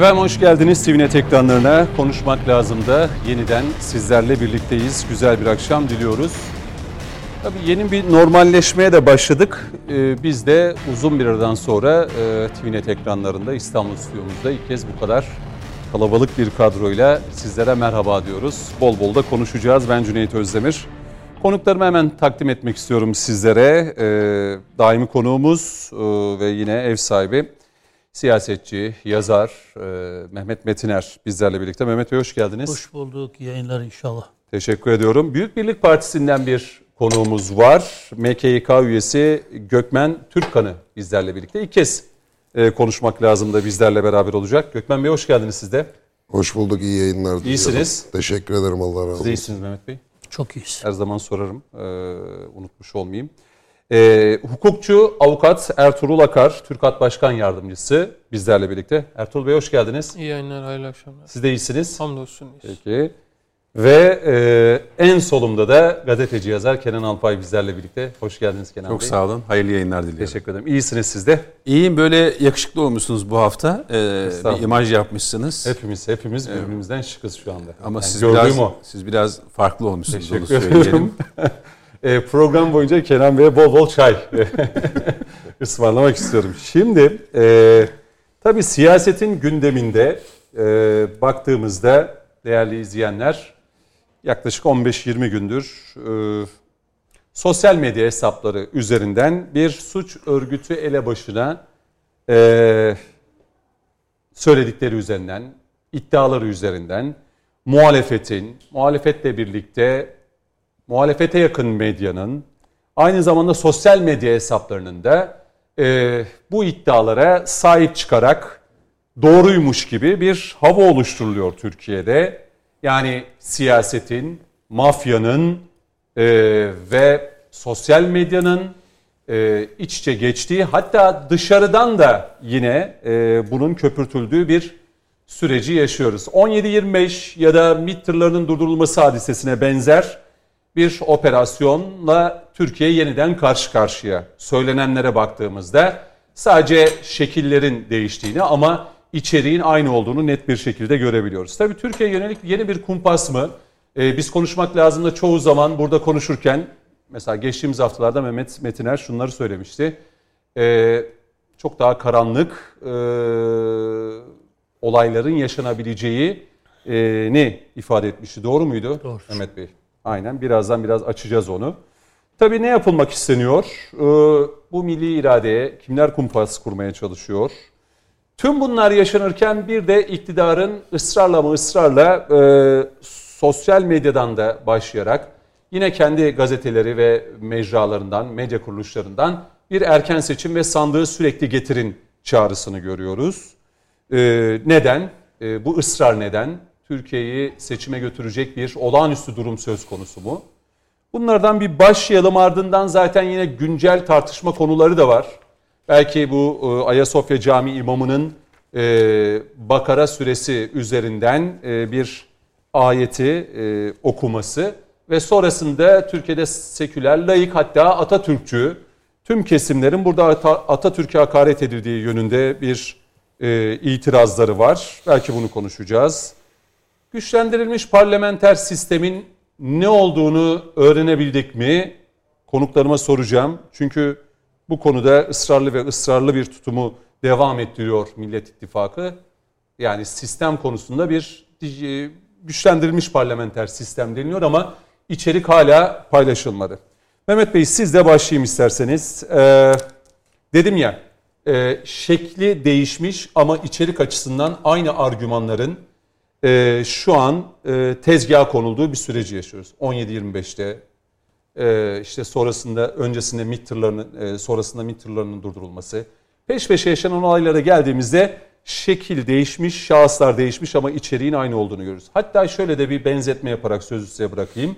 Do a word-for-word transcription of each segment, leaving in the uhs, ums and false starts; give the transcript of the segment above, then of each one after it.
Efendim hoş geldiniz T V Net ekranlarına. Konuşmak lazım da yeniden sizlerle birlikteyiz. Güzel bir akşam diliyoruz. Tabii yeni bir normalleşmeye de başladık. Ee, biz de uzun bir aradan sonra e, T V Net ekranlarında İstanbul stüdyomuzda ilk kez bu kadar kalabalık bir kadroyla sizlere merhaba diyoruz. Bol bol da konuşacağız. Ben Cüneyt Özdemir. Konuklarımı hemen takdim etmek istiyorum sizlere. Ee, daimi konuğumuz e, ve yine ev sahibi siyasetçi, yazar e, Mehmet Metiner bizlerle birlikte. Mehmet Bey hoş geldiniz. Hoş bulduk. Yayınlar inşallah. Teşekkür ediyorum. Büyük Birlik Partisi'nden bir konuğumuz var. M K Y K üyesi Gökmen Türkkan'ı bizlerle birlikte. İlk kez e, konuşmak lazım da bizlerle beraber olacak. Gökmen Bey hoş geldiniz siz de. Hoş bulduk. İyi yayınlar diliyorum. İyisiniz. Teşekkür ederim. Allah razı olsun. Siz iyisiniz Mehmet Bey. Çok iyiyiz. Her zaman sorarım. E, unutmuş olmayayım. E, hukukçu, avukat Ertuğrul Akar, TÜRKAT Başkan Yardımcısı bizlerle birlikte. Ertuğrul Bey hoş geldiniz. İyi yayınlar, hayırlı akşamlar. Siz de iyisiniz. Hamdolsun iyiyiz. Peki. Ve e, en solumda da gazeteci yazar Kenan Alpay bizlerle birlikte. Hoş geldiniz Kenan Çok Bey. sağ olun. Hayırlı yayınlar diliyorum. Teşekkür ederim. İyisiniz siz de. İyiyim. Böyle yakışıklı olmuşsunuz bu hafta. Ee, bir imaj yapmışsınız. Hepimiz hepimiz evet. birbirimizden şıkız şu anda. Ama yani siz biraz o. siz biraz farklı olmuşsunuz, onu Teşekkür söyleyelim. e, program boyunca Kenan Bey'e bol bol çay ısmarlamak istiyorum. Şimdi e, tabii siyasetin gündeminde e, baktığımızda değerli izleyenler yaklaşık on beş yirmi gündür e, sosyal medya hesapları üzerinden bir suç örgütü elebaşına e, söyledikleri üzerinden, iddiaları üzerinden muhalefetin, muhalefetle birlikte muhalefete yakın medyanın, aynı zamanda sosyal medya hesaplarının da e, bu iddialara sahip çıkarak doğruymuş gibi bir hava oluşturuluyor Türkiye'de. Yani siyasetin, mafyanın e, ve sosyal medyanın e, iç içe geçtiği, hatta dışarıdan da yine e, bunun köpürtüldüğü bir süreci yaşıyoruz. on yedi yirmi beş ya da MİT tırlarının durdurulması hadisesine benzer bir operasyonla Türkiye yeniden karşı karşıya. Söylenenlere baktığımızda sadece şekillerin değiştiğini ama içeriğin aynı olduğunu net bir şekilde görebiliyoruz. Tabii Türkiye'ye yönelik yeni bir kumpas mı? Ee, biz konuşmak lazım da çoğu zaman burada konuşurken, mesela geçtiğimiz haftalarda Mehmet Metiner şunları söylemişti. Ee, çok daha karanlık e, olayların yaşanabileceğini ifade etmişti. Doğru muydu Doğru. Mehmet Bey? Aynen. Birazdan biraz açacağız onu. Tabii ne yapılmak isteniyor? Ee, bu milli iradeye kimler kumpas kurmaya çalışıyor? Tüm bunlar yaşanırken bir de iktidarın ısrarla mı ısrarla e, sosyal medyadan da başlayarak yine kendi gazeteleri ve mecralarından, medya kuruluşlarından bir erken seçim ve sandığı sürekli getirin çağrısını görüyoruz. E, neden? E, bu ısrar neden? Türkiye'yi seçime götürecek bir olağanüstü durum söz konusu mu? Bunlardan bir başlayalım, ardından zaten yine güncel tartışma konuları da var. Belki bu e, Ayasofya Camii imamının e, Bakara suresi üzerinden e, bir ayeti e, okuması ve sonrasında Türkiye'de seküler, laik, hatta Atatürkçü tüm kesimlerin burada Atatürk'e hakaret edildiği yönünde bir e, itirazları var. Belki bunu konuşacağız. Güçlendirilmiş parlamenter sistemin ne olduğunu öğrenebildik mi? Konuklarıma soracağım. Çünkü bu konuda ısrarlı ve ısrarlı bir tutumu devam ettiriyor Millet İttifakı. Yani sistem konusunda bir güçlendirilmiş parlamenter sistem deniliyor ama içerik hala paylaşılmadı. Mehmet Bey, siz de başlayayım isterseniz. Ee, dedim ya, e, şekli değişmiş ama içerik açısından aynı argümanların e, şu an e, tezgaha konulduğu bir süreci yaşıyoruz. on yedi yirmi beşte e, işte sonrasında, öncesinde MİT tırlarının, e, sonrasında MİT tırlarının durdurulması. Peş peşe yaşanan olaylara geldiğimizde şekil değişmiş, şahıslar değişmiş ama içeriğin aynı olduğunu görüyoruz. Hatta şöyle de bir benzetme yaparak sözü size bırakayım.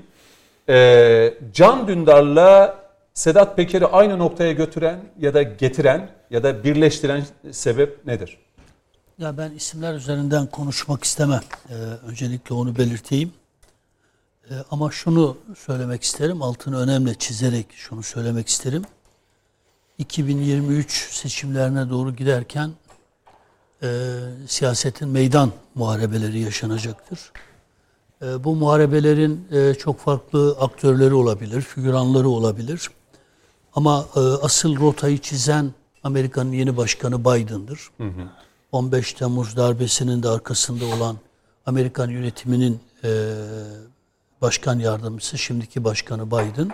Ee, Can Dündar'la Sedat Peker'i aynı noktaya götüren ya da getiren ya da birleştiren sebep nedir? Ya ben isimler üzerinden konuşmak istemem. Ee, öncelikle onu belirteyim. Ee, ama şunu söylemek isterim, altını önemli çizerek şunu söylemek isterim. iki bin yirmi üç seçimlerine doğru giderken e, siyasetin meydan muharebeleri yaşanacaktır. E, bu muharebelerin e, çok farklı aktörleri olabilir, figüranları olabilir. Ama e, asıl rotayı çizen Amerika'nın yeni başkanı Biden'dır. Hı hı. on beş Temmuz darbesinin de arkasında olan Amerikan yönetiminin e, başkan yardımcısı, şimdiki başkanı Biden.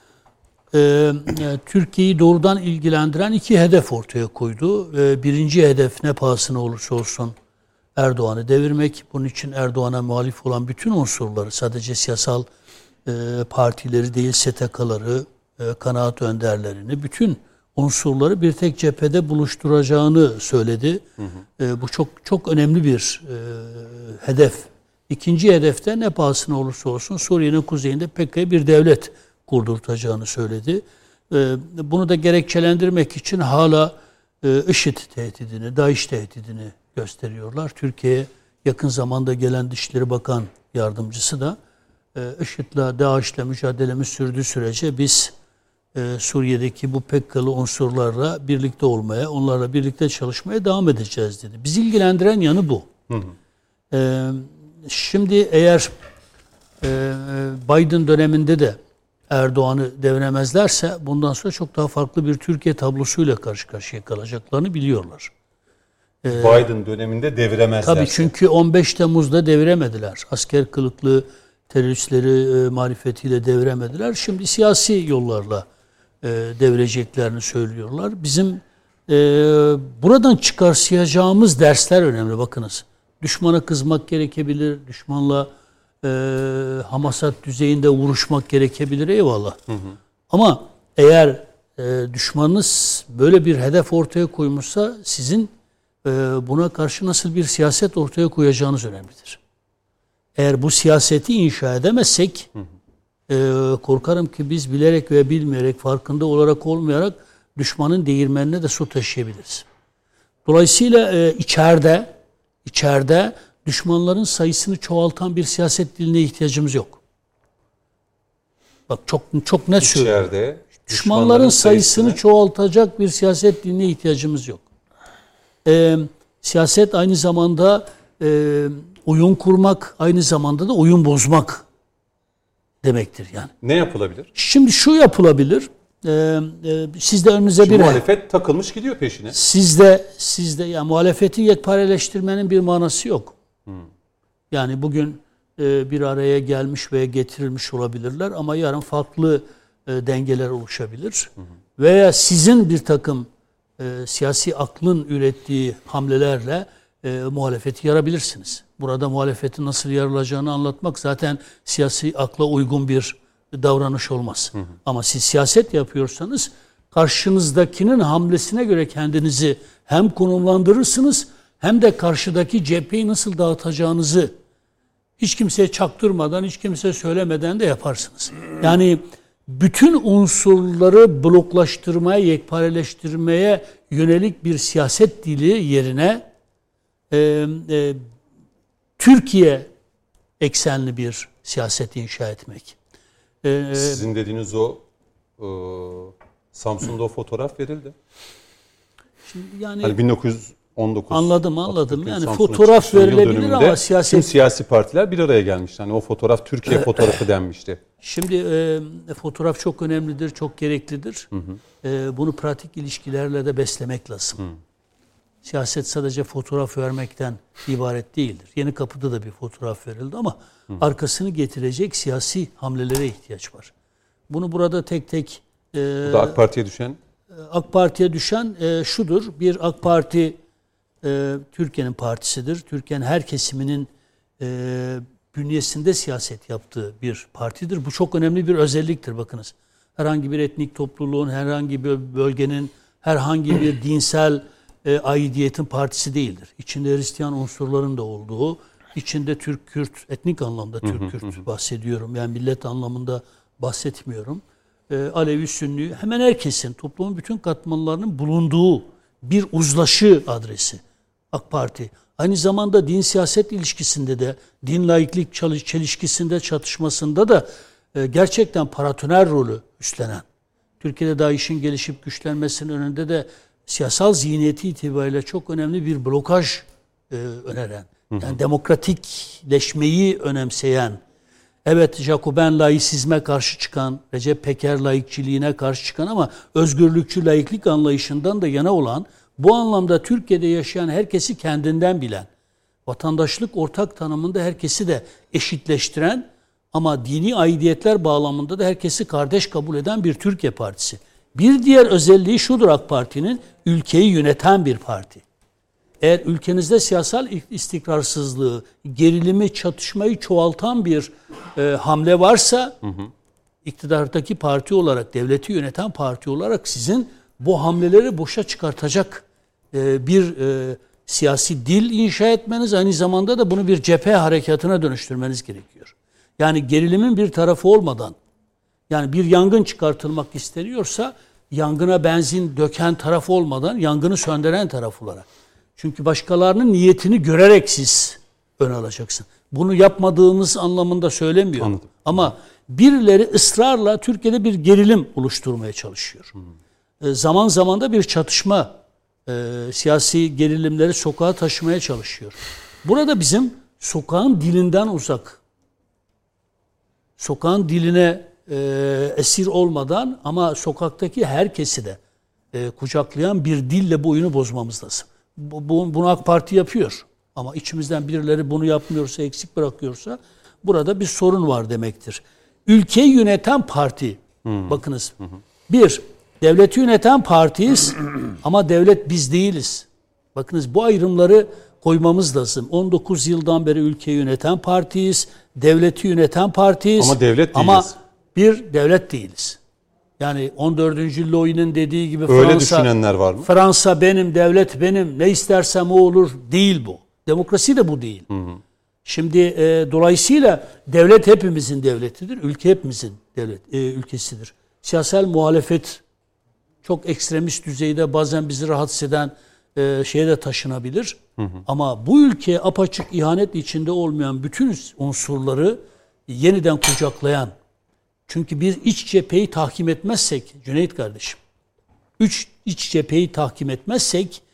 E, Türkiye'yi doğrudan ilgilendiren iki hedef ortaya koydu. E, birinci hedef ne pahasına olursa olsun Erdoğan'ı devirmek. Bunun için Erdoğan'a muhalif olan bütün unsurları, sadece siyasal e, partileri değil, S T K'ları, e, kanaat önderlerini, bütün unsurları bir tek cephede buluşturacağını söyledi. Hı hı. E, bu çok çok önemli bir e, hedef. İkinci hedefte ne pahasına olursa olsun Suriye'nin kuzeyinde P K K'ya bir devlet kurdurtacağını söyledi. E, bunu da gerekçelendirmek için hala e, IŞİD tehdidini, DAEŞ tehdidini gösteriyorlar. Türkiye'ye yakın zamanda gelen Dışişleri Bakan Yardımcısı da e, IŞİD'le, DAEŞ'le mücadelemiz sürdüğü sürece biz e, Suriye'deki bu P K K'lı unsurlarla birlikte olmaya, onlarla birlikte çalışmaya devam edeceğiz dedi. Bizi ilgilendiren yanı bu. Hı hı. E, şimdi eğer e, Biden döneminde de Erdoğan'ı deviremezlerse bundan sonra çok daha farklı bir Türkiye tablosuyla karşı karşıya kalacaklarını biliyorlar. Biden döneminde deviremezler. Tabii, çünkü on beş Temmuz'da deviremediler. Asker kılıklı teröristleri e, marifetiyle deviremediler. Şimdi siyasi yollarla e, devireceklerini söylüyorlar. Bizim e, buradan çıkarsayacağımız dersler önemli. Bakınız, düşmana kızmak gerekebilir, düşmanla e, hamasat düzeyinde vuruşmak gerekebilir, eyvallah. Hı hı. Ama eğer e, düşmanınız böyle bir hedef ortaya koymuşsa sizin buna karşı nasıl bir siyaset ortaya koyacağınız önemlidir. Eğer bu siyaseti inşa edemezsek, hı hı. korkarım ki biz bilerek ve bilmeyerek, farkında olarak olmayarak düşmanın değirmenine de su taşıyabiliriz. Dolayısıyla içeride, içeride düşmanların sayısını çoğaltan bir siyaset diline ihtiyacımız yok. Bak, çok çok net söylüyorum. İçeride düşmanların sayısını sayısını çoğaltacak bir siyaset diline ihtiyacımız yok. E, siyaset aynı zamanda e, oyun kurmak, aynı zamanda da oyun bozmak demektir yani. Ne yapılabilir? Şimdi şu yapılabilir. E, e, siz de önünüze Şimdi bir... muhalefet takılmış gidiyor peşine. Sizde, sizde yani muhalefeti yekpareleştirmenin bir manası yok. Hmm. Yani bugün e, bir araya gelmiş veya getirilmiş olabilirler ama yarın farklı e, dengeler oluşabilir. Hmm. Veya sizin bir takım E, siyasi aklın ürettiği hamlelerle e, muhalefeti yarabilirsiniz. Burada muhalefetin nasıl yarılacağını anlatmak zaten siyasi akla uygun bir davranış olmaz. Hı hı. Ama siz siyaset yapıyorsanız karşınızdakinin hamlesine göre kendinizi hem konumlandırırsınız hem de karşıdaki cepheyi nasıl dağıtacağınızı hiç kimseye çaktırmadan, hiç kimseye söylemeden de yaparsınız. Yani bütün unsurları bloklaştırmaya, yekpareleştirmeye yönelik bir siyaset dili yerine e, e, Türkiye eksenli bir siyaset inşa etmek. E, Sizin dediğiniz o e, Samsun'da o fotoğraf verildi. Şimdi yani hani bin dokuz yüz on dokuz anladım anladım. Atatürk'ün Yani Samsun'a fotoğraf verilebilir ama siyaset... Tüm siyasi partiler bir araya gelmişti. Hani o fotoğraf Türkiye fotoğrafı denmişti. Şimdi e, fotoğraf çok önemlidir, çok gereklidir. Hı hı. E, bunu pratik ilişkilerle de beslemek lazım. Hı. Siyaset sadece fotoğraf vermekten ibaret değildir. Yeni Kapı'da da bir fotoğraf verildi ama hı. arkasını getirecek siyasi hamlelere ihtiyaç var. Bunu burada tek tek... E, Bu da AK Parti'ye düşen... AK Parti'ye düşen e, şudur. Bir, AK Parti e, Türkiye'nin partisidir. Türkiye'nin her kesiminin e, bünyesinde siyaset yaptığı bir partidir. Bu çok önemli bir özelliktir, bakınız. Herhangi bir etnik topluluğun, herhangi bir bölgenin, herhangi bir dinsel e, aidiyetin partisi değildir. İçinde Hristiyan unsurların da olduğu, içinde Türk-Kürt, etnik anlamda Türk-Kürt bahsediyorum. Yani millet anlamında bahsetmiyorum. E, Alevi, Sünni, hemen herkesin, toplumun bütün katmanlarının bulunduğu bir uzlaşı adresi AK Parti. Aynı zamanda din siyaset ilişkisinde de, din laiklik çelişkisinde, çatışmasında da e, gerçekten paratoner rolü üstlenen, Türkiye'de DAEŞ'in gelişip güçlenmesinin önünde de siyasal zihniyeti itibariyle çok önemli bir blokaj e, öneren, yani demokratikleşmeyi önemseyen, evet Jacoben laisizme karşı çıkan, Recep Peker laikçiliğine karşı çıkan ama özgürlükçü laiklik anlayışından da yana olan, bu anlamda Türkiye'de yaşayan herkesi kendinden bilen, vatandaşlık ortak tanımında herkesi de eşitleştiren ama dini aidiyetler bağlamında da herkesi kardeş kabul eden bir Türkiye Partisi. Bir diğer özelliği şudur AK Parti'nin, ülkeyi yöneten bir parti. Eğer ülkenizde siyasal istikrarsızlığı, gerilimi, çatışmayı çoğaltan bir e, hamle varsa, hı hı. iktidardaki parti olarak, devleti yöneten parti olarak sizin bu hamleleri boşa çıkartacak e, bir e, siyasi dil inşa etmeniz, aynı zamanda da bunu bir cephe harekatına dönüştürmeniz gerekiyor. Yani gerilimin bir tarafı olmadan, yani bir yangın çıkartılmak isteniyorsa, yangına benzin döken taraf olmadan, yangını söndüren taraf olarak. Çünkü başkalarının niyetini görerek siz ön alacaksın. Bunu yapmadığımız anlamında söylemiyorum. Anladım. Ama birileri ısrarla Türkiye'de bir gerilim oluşturmaya çalışıyor. Hmm. E, zaman zaman da bir çatışma, e, siyasi gerilimleri sokağa taşımaya çalışıyor. Burada bizim sokağın dilinden uzak, sokağın diline e, esir olmadan ama sokaktaki herkesi de e, kucaklayan bir dille bu oyunu bozmamız lazım. Bu, bu, bunu AK Parti yapıyor. Ama içimizden birileri bunu yapmıyorsa, eksik bırakıyorsa burada bir sorun var demektir. Ülkeyi yöneten parti, hmm. bakınız, hmm. bir, devleti yöneten partiyiz ama devlet biz değiliz. Bakınız bu ayrımları koymamız lazım. on dokuz yıldan beri ülkeyi yöneten partiyiz, devleti yöneten partiyiz. Ama devlet değiliz. Ama bir devlet değiliz. Yani on dördüncü Louis'nin dediği gibi öyle Fransa, düşünenler var mı? Fransa benim, devlet benim, ne istersem o olur değil bu. Demokrasi de bu değil. Hı hı. Şimdi e, dolayısıyla devlet hepimizin devletidir, ülke hepimizin devlet e, ülkesidir. Siyasal muhalefet çok ekstremist düzeyde bazen bizi rahatsız eden e, şeye de taşınabilir. Hı hı. Ama bu ülke apaçık ihanet içinde olmayan bütün unsurları yeniden kucaklayan, çünkü bir iç cepheyi tahkim etmezsek, Cüneyt kardeşim, üç iç cepheyi tahkim etmezsek,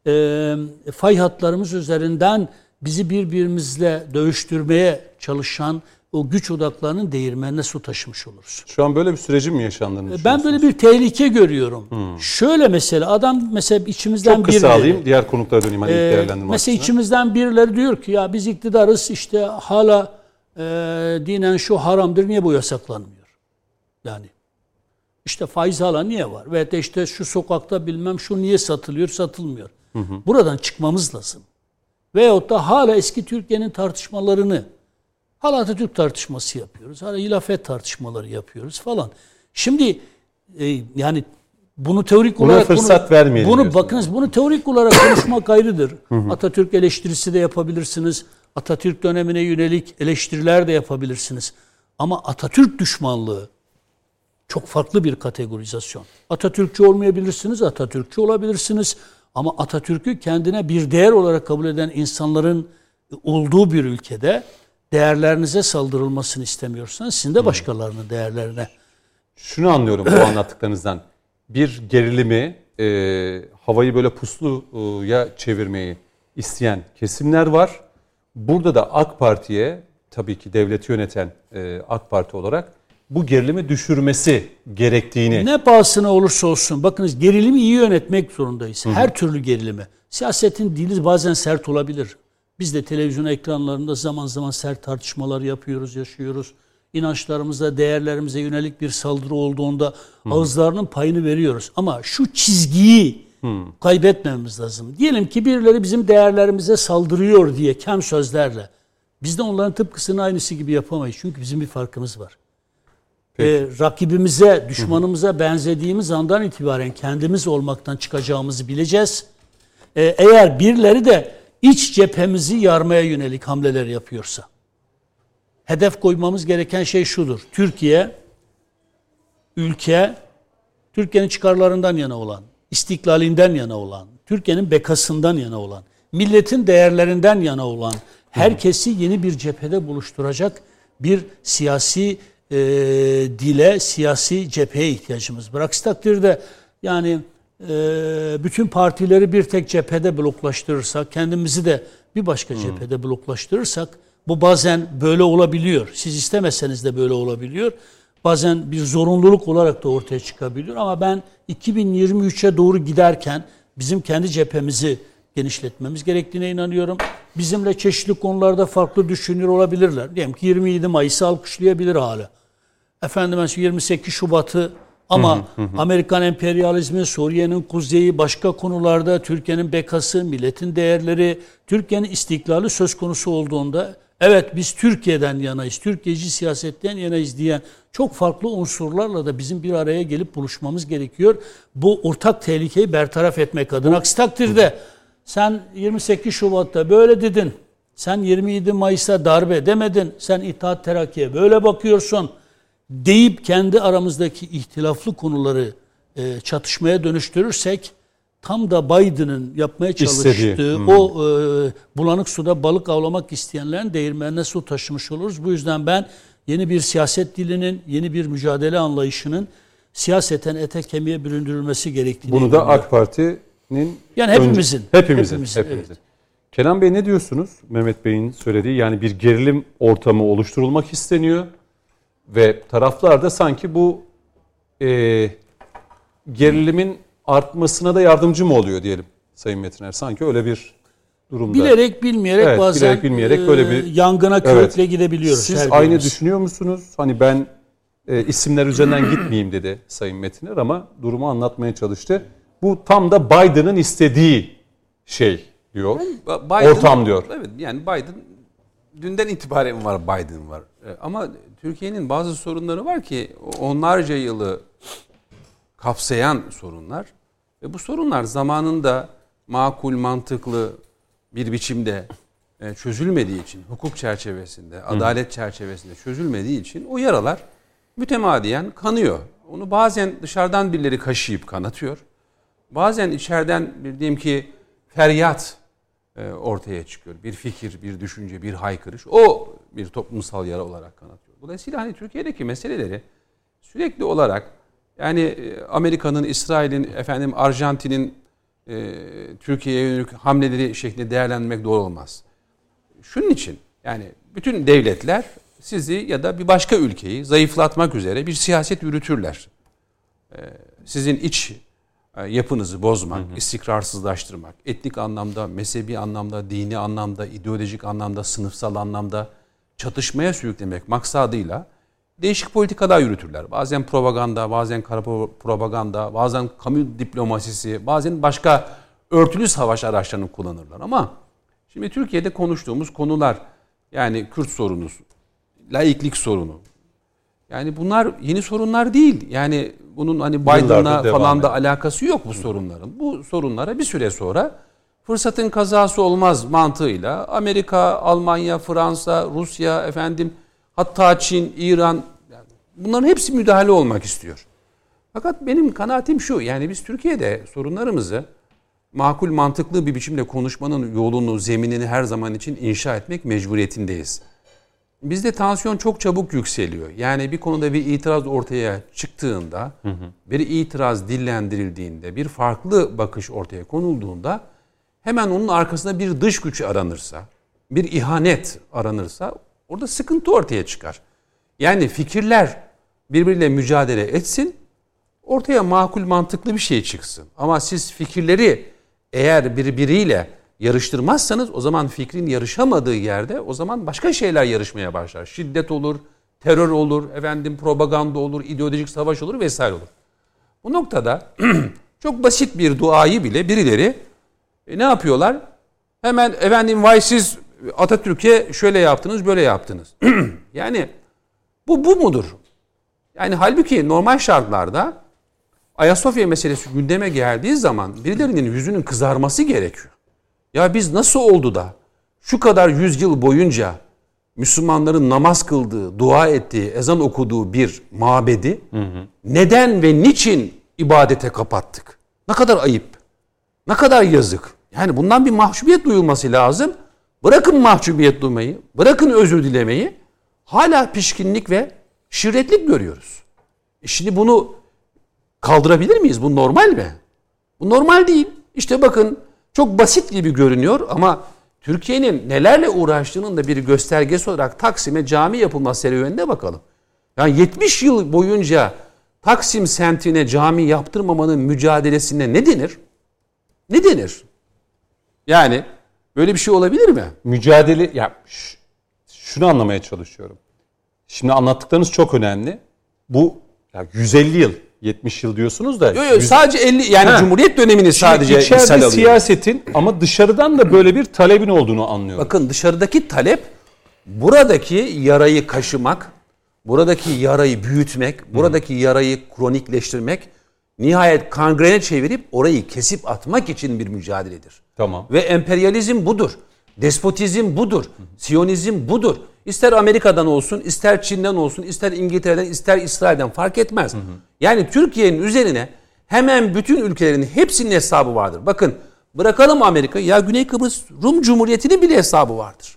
e, fay hatlarımız üzerinden bizi birbirimizle dövüştürmeye çalışan o güç odaklarının değirmenine su taşımış oluruz. Şu an böyle bir sürecin mi yaşandığını düşünüyorsunuz? Ben böyle bir tehlike görüyorum. Hmm. Şöyle mesela adam mesela içimizden çok kısa birileri, alayım, diğer konuklara döneyim. Hani e, değerlendirme mesela açısından. içimizden birileri diyor ki ya biz iktidarız, işte hala e, dinen şu haramdır, niye bu yasaklanmıyor? Yani işte faiz hala niye var? Ve de işte şu sokakta bilmem şu niye satılıyor, satılmıyor. Hı hı. Buradan çıkmamız lazım. Veyahut da hala eski Türkiye'nin tartışmalarını, hala Atatürk tartışması yapıyoruz, hala hilafet tartışmaları yapıyoruz falan. Şimdi e, yani bunu teorik Buna olarak fırsat bunu, vermeyelim. Bunu bakınız, bunu teorik olarak konuşmak ayrıdır. Hı hı. Atatürk eleştirisi de yapabilirsiniz. Atatürk dönemine yönelik eleştiriler de yapabilirsiniz. Ama Atatürk düşmanlığı çok farklı bir kategorizasyon. Atatürkçü olmayabilirsiniz, Atatürkçü olabilirsiniz. Ama Atatürk'ü kendine bir değer olarak kabul eden insanların olduğu bir ülkede değerlerinize saldırılmasını istemiyorsanız sizin de başkalarının değerlerine. Şunu anlıyorum bu anlattıklarınızdan. Bir gerilimi, e, havayı böyle pusluya çevirmeyi isteyen kesimler var. Burada da AK Parti'ye, tabii ki devleti yöneten e, AK Parti olarak bu gerilimi düşürmesi gerektiğini... Ne pahasına olursa olsun, bakınız gerilimi iyi yönetmek zorundayız. Hı hı. Her türlü gerilimi. Siyasetin dili bazen sert olabilir. Biz de televizyon ekranlarında zaman zaman sert tartışmalar yapıyoruz, yaşıyoruz. İnançlarımıza, değerlerimize yönelik bir saldırı olduğunda hı. ağızlarının payını veriyoruz. Ama şu çizgiyi hı. kaybetmememiz lazım. Diyelim ki birileri bizim değerlerimize saldırıyor diye kem sözlerle. Biz de onların tıpkısını aynısı gibi yapamayız. Çünkü bizim bir farkımız var. E, rakibimize, düşmanımıza hı hı. benzediğimiz andan itibaren kendimiz olmaktan çıkacağımızı bileceğiz. E, eğer birileri de iç cephemizi yarmaya yönelik hamleler yapıyorsa, hedef koymamız gereken şey şudur. Türkiye, ülke, Türkiye'nin çıkarlarından yana olan, istiklalinden yana olan, Türkiye'nin bekasından yana olan, milletin değerlerinden yana olan herkesi yeni bir cephede buluşturacak bir siyasi e, dile, siyasi cepheye ihtiyacımız var. Aksi takdirde yani bütün partileri bir tek cephede bloklaştırırsak, kendimizi de bir başka cephede bloklaştırırsak, bu bazen böyle olabiliyor. Siz istemeseniz de böyle olabiliyor. Bazen bir zorunluluk olarak da ortaya çıkabiliyor. Ama ben iki bin yirmi üçe doğru giderken bizim kendi cephemizi genişletmemiz gerektiğine inanıyorum. Bizimle çeşitli konularda farklı düşünüyor olabilirler. Diyelim ki yirmi yedi Mayıs'ı alkışlayabilir hala. Efendim yirmi sekiz Şubat'ı ama hı hı hı. Amerikan emperyalizmi, Suriye'nin kuzeyi, başka konularda Türkiye'nin bekası, milletin değerleri, Türkiye'nin istiklali söz konusu olduğunda evet biz Türkiye'den yanayız, Türkiye'ci siyasetten yanayız diyen çok farklı unsurlarla da bizim bir araya gelip buluşmamız gerekiyor. Bu ortak tehlikeyi bertaraf etmek adına. Aksi takdirde sen yirmi sekiz Şubat'ta böyle dedin, sen yirmi yedi Mayıs'ta darbe demedin, sen İttihat Terakki'ye böyle bakıyorsun deyip kendi aramızdaki ihtilaflı konuları e, çatışmaya dönüştürürsek tam da Biden'ın yapmaya çalıştığı hmm. o e, bulanık suda balık avlamak isteyenlerin değirmenine su taşımış oluruz. Bu yüzden ben yeni bir siyaset dilinin, yeni bir mücadele anlayışının siyaseten ete kemiğe büründürülmesi gerektiğini Bunu da AK Parti'nin yani hepimizin önce, hepimizin, hepimizin, hepimizin. Evet. Kenan Bey ne diyorsunuz? Mehmet Bey'in söylediği yani bir gerilim ortamı oluşturulmak isteniyor. Ve taraflar da sanki bu e, gerilimin artmasına da yardımcı mı oluyor diyelim Sayın Metiner? Sanki öyle bir durumda. Bilerek bilmeyerek evet, bazen bilerek, bilmeyerek böyle bir, yangına körükle evet. gidebiliyoruz. Siz aynı birimiz. Düşünüyor musunuz? Hani ben e, isimler üzerinden gitmeyeyim dedi Sayın Metiner ama durumu anlatmaya çalıştı. Bu tam da Biden'ın istediği şey diyor. Biden, ortam diyor. Evet yani Biden dünden itibaren var Biden var. Ama Türkiye'nin bazı sorunları var ki onlarca yılı kapsayan sorunlar ve bu sorunlar zamanında makul, mantıklı bir biçimde çözülmediği için, hukuk çerçevesinde, adalet çerçevesinde çözülmediği için o yaralar mütemadiyen kanıyor. Onu bazen dışarıdan birileri kaşıyıp kanatıyor. Bazen içeriden bir diyeyim ki feryat ortaya çıkıyor. Bir fikir, bir düşünce, bir haykırış. O bir toplumsal yara olarak kanatıyor. Dolayısıyla hani Türkiye'deki meseleleri sürekli olarak yani Amerika'nın, İsrail'in, efendim Arjantin'in e, Türkiye'ye yönelik hamleleri şeklinde değerlendirmek doğru olmaz. Şunun için yani bütün devletler sizi ya da bir başka ülkeyi zayıflatmak üzere bir siyaset yürütürler. E, sizin iç yapınızı bozmak, hı hı. istikrarsızlaştırmak, etnik anlamda, mezhebi anlamda, dini anlamda, ideolojik anlamda, sınıfsal anlamda çatışmaya sürüklemek maksadıyla değişik politikalar yürütürler. Bazen propaganda, bazen kara propaganda, bazen kamu diplomasisi, bazen başka örtülü savaş araçlarını kullanırlar. Ama şimdi Türkiye'de konuştuğumuz konular yani Kürt sorunu, laiklik sorunu. Yani bunlar yeni sorunlar değil. Yani bunun hani Biden'la falan da alakası yok bu sorunların. Bu sorunlara bir süre sonra fırsatın kazası olmaz mantığıyla Amerika, Almanya, Fransa, Rusya, efendim hatta Çin, İran bunların hepsi müdahale olmak istiyor. Fakat benim kanaatim şu yani biz Türkiye'de sorunlarımızı makul mantıklı bir biçimde konuşmanın yolunu, zeminini her zaman için inşa etmek mecburiyetindeyiz. Bizde tansiyon çok çabuk yükseliyor. Yani bir konuda bir itiraz ortaya çıktığında, hı hı. bir itiraz dillendirildiğinde, bir farklı bakış ortaya konulduğunda hemen onun arkasında bir dış güç aranırsa, bir ihanet aranırsa orada sıkıntı ortaya çıkar. Yani fikirler birbiriyle mücadele etsin, ortaya makul mantıklı bir şey çıksın. Ama siz fikirleri eğer birbiriyle yarıştırmazsanız o zaman fikrin yarışamadığı yerde o zaman başka şeyler yarışmaya başlar. Şiddet olur, terör olur, efendim propaganda olur, ideolojik savaş olur vesaire olur. Bu noktada çok basit bir duayı bile birileri e, ne yapıyorlar? Hemen efendim vay siz Atatürk'e şöyle yaptınız, böyle yaptınız. Yani bu bu mudur? Yani halbuki normal şartlarda Ayasofya meselesi gündeme geldiği zaman birilerinin yüzünün kızarması gerekiyor. Ya biz nasıl oldu da şu kadar yüzyıl boyunca Müslümanların namaz kıldığı, dua ettiği, ezan okuduğu bir mabedi hı hı. neden ve niçin ibadete kapattık? Ne kadar ayıp, ne kadar yazık. Yani bundan bir mahcubiyet duyulması lazım. Bırakın mahcubiyet duymayı, bırakın özür dilemeyi. Hala pişkinlik ve şirretlik görüyoruz. E şimdi bunu kaldırabilir miyiz? Bu normal mi? Bu normal değil. İşte bakın çok basit gibi görünüyor ama Türkiye'nin nelerle uğraştığının da bir göstergesi olarak Taksim'e cami yapılması serüvenine bakalım. Yani yetmiş yıl boyunca Taksim semtine cami yaptırmamanın mücadelesine ne denir? Ne denir? Yani böyle bir şey olabilir mi? Mücadele, ya ş- şunu anlamaya çalışıyorum. Şimdi anlattıklarınız çok önemli. Bu ya yüz elli yıl, yetmiş yıl diyorsunuz da. Yok yok yüz- sadece elli yani Ha. Cumhuriyet dönemini sadece İçeride misal alıyorum. siyasetin ama dışarıdan da böyle bir talebin olduğunu anlıyorum. Bakın dışarıdaki talep buradaki yarayı kaşımak, buradaki yarayı büyütmek, buradaki yarayı kronikleştirmek, nihayet kangrene çevirip orayı kesip atmak için bir mücadeledir. Tamam. Ve emperyalizm budur. Despotizm budur. Siyonizm budur. İster Amerika'dan olsun, ister Çin'den olsun, ister İngiltere'den, ister İsrail'den fark etmez. Hı hı. Yani Türkiye'nin üzerine hemen bütün ülkelerin hepsinin hesabı vardır. Bakın bırakalım Amerika, ya Güney Kıbrıs Rum Cumhuriyeti'nin bile hesabı vardır.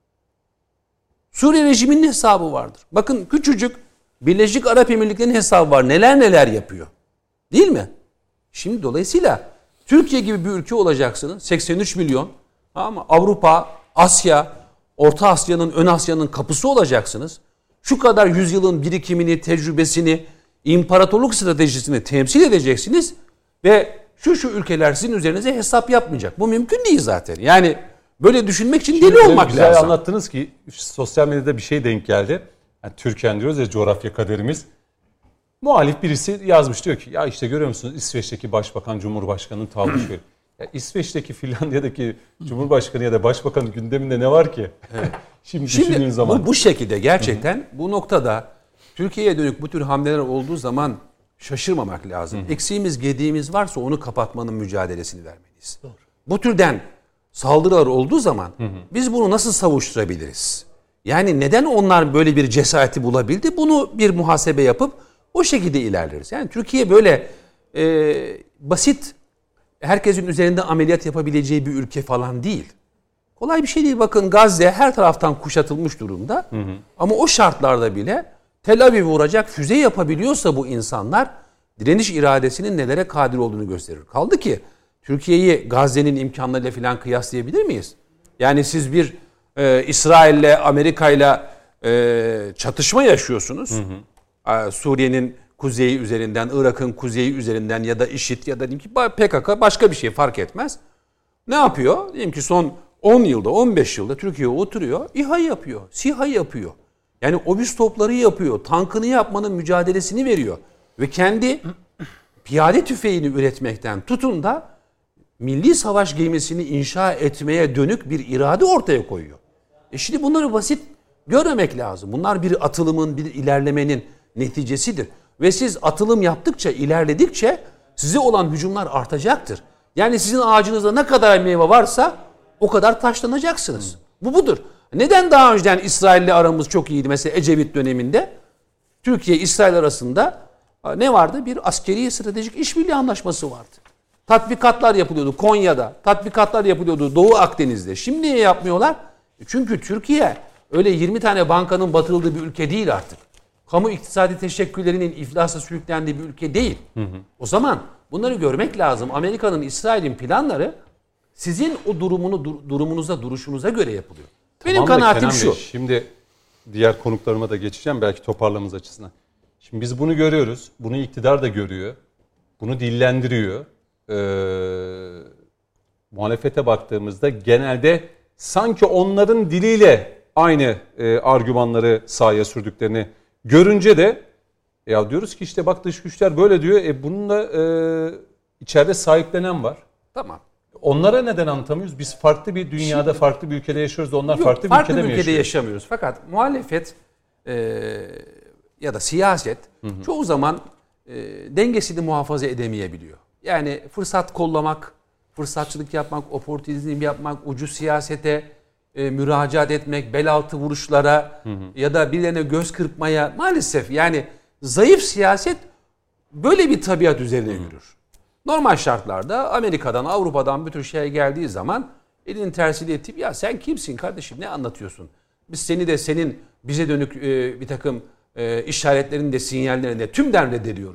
Suriye rejiminin hesabı vardır. Bakın küçücük Birleşik Arap Emirlikleri'nin hesabı var. Neler neler yapıyor. Değil mi? Şimdi dolayısıyla Türkiye gibi bir ülke olacaksınız. seksen üç milyon. Ama Avrupa, Asya, Orta Asya'nın, Ön Asya'nın kapısı olacaksınız. Şu kadar yüzyılın birikimini, tecrübesini, imparatorluk stratejisini temsil edeceksiniz. Ve şu şu ülkeler sizin üzerinize hesap yapmayacak. Bu mümkün değil zaten. Yani böyle düşünmek için deli olmak güzel lazım. anlattınız ki sosyal medyada bir şey denk geldi. Yani Türkiye diyoruz ya, coğrafya kaderimiz. Muhalif birisi yazmış, diyor ki ya işte görüyor musunuz İsveç'teki başbakan Cumhurbaşkanı'nın tavrı şöyle. Ya İsveç'teki Finlandiya'daki Cumhurbaşkanı ya da başbakanın gündeminde ne var ki? Evet. Şimdi, Şimdi düşündüğün zaman. bu, bu şekilde gerçekten Hı-hı. bu noktada Türkiye'ye dönük bu tür hamleler olduğu zaman şaşırmamak lazım. Hı-hı. Eksiğimiz, gediğimiz varsa onu kapatmanın mücadelesini vermeliyiz. Doğru. Bu türden saldırılar olduğu zaman Hı-hı. biz bunu nasıl savuşturabiliriz? Yani neden onlar böyle bir cesareti bulabildi? Bunu bir muhasebe yapıp o şekilde ilerleriz. Yani Türkiye böyle e, basit, herkesin üzerinde ameliyat yapabileceği bir ülke falan değil. Kolay bir şey değil. Bakın Gazze her taraftan kuşatılmış durumda. Hı hı. Ama o şartlarda bile Tel Aviv'i vuracak füze yapabiliyorsa bu insanlar direniş iradesinin nelere kadir olduğunu gösterir. Kaldı ki Türkiye'yi Gazze'nin imkanlarıyla falan kıyaslayabilir miyiz? Yani siz bir e, İsrail'le, Amerika'yla e, çatışma yaşıyorsunuz. Hı hı. Suriye'nin kuzeyi üzerinden, Irak'ın kuzeyi üzerinden ya da IŞİD ya da diyelim ki P K K, başka bir şey fark etmez. Ne yapıyor? Diyelim ki son on yılda, on beş yılda Türkiye oturuyor, İHA yapıyor, SİHA yapıyor. Yani obüs topları yapıyor, tankını yapmanın mücadelesini veriyor. Ve kendi piyade tüfeğini üretmekten tutun da milli savaş gemisini inşa etmeye dönük bir irade ortaya koyuyor. E şimdi bunları basit görmemek lazım. Bunlar bir atılımın, bir ilerlemenin neticesidir. Ve siz atılım yaptıkça, ilerledikçe size olan hücumlar artacaktır. Yani sizin ağacınızda ne kadar meyve varsa o kadar taşlanacaksınız. Hı. Bu budur. Neden daha önceden İsrail'le aramız çok iyiydi? Mesela Ecevit döneminde Türkiye-İsrail arasında ne vardı? Bir askeri stratejik işbirliği anlaşması vardı. Tatbikatlar yapılıyordu Konya'da. Tatbikatlar yapılıyordu Doğu Akdeniz'de. Şimdi niye yapmıyorlar? Çünkü Türkiye öyle yirmi tane bankanın batırıldığı bir ülke değil artık. Kamu iktisadi teşekküllerinin iflasa sürüklendiği bir ülke değil. Hı hı. O zaman bunları görmek lazım. Amerika'nın, İsrail'in planları sizin o durumunu durumunuza, duruşunuza göre yapılıyor. Benim Tamam kanaatim Kenan şu. Bey, şimdi diğer konuklarıma da geçeceğim belki toparlamamız açısından. Şimdi biz bunu görüyoruz. Bunu iktidar da görüyor. Bunu dillendiriyor. Ee, muhalefete baktığımızda genelde sanki onların diliyle aynı e, argümanları sahaya sürdüklerini görünce de ya diyoruz ki işte bak dış güçler böyle diyor. E bununla e, içeride sahiplenen var. Tamam. Onlara neden anlatamıyoruz? Biz farklı bir dünyada, Şimdi, farklı bir ülkede yaşıyoruz da onlar yok, farklı bir farklı ülkede bir mi ülkede yaşıyor? yaşamıyoruz. Fakat muhalefet e, ya da siyaset hı hı. çoğu zaman e, dengesini muhafaza edemeyebiliyor. Yani fırsat kollamak, fırsatçılık yapmak, oportunizm yapmak, ucu siyasete e, müracaat etmek, bel altı vuruşlara hı hı. ya da birilerine göz kırpmaya maalesef yani zayıf siyaset böyle bir tabiat üzerine yürür. Hı hı. Normal şartlarda Amerika'dan, Avrupa'dan bir tür şey geldiği zaman elinin tersiyle itip ya sen kimsin kardeşim ne anlatıyorsun? Biz seni de senin bize dönük e, bir takım e, işaretlerini de sinyallerini de tümden reddediyoruz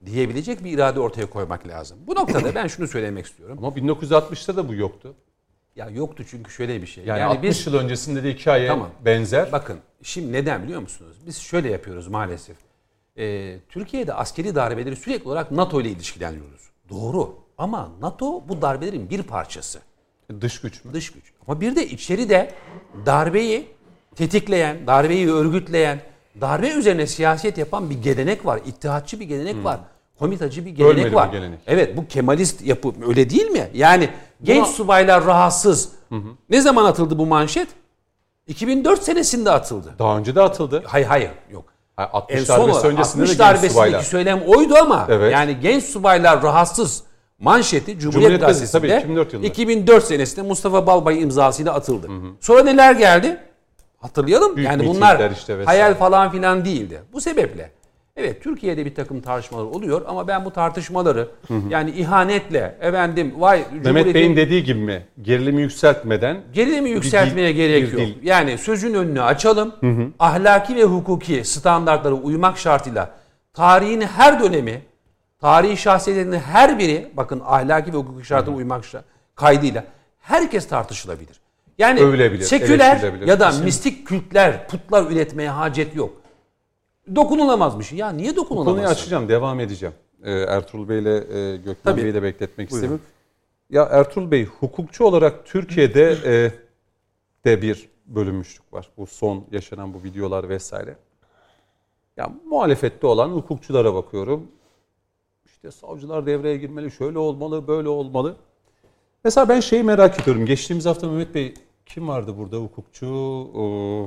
diyebilecek bir irade ortaya koymak lazım. Bu noktada ben şunu söylemek istiyorum. Ama bin dokuz yüz altmışta da bu yoktu. Ya yoktu çünkü şöyle bir şey. Yani, Yani altmış biz yıl öncesinde de hikaye Tamam. benzer. Bakın şimdi neden biliyor musunuz? Biz şöyle yapıyoruz maalesef. Ee, Türkiye'de askeri darbeleri sürekli olarak NATO ile ilişkilendiriyoruz. Doğru ama NATO bu darbelerin bir parçası. Dış güç mü? Dış güç. Ama bir de içeride darbeyi tetikleyen, darbeyi örgütleyen, darbe üzerine siyaset yapan bir gelenek var. İttihatçı bir gelenek hmm. var. Komitacı bir gelenek Ölmeli var. bir gelenek. Evet, bu Kemalist yapı öyle değil mi? Yani genç Buna... subaylar rahatsız. Hı hı. Ne zaman atıldı bu manşet? iki bin dört senesinde atıldı. Daha önce de atıldı. Hayır hayır yok. altmış en darbesi olarak, öncesinde de genç darbesindeki subaylar. söylem oydu ama evet. yani genç subaylar rahatsız manşeti Cumhuriyet, Cumhuriyet Gazetesi'nde tabii, iki bin dört yılında. iki bin dört senesinde Mustafa Balbay imzasıyla atıldı. Hı hı. Sonra neler geldi? Hatırlayalım. Büyük yani bunlar işte hayal falan filan değildi. Bu sebeple evet Türkiye'de bir takım tartışmalar oluyor ama ben bu tartışmaları hı hı. yani ihanetle efendim vay Mehmet Bey'in dediği gibi mi? Gerilimi yükseltmeden gerilimi yükseltmeye dil, gerek yok. Dil. Yani sözün önünü açalım. Hı hı. Ahlaki ve hukuki standartlara uymak şartıyla tarihin her dönemi, tarihi şahsiyetlerinin her biri bakın ahlaki ve hukuki şartlara uymak kaydıyla herkes tartışılabilir. Yani Övülebilir, seküler ya da Kesinlikle. mistik kültler, putlar üretmeye hacet yok. Dokunulamazmış. Ya niye dokunulamaz? Konuyu açacağım, devam edeceğim. Ee, Ertuğrul Bey ile e, Gökmen Bey'i de bekletmek istemiyorum. Ya Ertuğrul Bey, hukukçu olarak Türkiye'de e, de bir bölünmüşlük var. Bu son yaşanan bu videolar vesaire. Ya muhalefette olan hukukçulara bakıyorum. İşte savcılar devreye girmeli, şöyle olmalı, böyle olmalı. Mesela ben şeyi merak ediyorum. Geçtiğimiz hafta Mehmet Bey, kim vardı burada hukukçu? Of.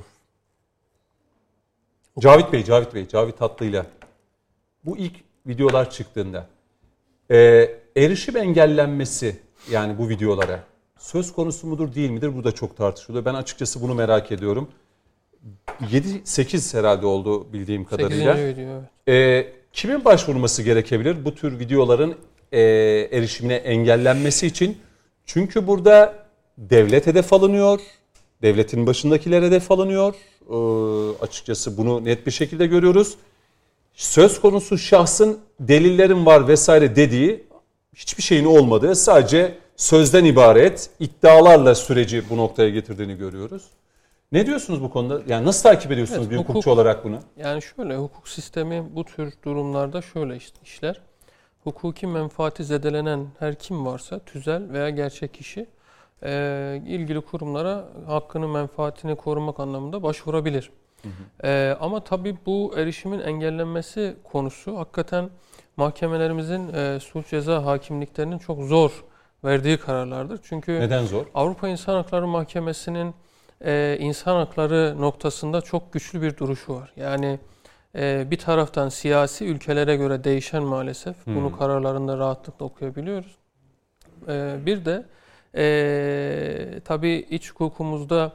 Cavit Bey, Cavit Bey, Cavit Tatlı'yla bu ilk videolar çıktığında e, erişim engellenmesi yani bu videolara söz konusu mudur değil midir? Bu da çok tartışılıyor. Ben açıkçası bunu merak ediyorum. yedi sekiz herhalde oldu bildiğim kadarıyla. Video, evet. e, kimin başvurması gerekebilir bu tür videoların e, erişimine engellenmesi için? Çünkü burada devlet hedef alınıyor, devletin başındakiler hedef alınıyor. Ee, açıkçası bunu net bir şekilde görüyoruz. Söz konusu şahsın delillerim var vesaire dediği hiçbir şeyin olmadığı, sadece sözden ibaret iddialarla süreci bu noktaya getirdiğini görüyoruz. Ne diyorsunuz bu konuda? Yani nasıl takip ediyorsunuz evet, bir hukuk, hukukçu olarak bunu? Yani şöyle, hukuk sistemi bu tür durumlarda şöyle işler. Hukuki menfaati zedelenen her kim varsa tüzel veya gerçek kişi e, ilgili kurumlara hakkını, menfaatini korumak anlamında başvurabilir. Hı hı. E, ama tabii bu erişimin engellenmesi konusu hakikaten mahkemelerimizin e, suç ceza hakimliklerinin çok zor verdiği kararlardır. Çünkü neden zor? Avrupa İnsan Hakları Mahkemesi'nin e, insan hakları noktasında çok güçlü bir duruşu var. Yani e, bir taraftan siyasi ülkelere göre değişen maalesef. Hmm. Bunu kararlarında rahatlıkla okuyabiliyoruz. E, bir de e, tabii iç hukukumuzda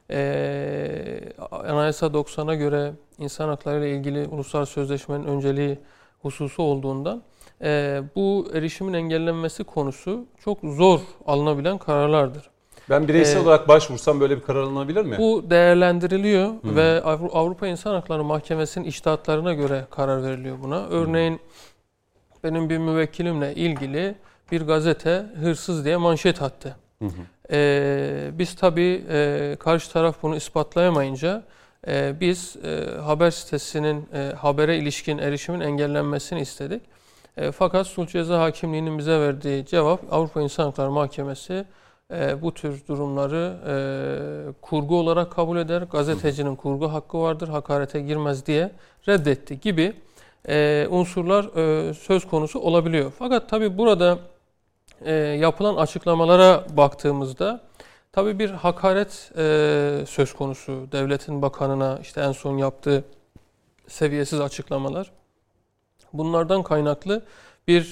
e, Anayasa doksana göre insan hakları ile ilgili uluslararası sözleşmenin önceliği hususu olduğundan e, bu erişimin engellenmesi konusu çok zor alınabilen kararlardır. Ben bireysel ee, olarak başvursam böyle bir karar alınabilir mi? Bu değerlendiriliyor hmm. ve Avrupa İnsan Hakları Mahkemesi'nin içtihatlarına göre karar veriliyor buna. Örneğin hmm. benim bir müvekkilimle ilgili bir gazete hırsız diye manşet attı. Hmm. Ee, biz tabii e, karşı taraf bunu ispatlayamayınca e, biz e, haber sitesinin e, habere ilişkin erişimin engellenmesini istedik. E, fakat Sulh Ceza Hakimliği'nin bize verdiği cevap Avrupa İnsan Hakları Mahkemesi E, bu tür durumları e, kurgu olarak kabul eder. Gazetecinin kurgu hakkı vardır, hakarete girmez diye reddetti gibi e, unsurlar e, söz konusu olabiliyor. Fakat tabii burada e, yapılan açıklamalara baktığımızda tabii bir hakaret e, söz konusu. Devletin bakanına işte en son yaptığı seviyesiz açıklamalar. Bunlardan kaynaklı bir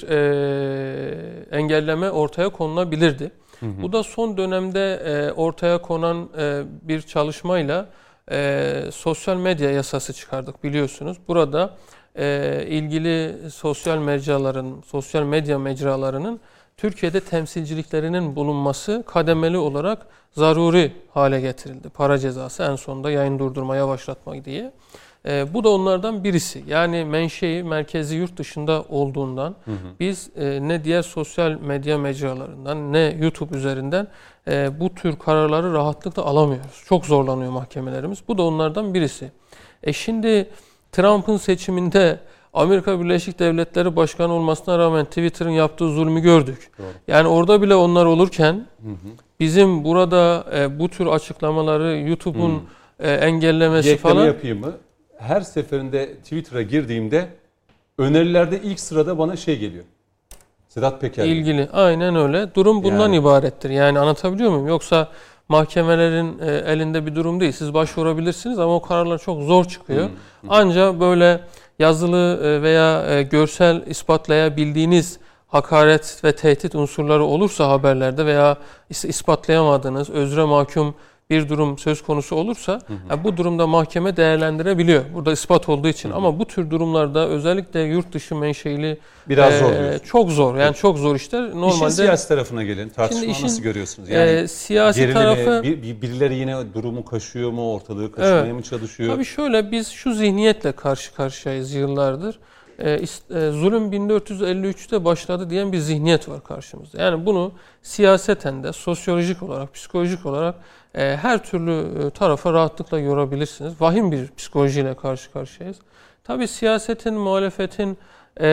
e, engelleme ortaya konulabilirdi. Hı hı. Bu da son dönemde e, ortaya konan e, bir çalışmayla e, sosyal medya yasası çıkardık biliyorsunuz. Burada e, ilgili sosyal mecraların, sosyal medya mecralarının Türkiye'de temsilciliklerinin bulunması kademeli olarak zaruri hale getirildi. Para cezası en sonunda yayın durdurma, yavaşlatma diye. E, bu da onlardan birisi. Yani menşei, merkezi yurt dışında olduğundan hı hı. biz e, ne diğer sosyal medya mecralarından ne YouTube üzerinden e, bu tür kararları rahatlıkla alamıyoruz. Çok zorlanıyor mahkemelerimiz. Bu da onlardan birisi. E şimdi Trump'ın seçiminde Amerika Birleşik Devletleri Başkanı olmasına rağmen Twitter'ın yaptığı zulmü gördük. Doğru. Yani orada bile onlar olurken hı hı. bizim burada e, bu tür açıklamaları YouTube'un e, engellemesi Bir falan. yapayım mı? Her seferinde Twitter'a girdiğimde önerilerde ilk sırada bana şey geliyor. Sedat Peker. İlgili. Aynen öyle. Durum bundan yani. ibarettir. Yani anlatabiliyor muyum? Yoksa mahkemelerin e, elinde bir durum değil. Siz başvurabilirsiniz ama o kararlar çok zor çıkıyor. Hı hı. Ancak böyle yazılı veya görsel ispatlayabildiğiniz hakaret ve tehdit unsurları olursa haberlerde veya ispatlayamadığınız özre mahkum bir durum söz konusu olursa hı hı. Yani bu durumda mahkeme değerlendirebiliyor. Burada ispat olduğu için. Hı hı. Ama bu tür durumlarda özellikle yurt dışı menşeili biraz e, zor diyorsun. Çok zor. Yani evet. çok zor işler. Normalde İşin siyasi tarafına gelin. Tartışma işin, nasıl görüyorsunuz? Yani e, siyasi gerilimi, tarafı bir, birileri yine durumu kaşıyor mu, ortalığı kaşımaya evet. mı çalışıyor? Tabii şöyle, biz şu zihniyetle karşı karşıyayız yıllardır. E, e, zulüm bin dört yüz elli üçte başladı diyen bir zihniyet var karşımızda. Yani bunu siyaseten de, sosyolojik olarak, psikolojik olarak e, her türlü e, tarafa rahatlıkla yorabilirsiniz. Vahim bir psikolojiyle karşı karşıyayız. Tabii siyasetin, muhalefetin e,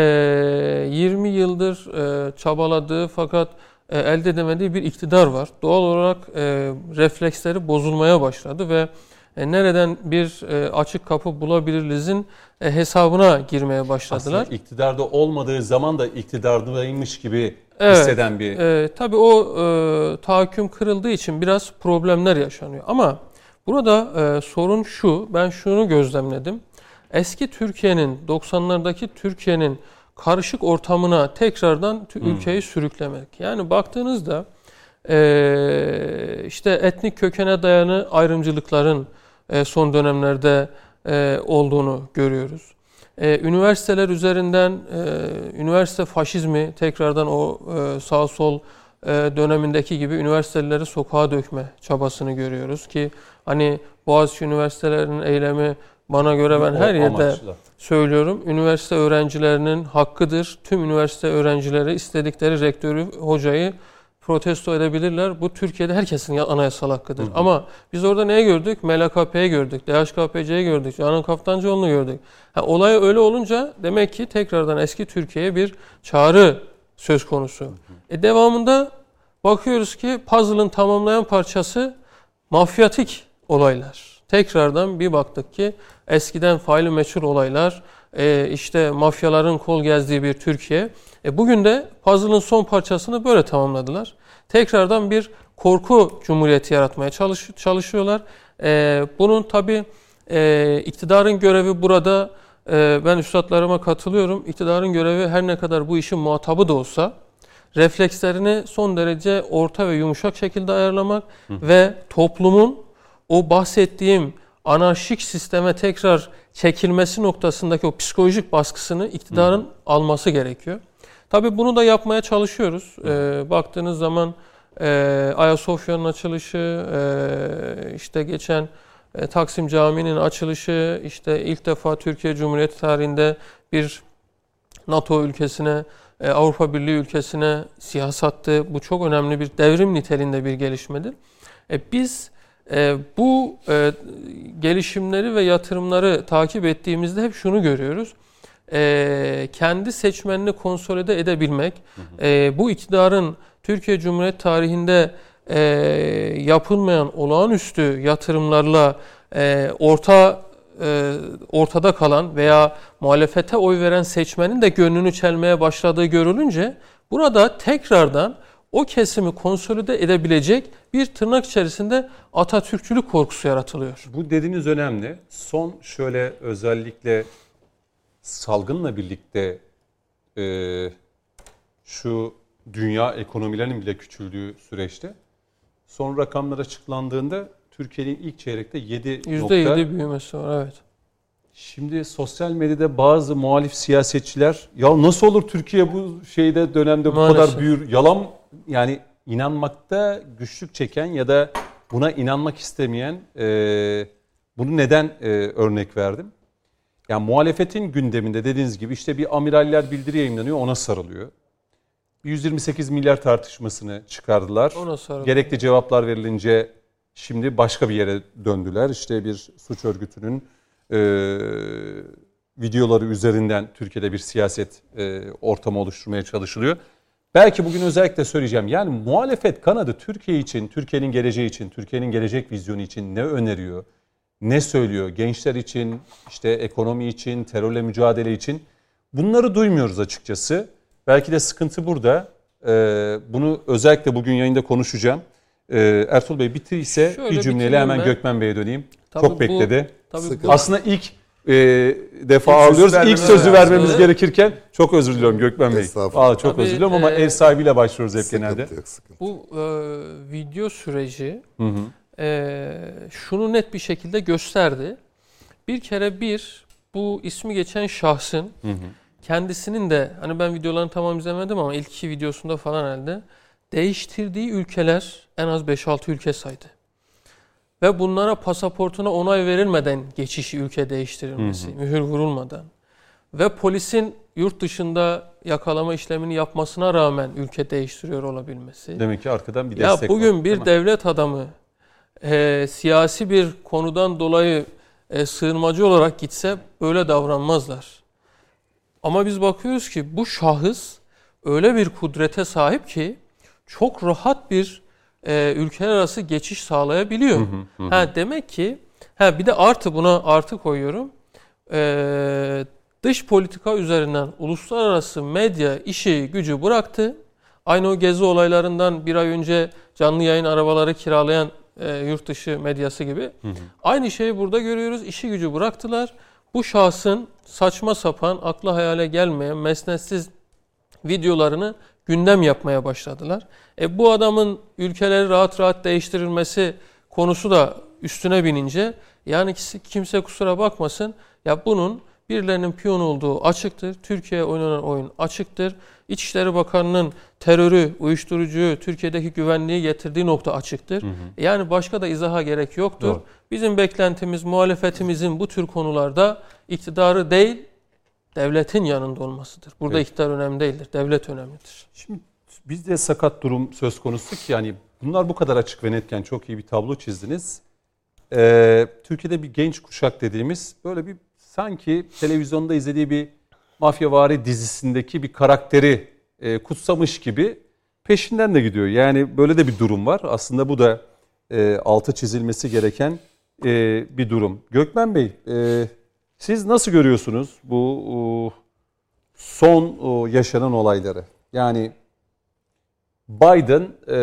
yirmi yıldır e, çabaladığı fakat e, elde edemediği bir iktidar var. Doğal olarak e, refleksleri bozulmaya başladı ve E, nereden bir e, açık kapı bulabilirizin e, hesabına girmeye başladılar. Aslında iktidarda olmadığı zaman da iktidardaymış gibi evet, hisseden bir... E, tabii o e, tahakküm kırıldığı için biraz problemler yaşanıyor. Ama burada e, sorun şu, ben şunu gözlemledim. Eski Türkiye'nin, doksanlardaki Türkiye'nin karışık ortamına tekrardan hmm. ülkeyi sürüklemek. Yani baktığınızda e, işte etnik kökene dayalı ayrımcılıkların son dönemlerde olduğunu görüyoruz. Üniversiteler üzerinden üniversite faşizmi tekrardan o sağ sol dönemindeki gibi üniversiteleri sokağa dökme çabasını görüyoruz ki hani Boğaziçi üniversitelerinin eylemi bana göre ben her yerde söylüyorum. Üniversite öğrencilerinin hakkıdır. Tüm üniversite öğrencileri istedikleri rektörü, hocayı protesto edebilirler. Bu Türkiye'de herkesin anayasal hakkıdır. Hı hı. Ama biz orada neyi gördük? M L K P'yi gördük, D H K P C'yi gördük, Canan Kaftancıoğlu'nu gördük. Ha, olay öyle olunca demek ki tekrardan eski Türkiye'ye bir çağrı söz konusu. Hı hı. E devamında bakıyoruz ki puzzle'ın tamamlayan parçası mafyatik olaylar. Tekrardan bir baktık ki eskiden faili meçhul olaylar, e, işte mafyaların kol gezdiği bir Türkiye. E bugün de puzzle'ın son parçasını böyle tamamladılar. Tekrardan bir korku cumhuriyeti yaratmaya çalış, çalışıyorlar. E, bunun tabii e, iktidarın görevi burada, e, ben üstadlarıma katılıyorum. İktidarın görevi her ne kadar bu işin muhatabı da olsa, reflekslerini son derece orta ve yumuşak şekilde ayarlamak Hı. ve toplumun o bahsettiğim anarşik sisteme tekrar çekilmesi noktasındaki o psikolojik baskısını iktidarın Hı. alması gerekiyor. Tabii bunu da yapmaya çalışıyoruz. Ee, baktığınız zaman e, Ayasofya'nın açılışı, e, işte geçen e, Taksim Camii'nin açılışı, işte ilk defa Türkiye Cumhuriyeti tarihinde bir NATO ülkesine, e, Avrupa Birliği ülkesine silah sattı. Bu çok önemli bir devrim niteliğinde bir gelişmedir. E, biz e, bu e, gelişimleri ve yatırımları takip ettiğimizde hep şunu görüyoruz. E, kendi seçmenini konsolide edebilmek, hı hı. E, bu iktidarın Türkiye Cumhuriyeti tarihinde e, yapılmayan olağanüstü yatırımlarla e, orta e, ortada kalan veya muhalefete oy veren seçmenin de gönlünü çelmeye başladığı görülünce burada tekrardan o kesimi konsolide edebilecek bir tırnak içerisinde Atatürkçülük korkusu yaratılıyor. Bu dediğiniz önemli. Son şöyle özellikle salgınla birlikte e, şu dünya ekonomilerinin bile küçüldüğü süreçte son rakamlar açıklandığında Türkiye'nin ilk çeyrekte yedi nokta yüzde yedi büyümesi var, evet. Şimdi sosyal medyada bazı muhalif siyasetçiler ya nasıl olur Türkiye bu şeyde dönemde bu Maalesef. kadar büyür? Yalan, yani inanmakta güçlük çeken ya da buna inanmak istemeyen e, bunu neden e, örnek verdim? Yani muhalefetin gündeminde dediğiniz gibi işte bir amiraller bildiri yayınlanıyor, ona sarılıyor. yüz yirmi sekiz milyar tartışmasını çıkardılar. Ona sarılıyor. Gerekli cevaplar verilince şimdi başka bir yere döndüler. İşte bir suç örgütünün e, videoları üzerinden Türkiye'de bir siyaset e, ortamı oluşturmaya çalışılıyor. Belki bugün özellikle söyleyeceğim. Yani muhalefet kanadı Türkiye için, Türkiye'nin geleceği için, Türkiye'nin gelecek vizyonu için ne öneriyor, ne söylüyor? Gençler için, işte ekonomi için, terörle mücadele için bunları duymuyoruz açıkçası. Belki de sıkıntı burada. Ee, bunu özellikle bugün yayında konuşacağım. Ee, Ertuğrul Bey bitirirse Şöyle bir cümleyle bitireyim hemen ben. Gökmen Bey'e döneyim. Tabii Çok bu- bekledi. Tabii Sıkıntı. bu, Aslında ilk e, defa İlk ağırlıyoruz. sözü İlk vermemiz sözü lazım. vermemiz Evet. gerekirken çok özür diliyorum Gökmen Bey. Estağfurullah. Aa, çok Tabii, özür diliyorum ama e, ev sahibiyle başlıyoruz hep Sıkıntı genelde. yok, sıkıntı. bu e, video süreci Hı hı. e, şunu net bir şekilde gösterdi. Bir kere bir, bu ismi geçen şahsın Hı hı. kendisinin de, hani ben videolarını tamam izlemedim ama ilk iki videosunda falan herhalde, değiştirdiği ülkeler en az beş altı ülke saydı. Ve bunlara pasaportuna onay verilmeden geçişi, ülke değiştirilmesi, Hı hı. mühür vurulmadan ve polisin yurt dışında yakalama işlemini yapmasına rağmen ülke değiştiriyor olabilmesi. Demek ki arkadan bir Ya destek var, bugün değil bir mi? devlet adamı e, siyasi bir konudan dolayı e, sığınmacı olarak gitse böyle davranmazlar. Ama biz bakıyoruz ki bu şahıs öyle bir kudrete sahip ki çok rahat bir e, ülkeler arası geçiş sağlayabiliyor. Hı hı, hı. Ha, demek ki ha, bir de artı, buna artı koyuyorum. E, dış politika üzerinden uluslararası medya işi gücü bıraktı. Aynı o gezi olaylarından bir ay önce canlı yayın arabaları kiralayan e, yurt dışı medyası gibi. Hı hı. Aynı şeyi burada görüyoruz. İşi gücü bıraktılar. Bu şahsın saçma sapan, akla hayale gelmeyen, mesnetsiz videolarını gündem yapmaya başladılar. E bu adamın ülkeleri rahat rahat değiştirilmesi konusu da üstüne binince, yani kimse kusura bakmasın, ya bunun birilerinin piyon olduğu açıktır. Türkiye'ye oynanan oyun açıktır. İçişleri Bakanı'nın terörü, uyuşturucuyu, Türkiye'deki güvenliği getirdiği nokta açıktır. Hı hı. Yani başka da izaha gerek yoktur. Doğru. Bizim beklentimiz, muhalefetimizin bu tür konularda iktidarı değil, devletin yanında olmasıdır. Burada Evet. iktidar önemli değildir, devlet önemlidir. Şimdi bizde sakat durum söz konusu ki yani bunlar bu kadar açık ve netken çok iyi bir tablo çizdiniz. Ee, Türkiye'de bir genç kuşak dediğimiz böyle bir sanki televizyonda izlediği bir mafyavari dizisindeki bir karakteri e, kutsamış gibi peşinden de gidiyor. Yani böyle de bir durum var. Aslında bu da e, altı çizilmesi gereken e, bir durum. Gökmen Bey, e, siz nasıl görüyorsunuz bu e, son e, yaşanan olayları? Yani Biden e,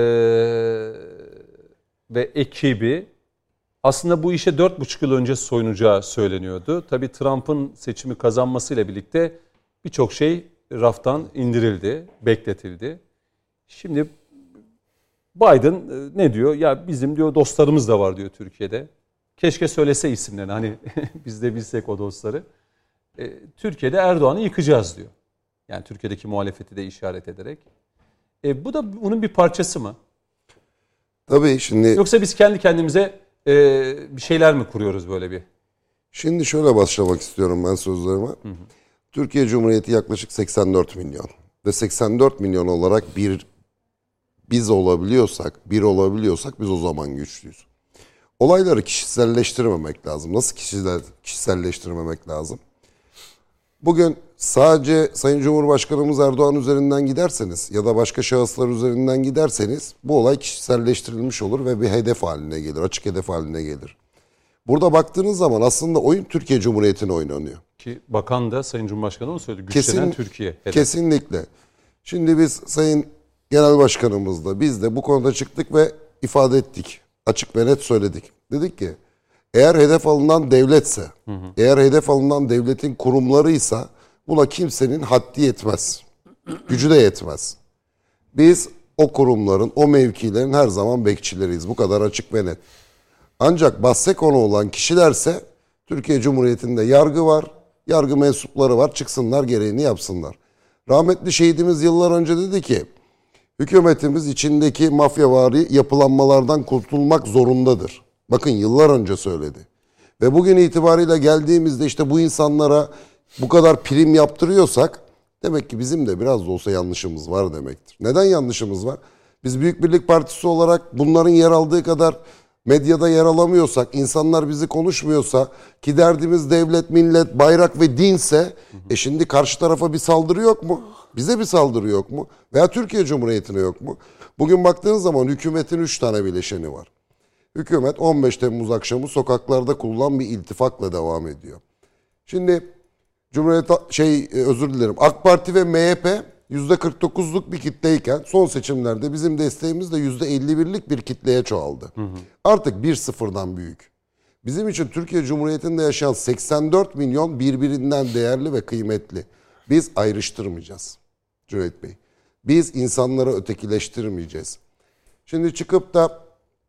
ve ekibi aslında bu işe dört buçuk yıl önce soyunacağı söyleniyordu. Tabii Trump'ın seçimi kazanmasıyla birlikte birçok şey raftan indirildi, bekletildi. Şimdi Biden ne diyor? Ya bizim diyor dostlarımız da var diyor Türkiye'de. Keşke söylese isimlerini, hani biz de bilsek o dostları. E, Türkiye'de Erdoğan'ı yıkacağız diyor. Yani Türkiye'deki muhalefeti de işaret ederek. E, bu da bunun bir parçası mı? Tabii şimdi Yoksa biz kendi kendimize e, bir şeyler mi kuruyoruz böyle bir? şimdi şöyle başlamak istiyorum ben sözlerime. Hı hı. Türkiye Cumhuriyeti yaklaşık seksen dört milyon ve seksen dört milyon olarak bir biz olabiliyorsak, bir olabiliyorsak biz o zaman güçlüyüz. Olayları kişiselleştirmemek lazım. Nasıl kişisel, kişiselleştirmemek lazım? Bugün sadece Sayın Cumhurbaşkanımız Erdoğan üzerinden giderseniz ya da başka şahıslar üzerinden giderseniz bu olay kişiselleştirilmiş olur ve bir hedef haline gelir, açık hedef haline gelir. Burada baktığınız zaman aslında oyun Türkiye Cumhuriyeti'ne oynanıyor. Ki bakan da Sayın Cumhurbaşkanı onu söyledi. Güçlenen Kesin, Türkiye. Hedef. Kesinlikle. Şimdi biz Sayın Genel Başkanımızla biz de bu konuda çıktık ve ifade ettik. Açık ve net söyledik. Dedik ki eğer hedef alınan devletse, hı hı. eğer hedef alınan devletin kurumlarıysa buna kimsenin haddi yetmez. Gücü de yetmez. Biz o kurumların, o mevkilerin her zaman bekçileriyiz. Bu kadar açık ve net. Ancak bahse konu olan kişilerse Türkiye Cumhuriyeti'nde yargı var, yargı mensupları var, çıksınlar gereğini yapsınlar. Rahmetli şehidimiz yıllar önce dedi ki, hükümetimiz içindeki mafyavari yapılanmalardan kurtulmak zorundadır. Bakın yıllar önce söyledi. Ve bugün itibariyle geldiğimizde işte bu insanlara bu kadar prim yaptırıyorsak demek ki bizim de biraz da olsa yanlışımız var demektir. Neden yanlışımız var? Biz Büyük Birlik Partisi olarak bunların yer aldığı kadar medyada yer alamıyorsak, insanlar bizi konuşmuyorsa, ki derdimiz devlet, millet, bayrak ve dinse, e şimdi karşı tarafa bir saldırı yok mu? Bize bir saldırı yok mu? Veya Türkiye Cumhuriyeti'ne yok mu? Bugün baktığınız zaman hükümetin üç tane bileşeni var. Hükümet on beş Temmuz akşamı sokaklarda kurulan bir iltifakla devam ediyor. Şimdi Cumhuriyet şey özür dilerim AK Parti ve M H P yüzde kırk dokuzluk bir kitleyken son seçimlerde bizim desteğimiz de yüzde elli birlik bir kitleye çoğaldı. Hı hı. Artık bir sıfırdan büyük. Bizim için Türkiye Cumhuriyeti'nde yaşayan seksen dört milyon birbirinden değerli ve kıymetli. Biz ayrıştırmayacağız Cüneyt Bey. Biz insanları ötekileştirmeyeceğiz. Şimdi çıkıp da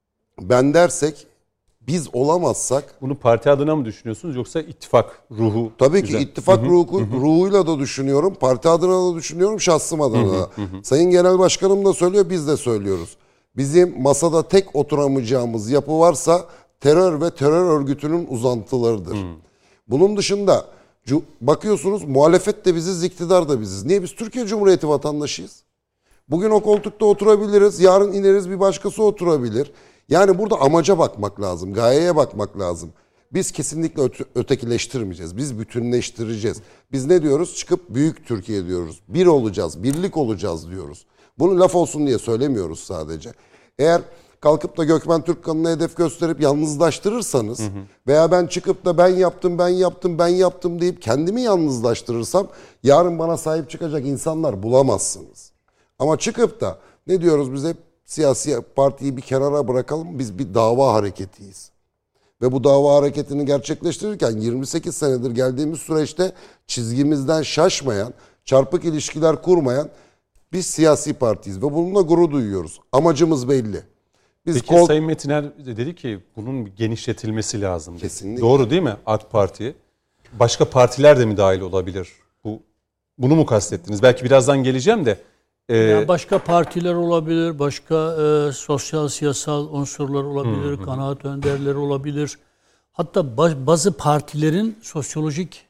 ben dersek, biz olamazsak... Bunu parti adına mı düşünüyorsunuz yoksa ittifak ruhu? Tabii güzel. ki ittifak hı hı, ruhu, hı. ruhuyla da düşünüyorum. Parti adına da düşünüyorum, şahsım adına da. Hı hı, hı. Sayın Genel Başkanım da söylüyor, biz de söylüyoruz. Bizim masada tek oturamayacağımız yapı varsa terör ve terör örgütünün uzantılarıdır. Hı. Bunun dışında bakıyorsunuz muhalefet de biziz, iktidar da biziz. Niye? Biz Türkiye Cumhuriyeti vatandaşıyız. Bugün o koltukta oturabiliriz, yarın ineriz bir başkası oturabilir. Yani burada amaca bakmak lazım, gayeye bakmak lazım. Biz kesinlikle öte- ötekileştirmeyeceğiz, biz bütünleştireceğiz. Biz ne diyoruz? Çıkıp büyük Türkiye diyoruz. Bir olacağız, birlik olacağız diyoruz. Bunu laf olsun diye söylemiyoruz sadece. Eğer kalkıp da Gökmen Türkkan'ı hedef gösterip yalnızlaştırırsanız hı hı. veya ben çıkıp da ben yaptım, ben yaptım, ben yaptım deyip kendimi yalnızlaştırırsam yarın bana sahip çıkacak insanlar bulamazsınız. Ama çıkıp da ne diyoruz biz hep? Siyasi partiyi bir kenara bırakalım, biz bir dava hareketiyiz. Ve bu dava hareketini gerçekleştirirken yirmi sekiz senedir geldiğimiz süreçte çizgimizden şaşmayan, çarpık ilişkiler kurmayan biz siyasi partiyiz. Ve bununla gurur duyuyoruz. Amacımız belli. Biz Peki kol... Sayın Metiner dedi ki bunun genişletilmesi lazım. Dedi. Kesinlikle. Doğru değil mi AK Parti? Başka partiler de mi dahil olabilir? Bu Bunu mu kastettiniz? Belki birazdan geleceğim de. Yani başka partiler olabilir, başka e, sosyal siyasal unsurlar olabilir, hı hı. kanaat önderleri olabilir. Hatta bazı partilerin sosyolojik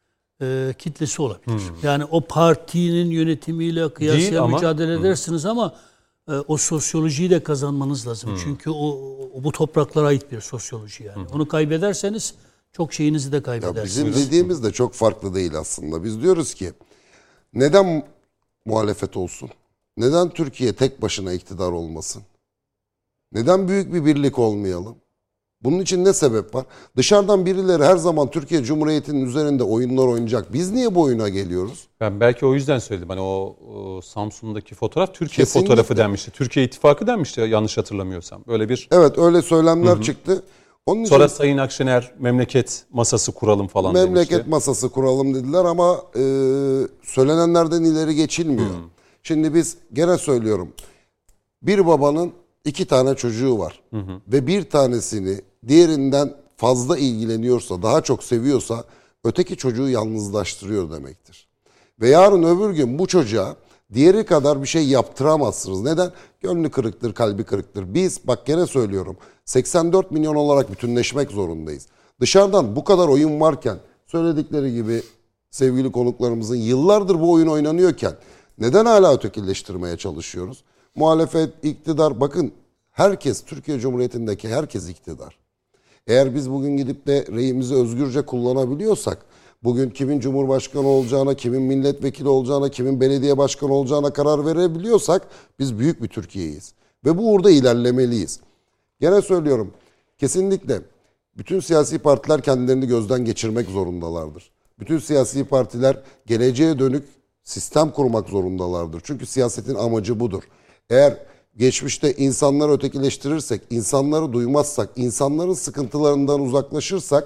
e, kitlesi olabilir. Hı. Yani o partinin yönetimiyle kıyasıya ama, mücadele hı. edersiniz ama e, o sosyolojiyi de kazanmanız lazım. Hı. Çünkü o, o bu topraklara ait bir sosyoloji yani. Hı. Onu kaybederseniz çok şeyinizi de kaybedersiniz. Ya bizim dediğimiz de çok farklı değil aslında. Biz diyoruz ki neden muhalefet olsun? Neden Türkiye tek başına iktidar olmasın? Neden büyük bir birlik olmayalım? Bunun için ne sebep var? Dışarıdan birileri her zaman Türkiye Cumhuriyeti'nin üzerinde oyunlar oynayacak. Biz niye bu oyuna geliyoruz? Ben belki o yüzden söyledim. Hani o, o Samsun'daki fotoğraf Türkiye Kesinlikle. fotoğrafı denmişti. Türkiye İttifakı denmişti yanlış hatırlamıyorsam. Öyle bir. Evet öyle söylemler hı hı. çıktı. Onun Sonra için Sayın Akşener memleket masası kuralım falan memleket demişti. Memleket masası kuralım dediler ama e, söylenenlerden ileri geçilmiyor. Hı. Şimdi biz gene söylüyorum. Bir babanın iki tane çocuğu var. Hı hı. Ve bir tanesini diğerinden fazla ilgileniyorsa, daha çok seviyorsa öteki çocuğu yalnızlaştırıyor demektir. Ve yarın öbür gün bu çocuğa diğeri kadar bir şey yaptıramazsınız. Neden? Gönlü kırıktır, kalbi kırıktır. Biz bak gene söylüyorum seksen dört milyon olarak bütünleşmek zorundayız. Dışarıdan bu kadar oyun varken söyledikleri gibi sevgili konuklarımızın yıllardır bu oyun oynanıyorken neden hala ötekileştirmeye çalışıyoruz? Muhalefet, iktidar, bakın herkes, Türkiye Cumhuriyeti'ndeki herkes iktidar. Eğer biz bugün gidip de reyimizi özgürce kullanabiliyorsak, bugün kimin cumhurbaşkanı olacağına, kimin milletvekili olacağına, kimin belediye başkanı olacağına karar verebiliyorsak biz büyük bir Türkiye'yiz. Ve bu uğurda ilerlemeliyiz. Gene söylüyorum, kesinlikle bütün siyasi partiler kendilerini gözden geçirmek zorundalardır. Bütün siyasi partiler geleceğe dönük sistem kurmak zorundalardır. Çünkü siyasetin amacı budur. Eğer geçmişte insanları ötekileştirirsek, insanları duymazsak, insanların sıkıntılarından uzaklaşırsak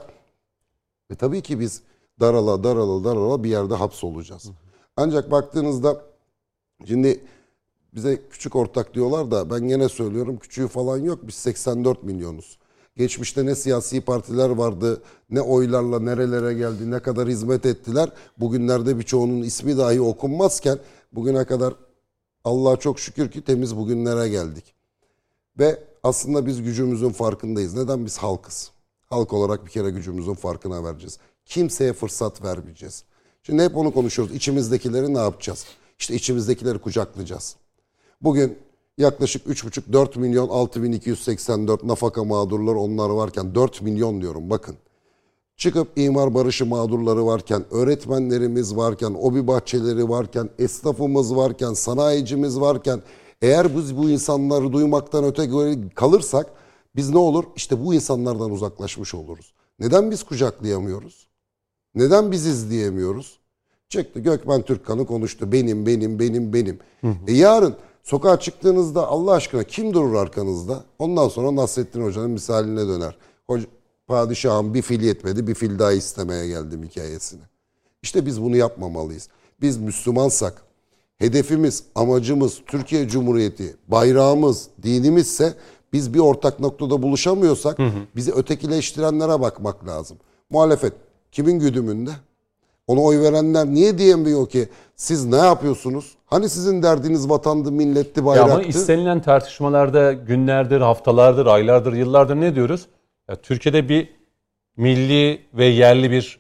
ve tabii ki biz darala darala darala bir yerde hapsolacağız. Ancak baktığınızda şimdi bize küçük ortak diyorlar da ben gene söylüyorum küçüğü falan yok. Biz seksen dört milyonuz. Geçmişte ne siyasi partiler vardı, ne oylarla nerelere geldi, ne kadar hizmet ettiler. Bugünlerde birçoğunun ismi dahi okunmazken bugüne kadar Allah'a çok şükür ki temiz bugünlere geldik. Ve aslında biz gücümüzün farkındayız. Neden? Biz halkız. Halk olarak bir kere gücümüzün farkına vereceğiz. Kimseye fırsat vermeyeceğiz. Şimdi hep onu konuşuyoruz. İçimizdekileri ne yapacağız? İşte içimizdekileri kucaklayacağız. Bugün yaklaşık üç buçuk dört milyon altı bin iki yüz seksen dört nafaka mağdurları onlar varken dört milyon diyorum bakın. Çıkıp imar barışı mağdurları varken, öğretmenlerimiz varken, obi bahçeleri varken, esnafımız varken, sanayicimiz varken eğer biz bu insanları duymaktan öte kalırsak biz ne olur? İşte bu insanlardan uzaklaşmış oluruz. Neden biz kucaklayamıyoruz? Neden biz izleyemiyoruz? Çıktı Gökmen Türkkan'ı konuştu. Benim, benim, benim, benim. Hı hı. E yarın sokağa çıktığınızda Allah aşkına kim durur arkanızda? Ondan sonra Nasrettin Hoca'nın misaline döner. Hoca, padişahım bir fil yetmedi, bir fil daha istemeye geldim hikayesine. İşte biz bunu yapmamalıyız. Biz Müslümansak, hedefimiz, amacımız Türkiye Cumhuriyeti, bayrağımız, dinimizse biz bir ortak noktada buluşamıyorsak hı hı. bizi ötekileştirenlere bakmak lazım. Muhalefet kimin güdümünde? Ona oy verenler niye diyemiyor ki siz ne yapıyorsunuz? Hani sizin derdiniz vatandı, milletti, bayraktı? Ya ama istenilen tartışmalarda günlerdir, haftalardır, aylardır, yıllardır ne diyoruz? Ya Türkiye'de bir milli ve yerli bir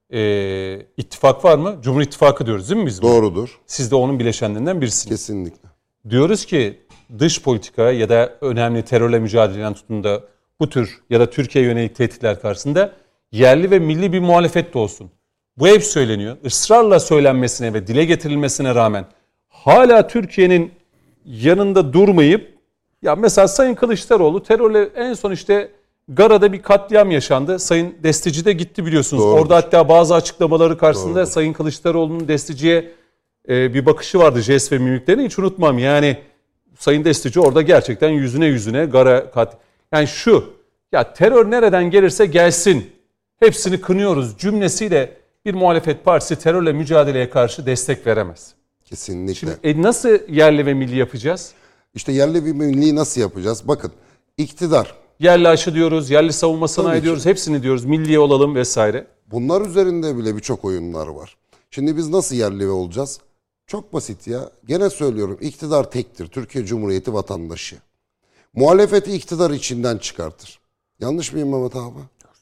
e, ittifak var mı? Cumhur İttifakı diyoruz değil mi biz? Doğrudur. Bu? Siz de onun bileşenlerinden birisiniz. Kesinlikle. Diyoruz ki dış politika ya da önemli terörle mücadeleden tutun da bu tür ya da Türkiye yönelik tehditler karşısında yerli ve milli bir muhalefet de olsun. Bu hep söyleniyor. Israrla söylenmesine ve dile getirilmesine rağmen hala Türkiye'nin yanında durmayıp ya mesela Sayın Kılıçdaroğlu terörle en son işte Gara'da bir katliam yaşandı. Sayın Destici de gitti biliyorsunuz. Doğrudur. Orada hatta bazı açıklamaları karşısında Doğrudur. Sayın Kılıçdaroğlu'nun Destici'ye e, bir bakışı vardı jest ve mimiklerini hiç unutmam. Yani Sayın Destici orada gerçekten yüzüne yüzüne Gara kat. Yani şu ya terör nereden gelirse gelsin hepsini kınıyoruz cümlesiyle bir muhalefet partisi terörle mücadeleye karşı destek veremez. Kesinlikle. Şimdi e, nasıl yerli ve milli yapacağız? İşte yerli ve milli nasıl yapacağız? Bakın iktidar. Yerli aşı diyoruz, yerli savunma sanayi diyoruz, hepsini diyoruz, milli olalım vesaire. Bunlar üzerinde bile birçok oyunlar var. Şimdi biz nasıl yerli olacağız? Çok basit ya. Gene söylüyorum iktidar tektir. Türkiye Cumhuriyeti vatandaşı. Muhalefeti iktidar içinden çıkartır. Yanlış mıyım Mehmet abi?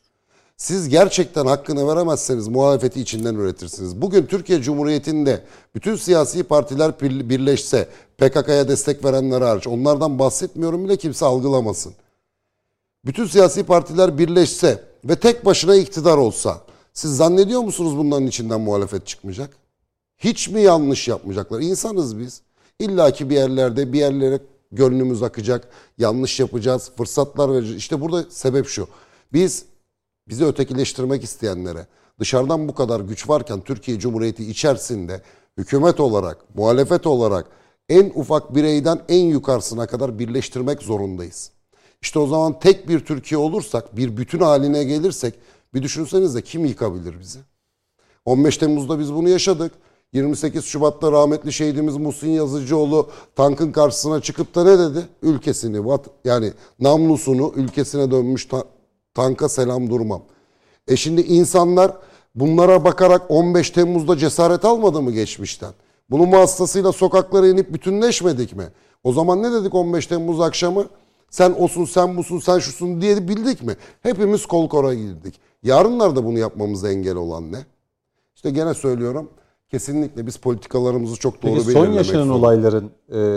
Siz gerçekten hakkını veremezseniz muhalefeti içinden üretirsiniz. Bugün Türkiye Cumhuriyeti'nde bütün siyasi partiler birleşse, P K K'ya destek verenler hariç, onlardan bahsetmiyorum bile kimse algılamasın. Bütün siyasi partiler birleşse ve tek başına iktidar olsa, siz zannediyor musunuz bunların içinden muhalefet çıkmayacak? Hiç mi yanlış yapmayacaklar? İnsanız biz. İlla ki bir yerlerde bir yerlere gönlümüz akacak, yanlış yapacağız, fırsatlar vereceğiz. İşte burada sebep şu. Biz bizi ötekileştirmek isteyenlere dışarıdan bu kadar güç varken Türkiye Cumhuriyeti içerisinde hükümet olarak, muhalefet olarak en ufak bireyden en yukarısına kadar birleştirmek zorundayız. İşte o zaman tek bir Türkiye olursak, bir bütün haline gelirsek bir düşünsenize kim yıkabilir bizi? on beş Temmuz'da biz bunu yaşadık. yirmi sekiz Şubat'ta rahmetli şehidimiz Muhsin Yazıcıoğlu tankın karşısına çıkıp da ne dedi? Ülkesini, yani namlusunu ülkesine dönmüş ta- tanka selam durmam. E şimdi insanlar bunlara bakarak on beş Temmuz'da cesaret almadı mı geçmişten? Bunun vasıtasıyla sokaklara inip bütünleşmedik mi? O zaman ne dedik on beş Temmuz akşamı? Sen osun, sen busun, sen şusun diye bildik mi? Hepimiz kol kola girdik. Yarınlarda bunu yapmamıza engel olan ne? İşte gene söylüyorum. Kesinlikle biz politikalarımızı çok doğru Peki, belirlemek son yaşanan zorunda. olayların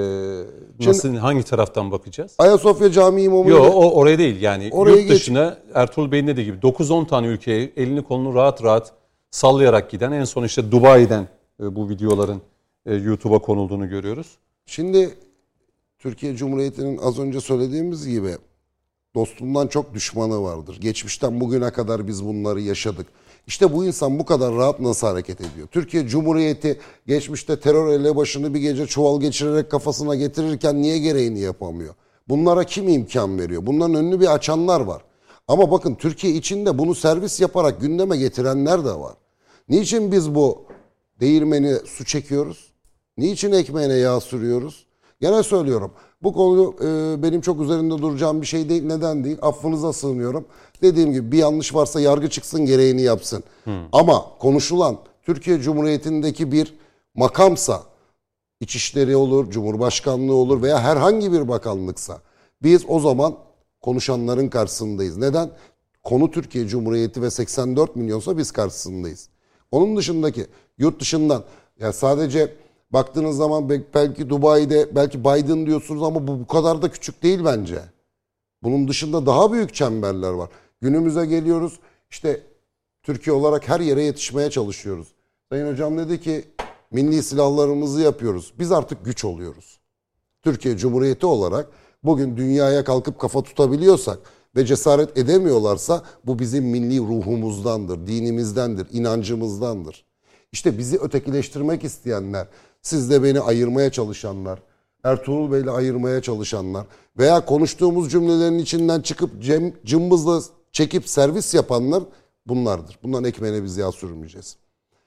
e, nasıl, Şimdi, hangi taraftan bakacağız? Ayasofya Camii imamı... Yok o oraya değil yani. Oraya yurt dışına geç... Ertuğrul Bey'in dediği gibi dokuz on tane ülkeye elini kolunu rahat rahat sallayarak giden, en son işte Dubai'den e, bu videoların e, YouTube'a konulduğunu görüyoruz. Şimdi Türkiye Cumhuriyeti'nin az önce söylediğimiz gibi dostundan çok düşmanı vardır. Geçmişten bugüne kadar biz bunları yaşadık. İşte bu insan bu kadar rahat nasıl hareket ediyor? Türkiye Cumhuriyeti geçmişte terör elebaşını bir gece çuval geçirerek kafasına getirirken niye gereğini yapamıyor? Bunlara kim imkan veriyor? Bunların önünü bir açanlar var. Ama bakın Türkiye içinde bunu servis yaparak gündeme getirenler de var. Niçin biz bu değirmeni su çekiyoruz? Niçin ekmeğine yağ sürüyoruz? Gene söylüyorum. Bu konu e, benim çok üzerinde duracağım bir şey değil. Neden değil? Affınıza sığınıyorum. Dediğim gibi bir yanlış varsa yargı çıksın, gereğini yapsın. Hmm. Ama konuşulan Türkiye Cumhuriyeti'ndeki bir makamsa, İçişleri olur, Cumhurbaşkanlığı olur veya herhangi bir bakanlıksa biz o zaman konuşanların karşısındayız. Neden? konu Türkiye Cumhuriyeti ve seksen dört milyonsa biz karşısındayız. Onun dışındaki yurt dışından ya sadece baktığınız zaman belki Dubai'de belki Biden diyorsunuz ama bu bu kadar da küçük değil bence. Bunun dışında daha büyük çemberler var. Günümüze geliyoruz işte Türkiye olarak her yere yetişmeye çalışıyoruz. Sayın Hocam dedi ki milli silahlarımızı yapıyoruz. Biz artık güç oluyoruz. Türkiye Cumhuriyeti olarak bugün dünyaya kalkıp kafa tutabiliyorsak ve cesaret edemiyorlarsa bu bizim milli ruhumuzdandır, dinimizdendir, inancımızdandır. İşte bizi ötekileştirmek isteyenler, siz de beni ayırmaya çalışanlar, Ertuğrul Bey'le ayırmaya çalışanlar veya konuştuğumuz cümlelerin içinden çıkıp cem, cımbızla çekip servis yapanlar bunlardır. Bunların ekmeğine biz yağ sürmeyeceğiz.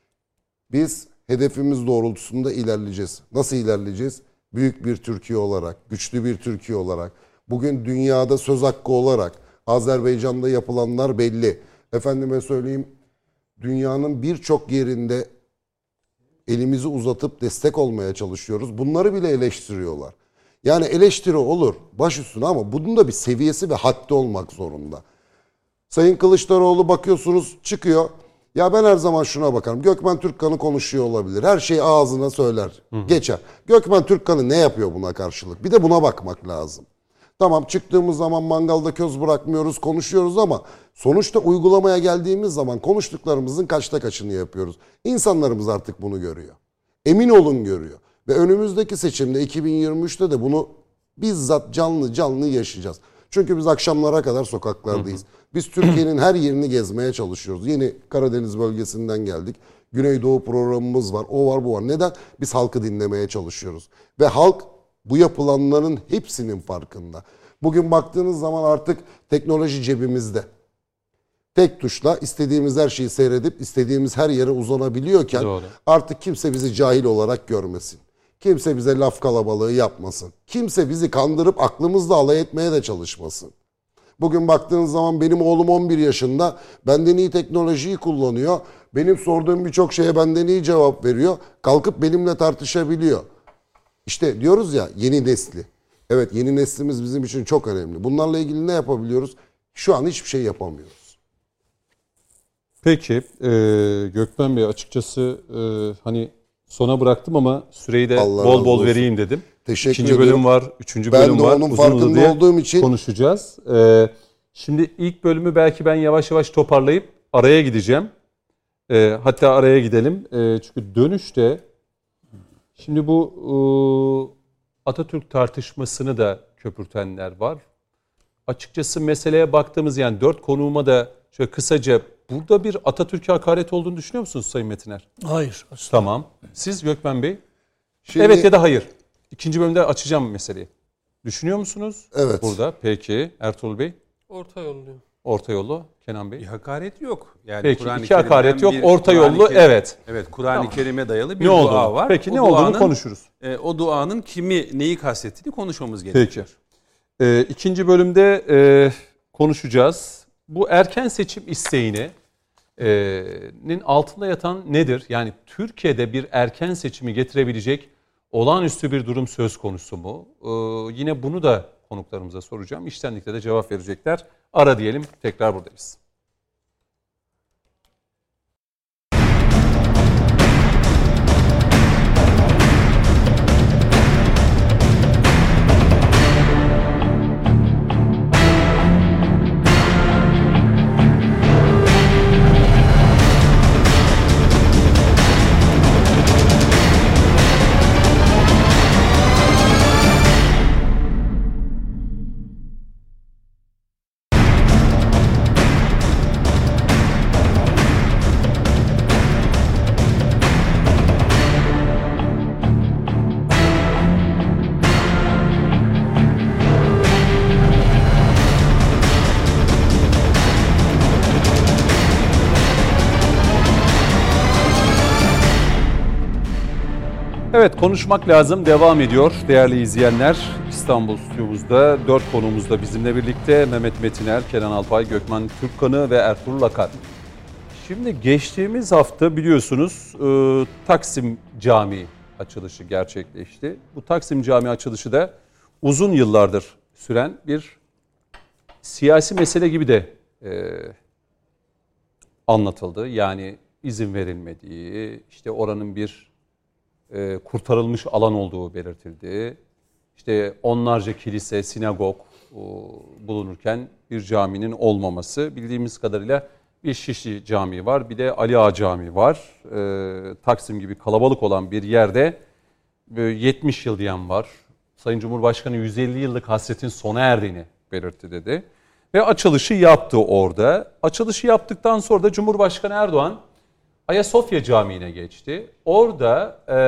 Biz hedefimiz doğrultusunda ilerleyeceğiz. Nasıl ilerleyeceğiz? Büyük bir Türkiye olarak, güçlü bir Türkiye olarak, bugün dünyada söz hakkı olarak, Azerbaycan'da yapılanlar belli. Efendime söyleyeyim, dünyanın birçok yerinde elimizi uzatıp destek olmaya çalışıyoruz. Bunları bile eleştiriyorlar. Yani eleştiri olur baş üstüne ama bunun da bir seviyesi ve haddi olmak zorunda. Sayın Kılıçdaroğlu bakıyorsunuz çıkıyor. Ya ben her zaman şuna bakarım. Gökmen Türkkan'ı konuşuyor olabilir. Her şeyi ağzına söyler. Hı hı. Geçer. Gökmen Türkkan'ı ne yapıyor buna karşılık? Bir de buna bakmak lazım. Tamam çıktığımız zaman mangalda köz bırakmıyoruz, konuşuyoruz ama sonuçta uygulamaya geldiğimiz zaman konuştuklarımızın kaçta kaçını yapıyoruz. İnsanlarımız artık bunu görüyor. Emin olun görüyor. Ve önümüzdeki seçimde iki bin yirmi üçte de bunu bizzat canlı canlı yaşayacağız. Çünkü biz akşamlara kadar sokaklardayız. Hı hı. Biz Türkiye'nin her yerini gezmeye çalışıyoruz. Yeni Karadeniz bölgesinden geldik. Güneydoğu programımız var. O var bu var. Neden? Biz halkı dinlemeye çalışıyoruz. Ve halk bu yapılanların hepsinin farkında. Bugün baktığınız zaman artık teknoloji cebimizde. Tek tuşla istediğimiz her şeyi seyredip istediğimiz her yere uzanabiliyorken Doğru. artık kimse bizi cahil olarak görmesin. Kimse bize laf kalabalığı yapmasın. Kimse bizi kandırıp aklımızla alay etmeye de çalışmasın. Bugün baktığınız zaman benim oğlum on bir yaşında, benden iyi teknolojiyi kullanıyor. Benim sorduğum birçok şeye benden iyi cevap veriyor. Kalkıp benimle tartışabiliyor. İşte diyoruz ya yeni nesli. Evet yeni neslimiz bizim için çok önemli. Bunlarla ilgili ne yapabiliyoruz? Şu an hiçbir şey yapamıyoruz. Peki e, Gökmen Bey açıkçası e, hani sona bıraktım ama süreyi de Allah bol bol vereyim dedim. Teşekkür İkinci ederim. bölüm var, üçüncü ben bölüm var. Ben de onun farkında olduğum için konuşacağız. Ee, şimdi ilk bölümü belki ben yavaş yavaş toparlayıp araya gideceğim. Ee, hatta araya gidelim. Ee, çünkü dönüşte şimdi bu e, Atatürk tartışmasını da köpürtenler var. Açıkçası meseleye baktığımız yani dört konuğuma da şöyle kısaca burada bir Atatürk'e hakaret olduğunu düşünüyor musunuz Sayın Metiner? Hayır. Aslında. Tamam. Siz Gökmen Bey? Şimdi, evet ya da hayır. İkinci bölümde açacağım meseleyi. Düşünüyor musunuz? Evet. Burada. Peki. Ertuğrul Bey? Orta yolluyum. Orta yollu. Kenan Bey? Bir hakaret yok. Yani Peki. Kur'an-ı iki hakaret yok. bir, Orta Kur'an-ı yollu. Kerim, Evet. Evet. Kur'an-ı Tamam. Kerim'e dayalı bir ne dua olduğunu, var. Peki o ne duanın, olduğunu konuşuruz. E, o duanın kimi neyi kastettiğini konuşmamız gerekiyor. Peki. E, ikinci bölümde e, konuşacağız. Bu erken seçim isteğini nin altında yatan nedir? Yani Türkiye'de bir erken seçimi getirebilecek olağanüstü bir durum söz konusu mu? Ee, yine bunu da konuklarımıza soracağım. İştenlikle de cevap verecekler. Ara diyelim. Tekrar buradayız. Evet, konuşmak lazım devam ediyor değerli izleyenler. İstanbul stüdyomuzda dört konuğumuz da bizimle birlikte. Mehmet Metiner, Kenan Alpay, Gökmen Türkkanı ve Ertuğrul Akar. Şimdi geçtiğimiz hafta biliyorsunuz e, Taksim Camii açılışı gerçekleşti. Bu Taksim Camii açılışı da uzun yıllardır süren bir siyasi mesele gibi de e, anlatıldı. Yani izin verilmediği, işte oranın bir e, kurtarılmış alan olduğu belirtildi. İşte onlarca kilise, sinagog o, bulunurken bir caminin olmaması. Bildiğimiz kadarıyla bir Şişli Camii var, bir de Ali Ağa Camii var. E, Taksim gibi kalabalık olan bir yerde yetmiş yıl diyen var. Sayın Cumhurbaşkanı yüz elli yıllık hasretin sona erdiğini belirtti dedi. Ve açılışı yaptı orada. Açılışı yaptıktan sonra da Cumhurbaşkanı Erdoğan Ayasofya Camii'ne geçti. Orada e,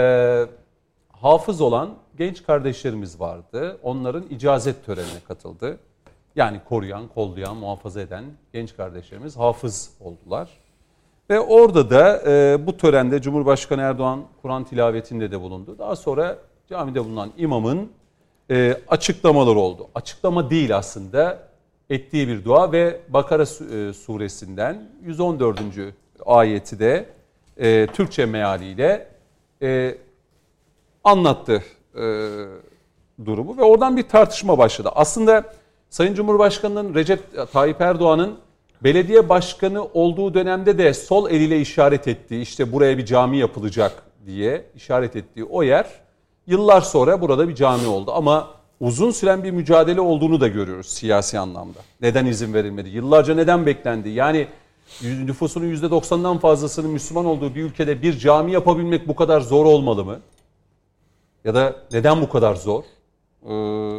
hafız olan genç kardeşlerimiz vardı. Onların icazet törenine katıldı. Yani koruyan, kollayan, muhafaza eden genç kardeşlerimiz hafız oldular. Ve orada da e, bu törende Cumhurbaşkanı Erdoğan Kur'an tilavetinde de bulundu. Daha sonra camide bulunan imamın e, açıklamaları oldu. Açıklama değil aslında, ettiği bir dua ve Bakara suresinden yüz on dördüncü ayeti de e, Türkçe mealiyle e, anlattı e, durumu ve oradan bir tartışma başladı. Aslında Sayın Cumhurbaşkanı'nın, Recep Tayyip Erdoğan'ın belediye başkanı olduğu dönemde de sol eliyle işaret ettiği, işte buraya bir cami yapılacak diye işaret ettiği o yer yıllar sonra burada bir cami oldu. Ama uzun süren bir mücadele olduğunu da görüyoruz siyasi anlamda. Neden izin verilmedi? Yıllarca neden beklendi? Yani nüfusunun yüzde doksanından fazlasının Müslüman olduğu bir ülkede bir cami yapabilmek bu kadar zor olmalı mı? Ya da neden bu kadar zor? Ee,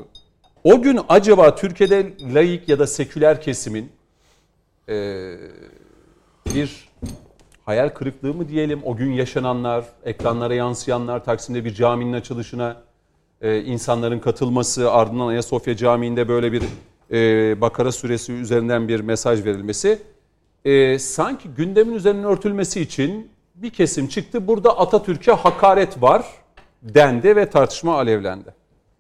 o gün acaba Türkiye'de laik ya da seküler kesimin e, bir hayal kırıklığı mı diyelim? O gün yaşananlar, ekranlara yansıyanlar, Taksim'de bir caminin açılışına e, insanların katılması, ardından Ayasofya Camii'nde böyle bir e, Bakara suresi üzerinden bir mesaj verilmesi, e, sanki gündemin üzerinin örtülmesi için bir kesim çıktı. Burada Atatürk'e hakaret var dendi ve tartışma alevlendi.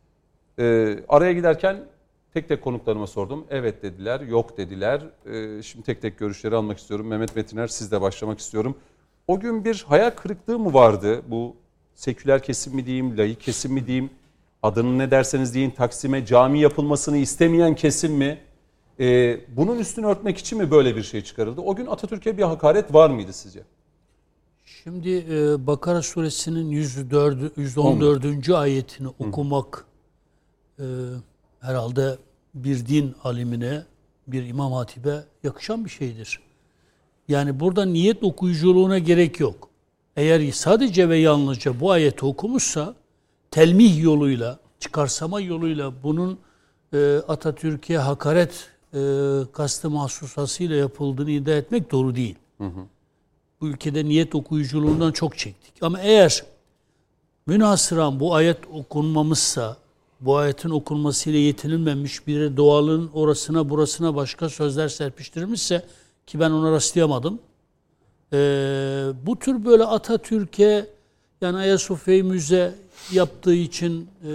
E, araya giderken tek tek konuklarıma sordum. Evet dediler, yok dediler. E, şimdi tek tek görüşleri almak istiyorum. Mehmet Metiner, sizle başlamak istiyorum. O gün bir hayal kırıklığı mı vardı? Bu seküler kesim mi diyeyim, laik kesim mi diyeyim, adını ne derseniz deyin, Taksim'e cami yapılmasını istemeyen kesim mi? E, bunun üstünü örtmek için mi böyle bir şey çıkarıldı? O gün Atatürk'e bir hakaret var mıydı sizce? Şimdi e, Bakara suresinin yüz on dördüncü ayetini okumak e, herhalde bir din alimine, bir imam hatibe yakışan bir şeydir. Yani burada niyet okuyuculuğuna gerek yok. Eğer sadece ve yalnızca bu ayeti okumuşsa, telmih yoluyla, çıkarsama yoluyla bunun e, Atatürk'e hakaret e, kastı mahsusasıyla yapıldığını iddia etmek doğru değil. Hı hı. Bu ülkede niyet okuyuculuğundan çok çektik. Ama eğer münhasıran bu ayet okunmamışsa, bu ayetin okunmasıyla yetinilmemiş, bir doğalın orasına burasına başka sözler serpiştirilmişse, ki ben ona rastlayamadım. Ee, bu tür böyle Atatürk'e, yani Ayasofya'yı müze yaptığı için e,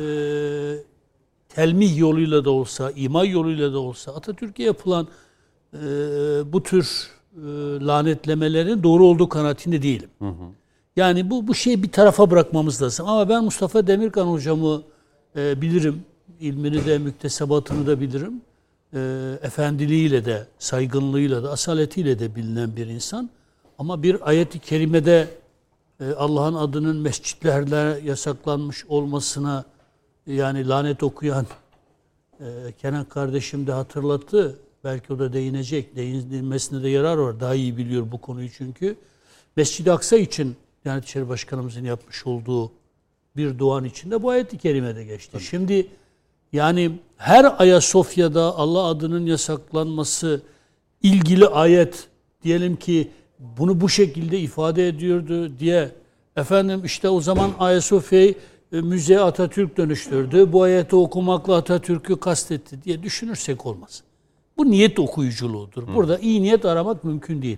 telmih yoluyla da olsa, ima yoluyla da olsa Atatürk'e yapılan e, bu tür e, lanetlemelerin doğru olduğu kanaatinde değilim. Hı hı. Yani bu, bu şeyi bir tarafa bırakmamız lazım. Ama ben Mustafa Demirkan hocamı e, bilirim. İlmini de, müktesebatını da bilirim. E, efendiliğiyle de, saygınlığıyla da, asaletiyle de bilinen bir insan. Ama bir ayet-i kerimede e, Allah'ın adının mescitlerde yasaklanmış olmasına, yani lanet okuyan e, Kenan kardeşim de hatırlattı. Belki o da değinecek. Değinilmesine de yarar var. Daha iyi biliyor bu konuyu çünkü. Mescid-i Aksa için Diyanet İşleri Başkanımızın yapmış olduğu bir duanın içinde bu ayet-i kerimede geçti. Tabii. Şimdi yani her Ayasofya'da Allah adının yasaklanması ilgili ayet diyelim ki bunu bu şekilde ifade ediyordu diye, efendim işte o zaman Ayasofya'yı e, müzeye Atatürk dönüştürdü, bu ayeti okumakla Atatürk'ü kastetti diye düşünürsek olmaz. Bu niyet okuyuculuğudur. Hı. Burada iyi niyet aramak mümkün değil.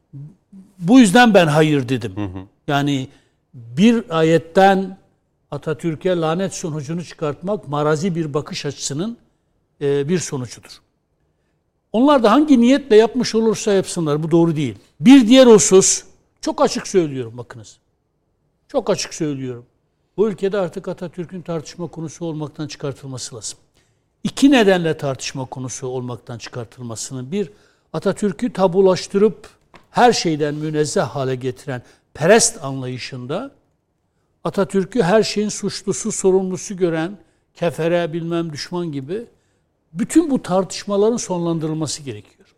Bu yüzden ben hayır dedim. Hı hı. Yani bir ayetten Atatürk'e lanet sonucunu çıkartmak marazi bir bakış açısının e, bir sonucudur. Onlar da hangi niyetle yapmış olursa yapsınlar, bu doğru değil. Bir diğer husus, çok açık söylüyorum bakınız. Çok açık söylüyorum. Bu ülkede artık Atatürk'ün tartışma konusu olmaktan çıkartılması lazım. İki nedenle tartışma konusu olmaktan çıkartılmasının: bir, Atatürk'ü tabulaştırıp her şeyden münezzeh hale getiren perest anlayışında Atatürk'ü her şeyin suçlusu, sorumlusu gören kefere, bilmem düşman gibi bütün bu tartışmaların sonlandırılması gerekiyor.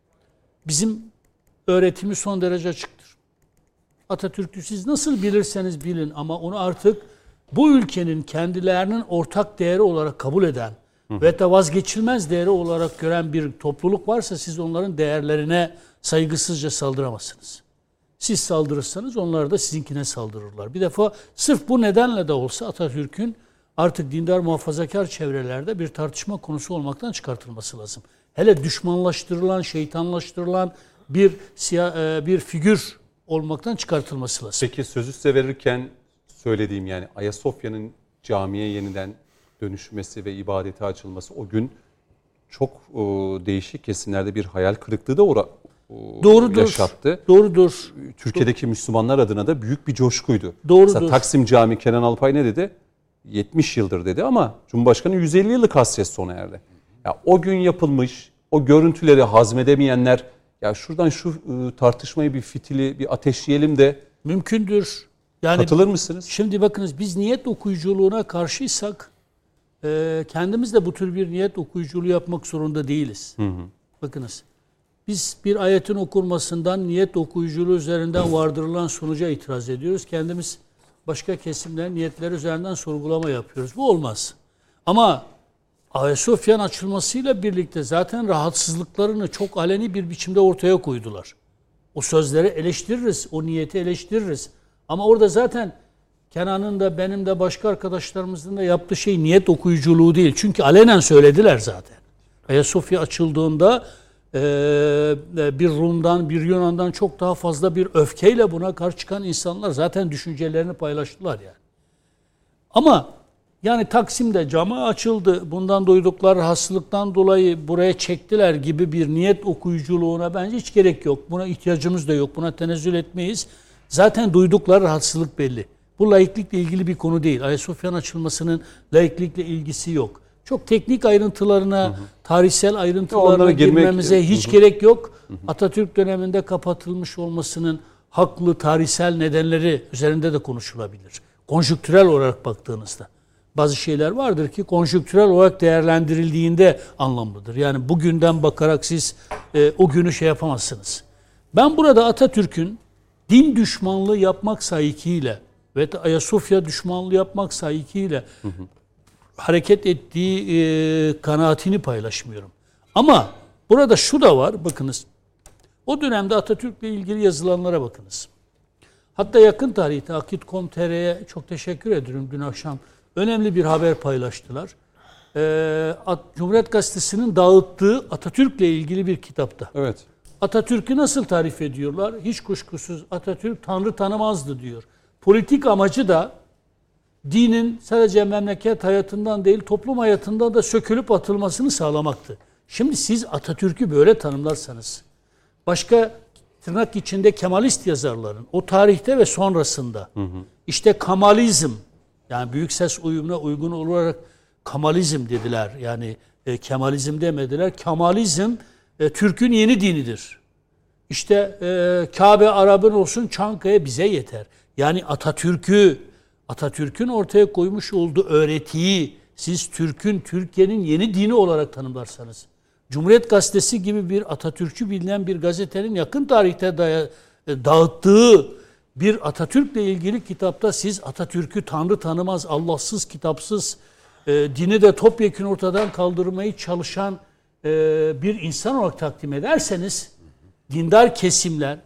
Bizim öğretimiz son derece açıktır. Atatürk'ü siz nasıl bilirseniz bilin ama onu artık bu ülkenin kendilerinin ortak değeri olarak kabul eden Hı. ve de vazgeçilmez değeri olarak gören bir topluluk varsa siz onların değerlerine saygısızca saldıramazsınız. Siz saldırırsanız onlar da sizinkine saldırırlar. Bir defa sırf bu nedenle de olsa Atatürk'ün artık dindar muhafazakar çevrelerde bir tartışma konusu olmaktan çıkartılması lazım. Hele düşmanlaştırılan, şeytanlaştırılan bir siyah, bir figür olmaktan çıkartılması lazım. Peki sözü size verirken söylediğim yani Ayasofya'nın camiye yeniden dönüşmesi ve ibadete açılması o gün çok o, değişik kesimlerde bir hayal kırıklığı da ora, o, Doğrudur. yaşattı. Doğrudur. Türkiye'deki Doğru. Müslümanlar adına da büyük bir coşkuydu. Doğrudur. Mesela Taksim Camii Kenan Alpay ne dedi? yetmiş yıldır dedi ama Cumhurbaşkanı yüz elli yıllık hasret sona erdi. Ya o gün yapılmış, o görüntüleri hazmedemeyenler ya şuradan şu ıı, tartışmayı bir fitili, bir ateşleyelim de mümkündür. Yani katılır mısınız? Şimdi bakınız biz niyet okuyuculuğuna karşıysak e, kendimiz de bu tür bir niyet okuyuculuğu yapmak zorunda değiliz. Hı hı. Bakınız biz bir ayetin okunmasından niyet okuyuculuğu üzerinden vardırılan sonuca itiraz ediyoruz. Kendimiz başka kesimlerin niyetleri üzerinden sorgulama yapıyoruz. Bu olmaz. Ama Ayasofya'nın açılmasıyla birlikte zaten rahatsızlıklarını çok aleni bir biçimde ortaya koydular. O sözleri eleştiririz, o niyeti eleştiririz. Ama orada zaten Kenan'ın da benim de başka arkadaşlarımızın da yaptığı şey niyet okuyuculuğu değil. Çünkü alenen söylediler zaten. Ayasofya açıldığında e, bir Rum'dan, bir Yunan'dan çok daha fazla bir öfkeyle buna karşı çıkan insanlar zaten düşüncelerini paylaştılar yani. Ama yani Taksim'de cami açıldı, bundan duydukları rahatsızlıktan dolayı buraya çektiler gibi bir niyet okuyuculuğuna bence hiç gerek yok. Buna ihtiyacımız da yok, buna tenezzül etmeyiz. Zaten duydukları rahatsızlık belli. Bu laiklikle ilgili bir konu değil. Ayasofya'nın açılmasının laiklikle ilgisi yok. Çok teknik ayrıntılarına, hı hı. tarihsel ayrıntılarına girmemize girmek, hiç hı hı. gerek yok. Hı hı. Atatürk döneminde kapatılmış olmasının haklı tarihsel nedenleri üzerinde de konuşulabilir. Konjüktürel olarak baktığınızda. Bazı şeyler vardır ki konjüktürel olarak değerlendirildiğinde anlamlıdır. Yani bugünden bakarak siz e, o günü şey yapamazsınız. Ben burada Atatürk'ün din düşmanlığı yapmak sahikiyle ve Ayasofya düşmanlığı yapmak sahikiyle hı hı. hareket ettiği e, kanaatini paylaşmıyorum. Ama burada şu da var, bakınız. O dönemde Atatürk'le ilgili yazılanlara bakınız. Hatta yakın tarihte akit nokta com nokta t r'ye çok teşekkür ediyorum. Dün akşam önemli bir haber paylaştılar. Ee, Cumhuriyet Gazetesi'nin dağıttığı Atatürk'le ilgili bir kitapta. Evet. Atatürk'ü nasıl tarif ediyorlar? Hiç kuşkusuz Atatürk Tanrı tanımazdı diyor. Politik amacı da dinin sadece memleket hayatından değil toplum hayatından da sökülüp atılmasını sağlamaktı. Şimdi siz Atatürk'ü böyle tanımlarsanız başka tırnak içinde Kemalist yazarların o tarihte ve sonrasında hı hı. işte Kemalizm yani büyük ses uyumuna uygun olarak Kemalizm dediler. Yani e, Kemalizm demediler. Kemalizm e, Türk'ün yeni dinidir. İşte e, Kabe Arap'ın olsun Çankaya bize yeter. Yani Atatürk'ü Atatürk'ün ortaya koymuş olduğu öğretiyi siz Türk'ün, Türkiye'nin yeni dini olarak tanımlarsanız, Cumhuriyet Gazetesi gibi bir Atatürkçü bilinen bir gazetenin yakın tarihte daya, dağıttığı bir Atatürk'le ilgili kitapta siz Atatürk'ü Tanrı tanımaz, Allahsız, kitapsız, e, dini de topyekun ortadan kaldırmaya çalışan e, bir insan olarak takdim ederseniz, dindar kesimler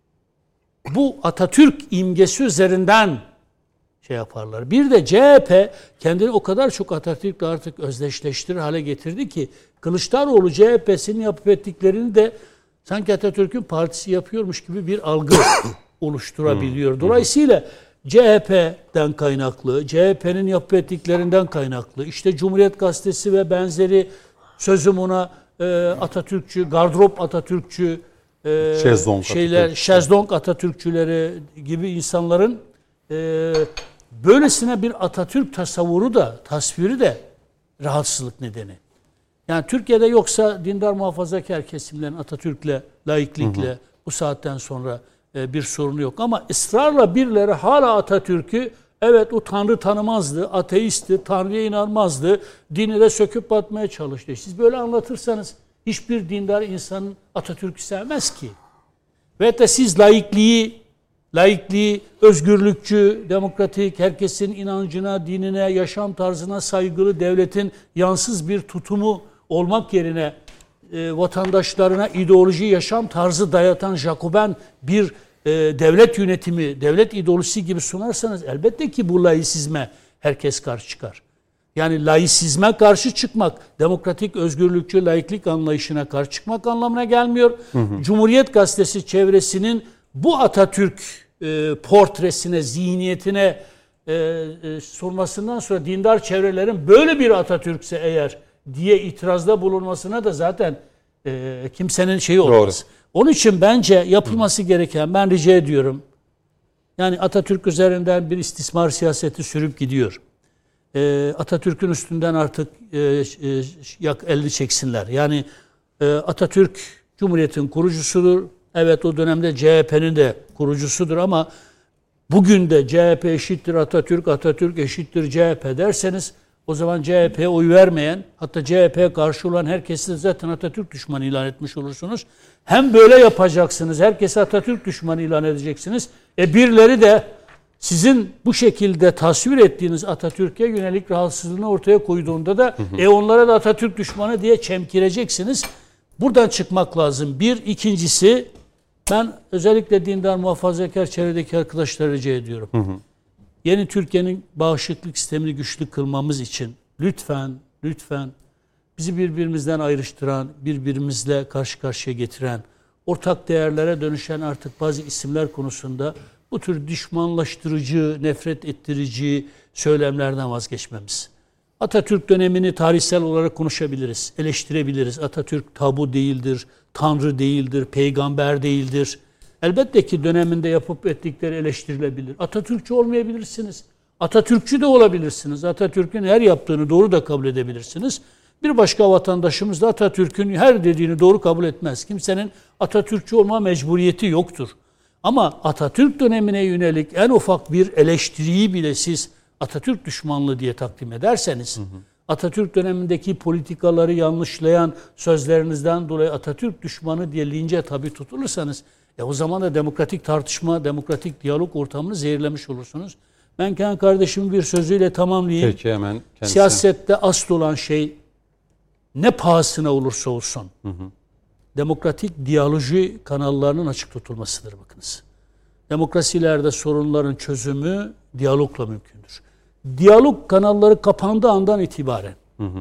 bu Atatürk imgesi üzerinden şey yaparlar. Bir de C H P kendini o kadar çok Atatürk'le artık özdeşleştirir hale getirdi ki Kılıçdaroğlu C H P'sinin yapıp ettiklerini de sanki Atatürk'ün partisi yapıyormuş gibi bir algı oluşturabiliyor. Dolayısıyla C H P'den kaynaklı, C H P'nin yapıp ettiklerinden kaynaklı, işte Cumhuriyet Gazetesi ve benzeri sözüm ona e, Atatürkçü, gardırop Atatürkçü e, şezlong şeyler, Atatürk. şezlong Atatürkçüleri gibi insanların e, böylesine bir Atatürk tasavvuru da, tasviri de rahatsızlık nedeni. Yani Türkiye'de yoksa dindar muhafazakar kesimlerin Atatürk'le, laiklikle hı hı. bu saatten sonra e, bir sorunu yok. Ama ısrarla birileri hala Atatürk'ü, evet o Tanrı tanımazdı, ateistti, Tanrı'ya inanmazdı, dini de söküp atmaya çalıştı. Siz böyle anlatırsanız hiçbir dindar insanın Atatürk'ü sevmez ki. Ve de siz laikliği, laikliği, özgürlükçü, demokratik, herkesin inancına, dinine, yaşam tarzına saygılı devletin yansız bir tutumu olmak yerine e, vatandaşlarına ideoloji, yaşam tarzı dayatan Jacoben bir e, devlet yönetimi, devlet ideolojisi gibi sunarsanız elbette ki bu laisizme herkes karşı çıkar. Yani laisizme karşı çıkmak, demokratik, özgürlükçü, laiklik anlayışına karşı çıkmak anlamına gelmiyor. Hı hı. Cumhuriyet Gazetesi çevresinin bu Atatürk e, portresine, zihniyetine e, e, sormasından sonra dindar çevrelerin böyle bir Atatürk'se eğer diye itirazda bulunmasına da zaten e, kimsenin şeyi olmaz. Doğru. Onun için bence yapılması hı. gereken, ben rica ediyorum, yani Atatürk üzerinden bir istismar siyaseti sürüp gidiyor. Atatürk'ün üstünden artık yak elli çeksinler. Yani Atatürk Cumhuriyet'in kurucusudur. Evet, o dönemde C H P'nin de kurucusudur ama bugün de C H P eşittir Atatürk, Atatürk eşittir C H P derseniz o zaman C H P'ye oy vermeyen, hatta C H P'ye karşı olan herkesi de zaten Atatürk düşmanı ilan etmiş olursunuz. Hem böyle yapacaksınız, herkesi Atatürk düşmanı ilan edeceksiniz. E birileri de sizin bu şekilde tasvir ettiğiniz Atatürk'e yönelik rahatsızlığını ortaya koyduğunda da hı hı. e onlara da Atatürk düşmanı diye çemkireceksiniz. Buradan çıkmak lazım. Bir, ikincisi, ben özellikle dindar muhafazakar çevredeki arkadaşlara rica ediyorum. Hı hı. Yeni Türkiye'nin bağışıklık sistemini güçlü kılmamız için lütfen, lütfen bizi birbirimizden ayrıştıran, birbirimizle karşı karşıya getiren, ortak değerlere dönüşen artık bazı isimler konusunda bu tür düşmanlaştırıcı, nefret ettirici söylemlerden vazgeçmemiz. Atatürk dönemini tarihsel olarak konuşabiliriz, eleştirebiliriz. Atatürk tabu değildir, Tanrı değildir, peygamber değildir. Elbette ki döneminde yapıp ettikleri eleştirilebilir. Atatürkçü olmayabilirsiniz. Atatürkçü de olabilirsiniz. Atatürk'ün her yaptığını doğru da kabul edebilirsiniz. Bir başka vatandaşımız da Atatürk'ün her dediğini doğru kabul etmez. Kimsenin Atatürkçü olma mecburiyeti yoktur. Ama Atatürk dönemine yönelik en ufak bir eleştiriyi bile siz Atatürk düşmanlığı diye takdim ederseniz, hı hı. Atatürk dönemindeki politikaları yanlışlayan sözlerinizden dolayı Atatürk düşmanı diye lince tabi tutulursanız, e o zaman da demokratik tartışma, demokratik diyalog ortamını zehirlemiş olursunuz. Ben kendi kardeşimin bir sözüyle tamamlayayım. Peki, hemen kendisine. Siyasette asıl olan şey ne pahasına olursa olsun, hı hı. demokratik diyaloji kanallarının açık tutulmasıdır bakınız. Demokrasilerde sorunların çözümü diyalogla mümkündür. Diyalog kanalları kapandığı andan itibaren, hı hı.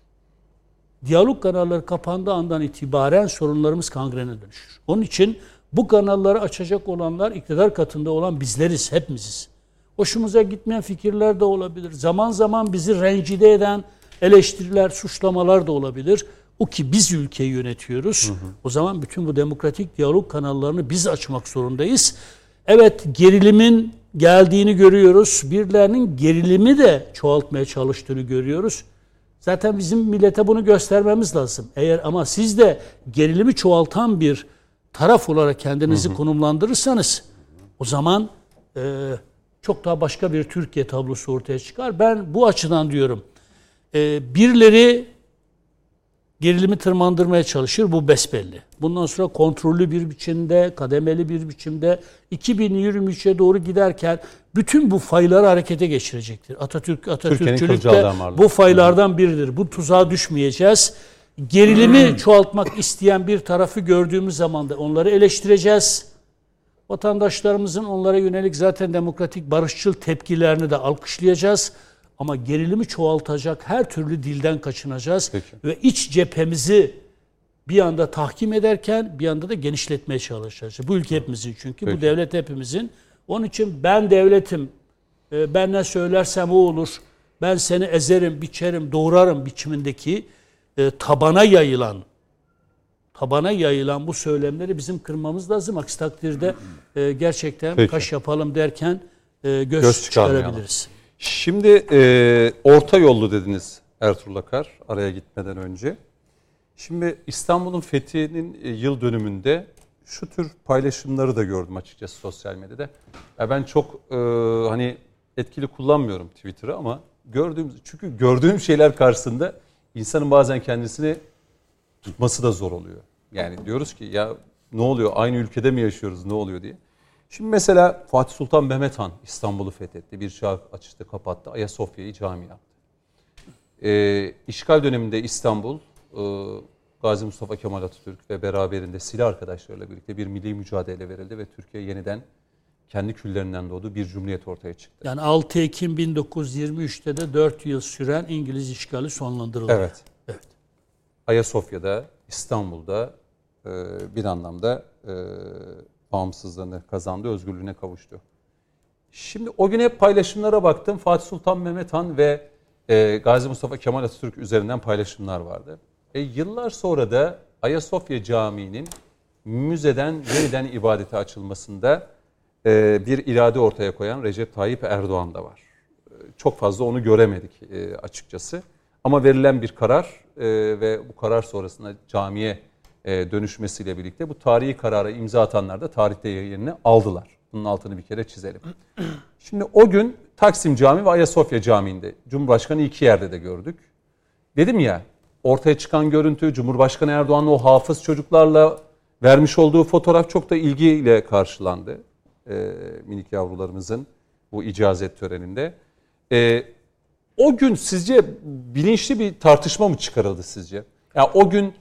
diyalog kanalları kapandığı andan itibaren sorunlarımız kangrene dönüşür. Onun için bu kanalları açacak olanlar iktidar katında olan bizleriz, hepimiziz. Hoşumuza gitmeyen fikirler de olabilir. Zaman zaman bizi rencide eden eleştiriler, suçlamalar da olabilir. O ki biz ülkeyi yönetiyoruz. Hı hı. O zaman bütün bu demokratik diyalog kanallarını biz açmak zorundayız. Evet, gerilimin geldiğini görüyoruz. Birilerinin gerilimi de çoğaltmaya çalıştığını görüyoruz. Zaten bizim millete bunu göstermemiz lazım. Eğer ama siz de gerilimi çoğaltan bir taraf olarak kendinizi hı hı. konumlandırırsanız o zaman e, çok daha başka bir Türkiye tablosu ortaya çıkar. Ben bu açıdan diyorum. E, birileri gerilimi tırmandırmaya çalışır. Bu besbelli. Bundan sonra kontrollü bir biçimde, kademeli bir biçimde iki bin yirmi üçe doğru giderken bütün bu fayları harekete geçirecektir. Atatürk, Atatürkçülük de bu faylardan biridir. Bu tuzağa düşmeyeceğiz. Gerilimi çoğaltmak isteyen bir tarafı gördüğümüz zaman da onları eleştireceğiz. Vatandaşlarımızın onlara yönelik zaten demokratik, barışçıl tepkilerini de alkışlayacağız. Ama gerilimi çoğaltacak her türlü dilden kaçınacağız. Peki. Ve iç cephemizi bir anda tahkim ederken bir anda da genişletmeye çalışacağız. Bu ülke hepimizin çünkü. Peki. Bu devlet hepimizin. Onun için ben devletim, ben ne söylersem o olur, ben seni ezerim, biçerim, doğrarım biçimindeki tabana yayılan, tabana yayılan bu söylemleri bizim kırmamız lazım. Aksi takdirde gerçekten Peki. kaş yapalım derken göz, göz çıkarabiliriz. Şimdi e, orta yollu dediniz Ertuğrul Akar araya gitmeden önce. Şimdi İstanbul'un fethinin e, yıl dönümünde şu tür paylaşımları da gördüm açıkçası sosyal medyada. Ya ben çok e, hani etkili kullanmıyorum Twitter'ı ama gördüğüm çünkü gördüğüm şeyler karşısında insanın bazen kendisini tutması da zor oluyor. Yani diyoruz ki ya ne oluyor? Aynı ülkede mi yaşıyoruz? Ne oluyor diye. Şimdi mesela Fatih Sultan Mehmet Han İstanbul'u fethetti. Bir çağ açtı, kapattı. Ayasofya'yı cami yaptı. Ee, işgal döneminde İstanbul, e, Gazi Mustafa Kemal Atatürk ve beraberinde silah arkadaşlarıyla birlikte bir milli mücadele verildi ve Türkiye yeniden kendi küllerinden doğdu bir cumhuriyet ortaya çıktı. Yani altı Ekim bin dokuz yüz yirmi üç'te de dört yıl süren İngiliz işgali sonlandırıldı. Evet. Evet. Ayasofya'da, İstanbul'da e, bir anlamda e, bağımsızlığını kazandı, özgürlüğüne kavuştu. Şimdi o gün hep paylaşımlara baktım. Fatih Sultan Mehmet Han ve e, Gazi Mustafa Kemal Atatürk üzerinden paylaşımlar vardı. E, yıllar sonra da Ayasofya Camii'nin müzeden yeniden ibadete açılmasında e, bir irade ortaya koyan Recep Tayyip Erdoğan da var. E, çok fazla onu göremedik e, açıkçası. Ama verilen bir karar e, ve bu karar sonrasında camiye e, dönüşmesiyle birlikte bu tarihi karara imza atanlar da tarihte yerini aldılar. Bunun altını bir kere çizelim. Şimdi o gün Taksim Camii ve Ayasofya Camii'nde Cumhurbaşkanı iki yerde de gördük. Dedim ya ortaya çıkan görüntü Cumhurbaşkanı Erdoğan'ın o hafız çocuklarla vermiş olduğu fotoğraf çok da ilgiyle karşılandı. E, minik yavrularımızın bu icazet töreninde. E, o gün sizce bilinçli bir tartışma mı çıkarıldı sizce? Yani o gün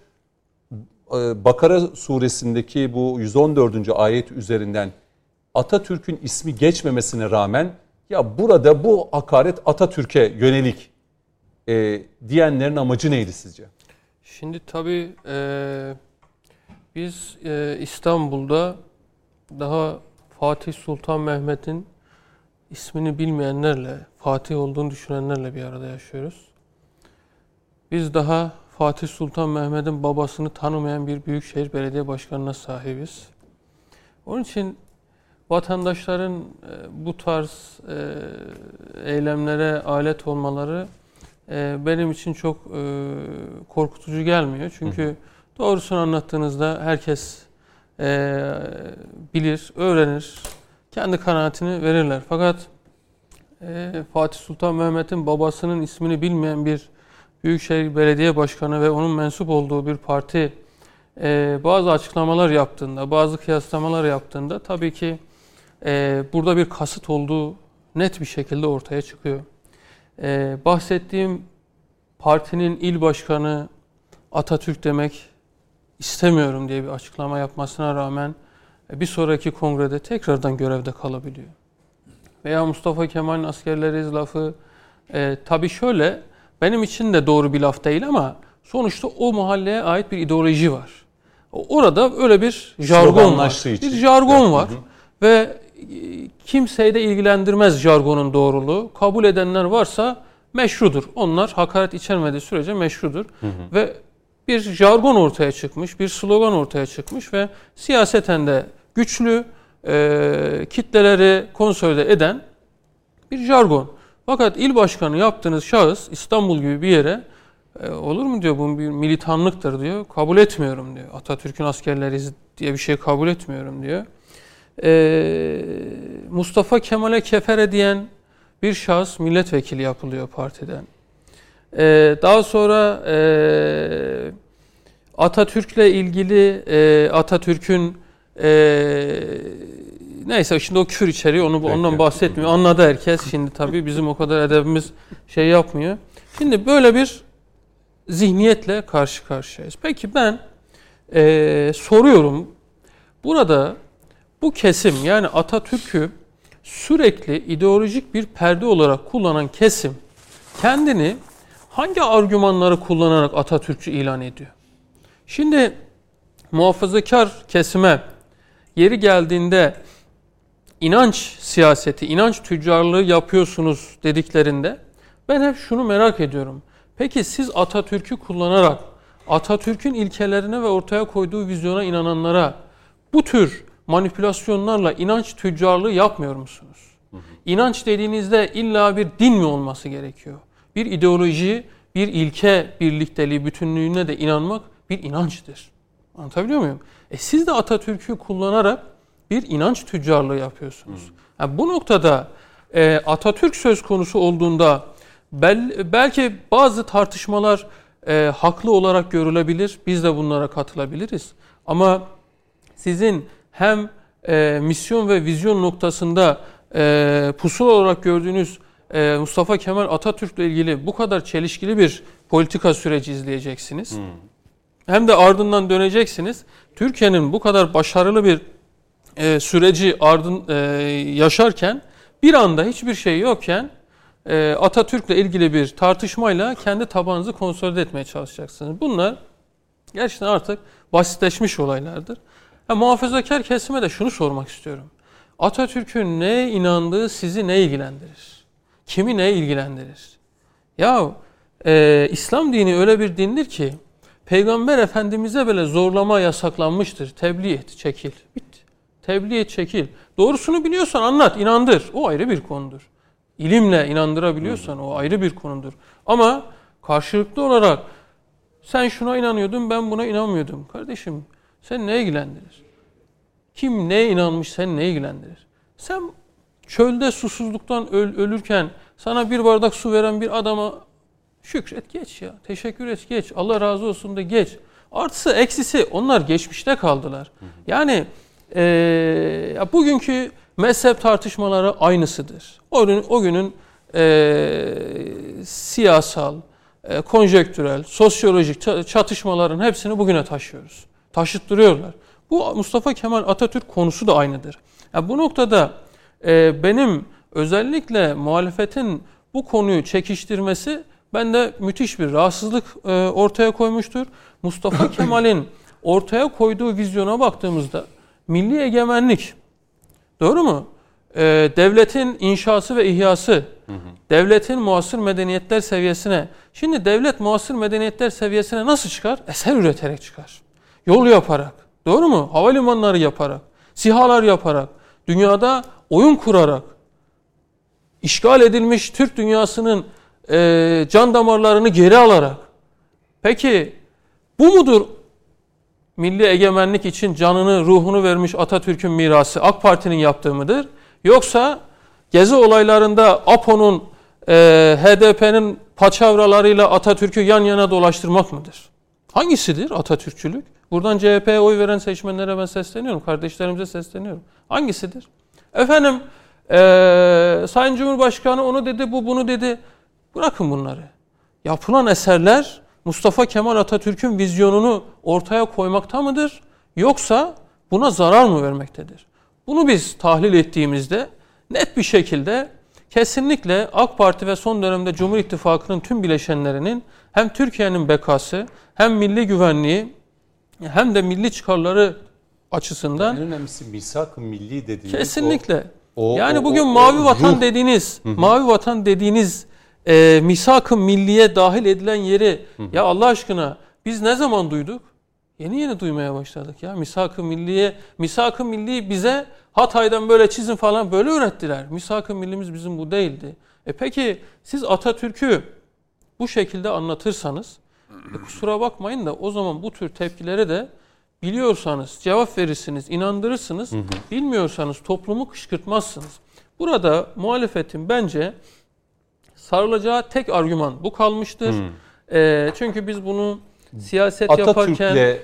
e, Bakara suresindeki bu yüz on dördüncü ayet üzerinden Atatürk'ün ismi geçmemesine rağmen ya burada bu hakaret Atatürk'e yönelik e, diyenlerin amacı neydi sizce? Şimdi tabii e, biz e, İstanbul'da daha Fatih Sultan Mehmet'in ismini bilmeyenlerle, Fatih olduğunu düşünenlerle bir arada yaşıyoruz. Biz daha Fatih Sultan Mehmet'in babasını tanımayan bir büyükşehir belediye başkanına sahibiz. Onun için vatandaşların bu tarz eylemlere alet olmaları benim için çok korkutucu gelmiyor. Çünkü doğrusunu anlattığınızda herkes bilir, öğrenir, kendi kanaatini verirler. Fakat Fatih Sultan Mehmet'in babasının ismini bilmeyen bir büyükşehir belediye başkanı ve onun mensup olduğu bir parti bazı açıklamalar yaptığında, bazı kıyaslamalar yaptığında tabii ki Ee, burada bir kasıt olduğu net bir şekilde ortaya çıkıyor. Ee, bahsettiğim partinin il başkanı Atatürk demek istemiyorum diye bir açıklama yapmasına rağmen bir sonraki kongrede tekrardan görevde kalabiliyor. Veya Mustafa Kemal'in askerleriyiz lafı e, tabii şöyle benim için de doğru bir laf değil ama sonuçta o mahalleye ait bir ideoloji var. Orada öyle bir jargon var. Bir jargon var. Hı hı. Ve kimseyi de ilgilendirmez jargonun doğruluğu. Kabul edenler varsa meşrudur. Onlar hakaret içermediği sürece meşrudur. Hı hı. Ve bir jargon ortaya çıkmış, bir slogan ortaya çıkmış ve siyaseten de güçlü, e, kitleleri konsolide eden bir jargon. Fakat il başkanı yaptığınız şahıs İstanbul gibi bir yere e, olur mu diyor, bu bir militanlıktır diyor. Kabul etmiyorum diyor. Atatürk'ün askerleriyiz diye bir şey kabul etmiyorum diyor. Ee, Mustafa Kemal'e kefere diyen bir şahıs milletvekili yapılıyor partiden. Ee, daha sonra e, Atatürk'le ilgili e, Atatürk'ün e, neyse şimdi o küfür içeriyor onu Peki. ondan bahsetmiyor. Anladı herkes şimdi tabii bizim o kadar edebimiz şey yapmıyor. Şimdi böyle bir zihniyetle karşı karşıyayız. Peki ben e, soruyorum burada bu kesim yani Atatürk'ü sürekli ideolojik bir perde olarak kullanan kesim kendini hangi argümanları kullanarak Atatürkçü ilan ediyor? Şimdi muhafazakar kesime yeri geldiğinde inanç siyaseti, inanç tüccarlığı yapıyorsunuz dediklerinde ben hep şunu merak ediyorum. Peki siz Atatürk'ü kullanarak Atatürk'ün ilkelerine ve ortaya koyduğu vizyona inananlara bu tür manipülasyonlarla inanç tüccarlığı yapmıyor musunuz? Hı hı. İnanç dediğinizde illa bir din mi olması gerekiyor? Bir ideoloji, bir ilke birlikteliği, bütünlüğüne de inanmak bir inançtır. Anlatabiliyor muyum? E siz de Atatürk'ü kullanarak bir inanç tüccarlığı yapıyorsunuz. Hmm. Yani bu noktada e, Atatürk söz konusu olduğunda bel, belki bazı tartışmalar e, haklı olarak görülebilir. Biz de bunlara katılabiliriz. Ama sizin hem e, misyon ve vizyon noktasında e, pusula olarak gördüğünüz e, Mustafa Kemal Atatürk'le ilgili bu kadar çelişkili bir politika süreci izleyeceksiniz. Hmm. Hem de ardından döneceksiniz. Türkiye'nin bu kadar başarılı bir e, süreci ardın e, yaşarken bir anda hiçbir şey yokken e, Atatürk'le ilgili bir tartışmayla kendi tabanınızı konsolide etmeye çalışacaksınız. Bunlar gerçekten artık basitleşmiş olaylardır. Ha, muhafazakar kesime de şunu sormak istiyorum. Atatürk'ün neye inandığı sizi ne ilgilendirir? Kimi ne ilgilendirir? Ya e, İslam dini öyle bir dindir ki Peygamber Efendimiz'e bile zorlama yasaklanmıştır. Tebliğ et, çekil. Bitti. Tebliğ et, çekil. Doğrusunu biliyorsan anlat, inandır. O ayrı bir konudur. İlimle inandırabiliyorsan o ayrı bir konudur. Ama karşılıklı olarak sen şuna inanıyordun, ben buna inanmıyordum. Kardeşim sen ne ilgilendirir? Kim neye inanmış, sen ne ilgilendirir? Sen çölde susuzluktan öl- ölürken sana bir bardak su veren bir adama şükret geç ya. Teşekkür et geç. Allah razı olsun da geç. Artısı eksisi onlar geçmişte kaldılar. Yani e, ya bugünkü mezhep tartışmaları aynısıdır. O, gün, o günün e, siyasal, e, konjektürel, sosyolojik çatışmaların hepsini bugüne taşıyoruz. Taşıttırıyorlar. Bu Mustafa Kemal Atatürk konusu da aynıdır. Yani bu noktada e, benim özellikle muhalefetin bu konuyu çekiştirmesi bende müthiş bir rahatsızlık e, ortaya koymuştur. Mustafa Kemal'in ortaya koyduğu vizyona baktığımızda milli egemenlik, doğru mu? E, devletin inşası ve ihyası, hı hı. devletin muasır medeniyetler seviyesine. Şimdi devlet muasır medeniyetler seviyesine nasıl çıkar? Eser üreterek çıkar. Yol yaparak, doğru mu? Havalimanları yaparak, sihalar yaparak, dünyada oyun kurarak, işgal edilmiş Türk dünyasının e, can damarlarını geri alarak. Peki bu mudur milli egemenlik için canını, ruhunu vermiş Atatürk'ün mirası, AK Parti'nin yaptığı mıdır? Yoksa Gezi olaylarında APO'nun, e, H D P'nin paçavralarıyla Atatürk'ü yan yana dolaştırmak mıdır? Hangisidir Atatürkçülük? Buradan C H P'ye oy veren seçmenlere ben sesleniyorum, kardeşlerimize sesleniyorum. Hangisidir? Efendim, e, Sayın Cumhurbaşkanı onu dedi, bu bunu dedi. Bırakın bunları. Yapılan eserler Mustafa Kemal Atatürk'ün vizyonunu ortaya koymakta mıdır? Yoksa buna zarar mı vermektedir? Bunu biz tahlil ettiğimizde net bir şekilde kesinlikle AK Parti ve son dönemde Cumhur İttifakı'nın tüm bileşenlerinin hem Türkiye'nin bekası hem milli güvenliği hem de milli çıkarları açısından... En önemlisi misak-ı milli dediğiniz kesinlikle. O, o, yani bugün o, o, mavi o, vatan ruh. dediğiniz, Hı hı. mavi vatan dediğiniz e, misak-ı milliye dahil edilen yeri hı hı. ya Allah aşkına biz ne zaman duyduk? Yeni yeni duymaya başladık ya. Misak-ı milliye, misak-ı milli bize Hatay'dan böyle çizin falan böyle öğrettiler. Misak-ı millimiz bizim bu değildi. E peki siz Atatürk'ü bu şekilde anlatırsanız e kusura bakmayın da o zaman bu tür tepkileri de biliyorsanız cevap verirsiniz, inandırırsınız. Hı hı. Bilmiyorsanız toplumu kışkırtmazsınız. Burada muhalefetin bence sarılacağı tek argüman bu kalmıştır. E, çünkü biz bunu siyaset Atatürk'le yaparken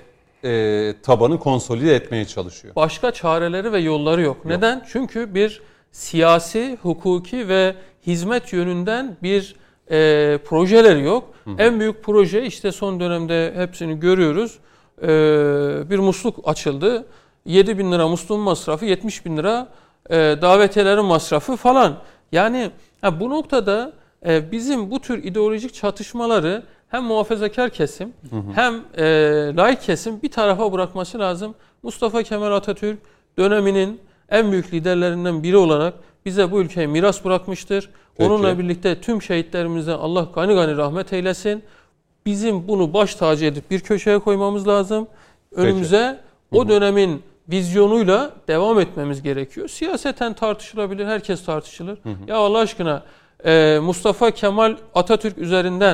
e, tabanı konsolide etmeye çalışıyor. Başka çareleri ve yolları yok. yok. Neden? Çünkü bir siyasi, hukuki ve hizmet yönünden bir e, projeleri yok. Hı hı. En büyük proje işte son dönemde hepsini görüyoruz. E, bir musluk açıldı. yedi bin lira musluğun masrafı, yetmiş bin lira e, davetiyelerin masrafı falan. Yani ha, bu noktada e, bizim bu tür ideolojik çatışmaları hem muhafazakar kesim hı hı. hem e, laik kesim bir tarafa bırakması lazım. Mustafa Kemal Atatürk döneminin en büyük liderlerinden biri olarak bize bu ülkeyi miras bırakmıştır. Peki. Onunla birlikte tüm şehitlerimize Allah gani gani rahmet eylesin. Bizim bunu baş tacı edip bir köşeye koymamız lazım. Önümüze Peki. o dönemin vizyonuyla devam etmemiz gerekiyor. Siyaseten tartışılabilir, herkes tartışılır. Hı hı. Ya Allah aşkına e, Mustafa Kemal Atatürk üzerinden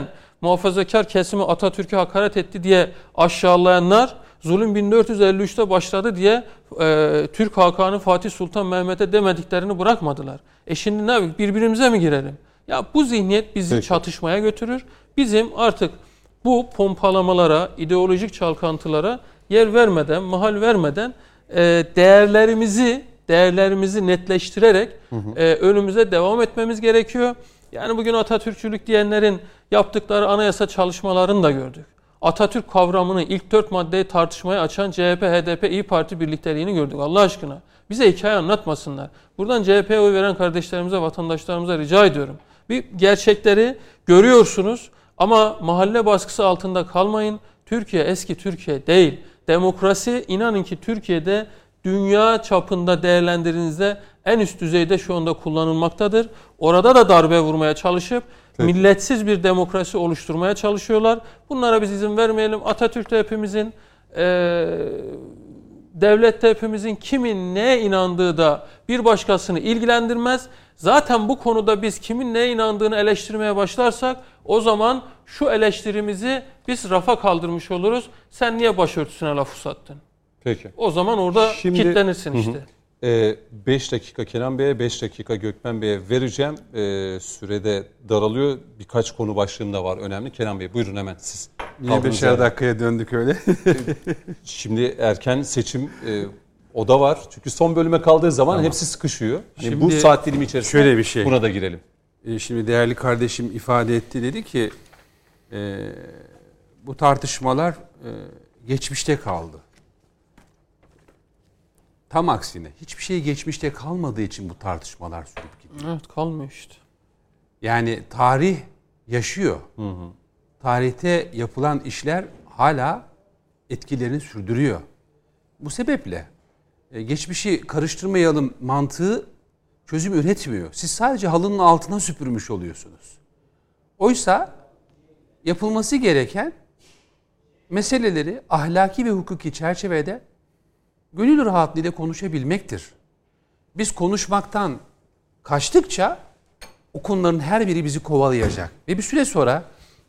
muhafazakar kesimi Atatürk'e hakaret etti diye aşağılayanlar, zulüm bin dört yüz elli üçte başladı diye e, Türk Hakanı Fatih Sultan Mehmet'e demediklerini bırakmadılar. E şimdi ne yapayım? Birbirimize mi girelim? Ya bu zihniyet bizi Peki. çatışmaya götürür. Bizim artık bu pompalamalara, ideolojik çalkantılara yer vermeden, mahal vermeden e, değerlerimizi değerlerimizi netleştirerek hı hı. E, önümüze devam etmemiz gerekiyor. Yani bugün Atatürkçülük diyenlerin yaptıkları anayasa çalışmalarını da gördük. Atatürk kavramını, ilk dört maddeyi tartışmaya açan C H P, H D P, İYİ Parti birlikteliğini gördük. Allah aşkına bize hikaye anlatmasınlar. Buradan C H P'ye oy veren kardeşlerimize, vatandaşlarımıza rica ediyorum. Bir gerçekleri görüyorsunuz ama mahalle baskısı altında kalmayın. Türkiye eski Türkiye değil. Demokrasi, inanın ki Türkiye'de dünya çapında değerlendirinizde en üst düzeyde şu anda kullanılmaktadır. Orada da darbe vurmaya çalışıp Peki. milletsiz bir demokrasi oluşturmaya çalışıyorlar. Bunlara biz izin vermeyelim. Atatürk de hepimizin, e, devlet de hepimizin, kimin neye inandığı da bir başkasını ilgilendirmez. Zaten bu konuda biz kimin neye inandığını eleştirmeye başlarsak o zaman şu eleştirimizi biz rafa kaldırmış oluruz. Sen niye başörtüsüne laf uzattın? Peki. O zaman orada Şimdi, kitlenirsin işte. beş dakika Kenan Bey'e, beş dakika Gökmen Bey'e vereceğim. E, sürede daralıyor. Birkaç konu başlığım da var önemli. Kenan Bey buyurun hemen siz. Niye beşer dakikaya döndük öyle? Şimdi erken seçim e, o da var. Çünkü son bölüme kaldığı zaman tamam. hepsi sıkışıyor. Hani Şimdi bu saat dilimi içerisinde şöyle bir şey. Buna da girelim. E, şimdi değerli kardeşim ifade etti, dedi ki e, bu tartışmalar e, geçmişte kaldı. Tam aksine hiçbir şey geçmişte kalmadığı için bu tartışmalar sürüp gidiyor. Evet, kalmıyor işte. Yani tarih yaşıyor. Hı hı. Tarihte yapılan işler hala etkilerini sürdürüyor. Bu sebeple e, geçmişi karıştırmayalım mantığı çözüm üretmiyor. Siz sadece halının altına süpürmüş oluyorsunuz. Oysa yapılması gereken meseleleri ahlaki ve hukuki çerçevede gönül rahatlığıyla konuşabilmektir. Biz konuşmaktan kaçtıkça o konuların her biri bizi kovalayacak. Ve bir süre sonra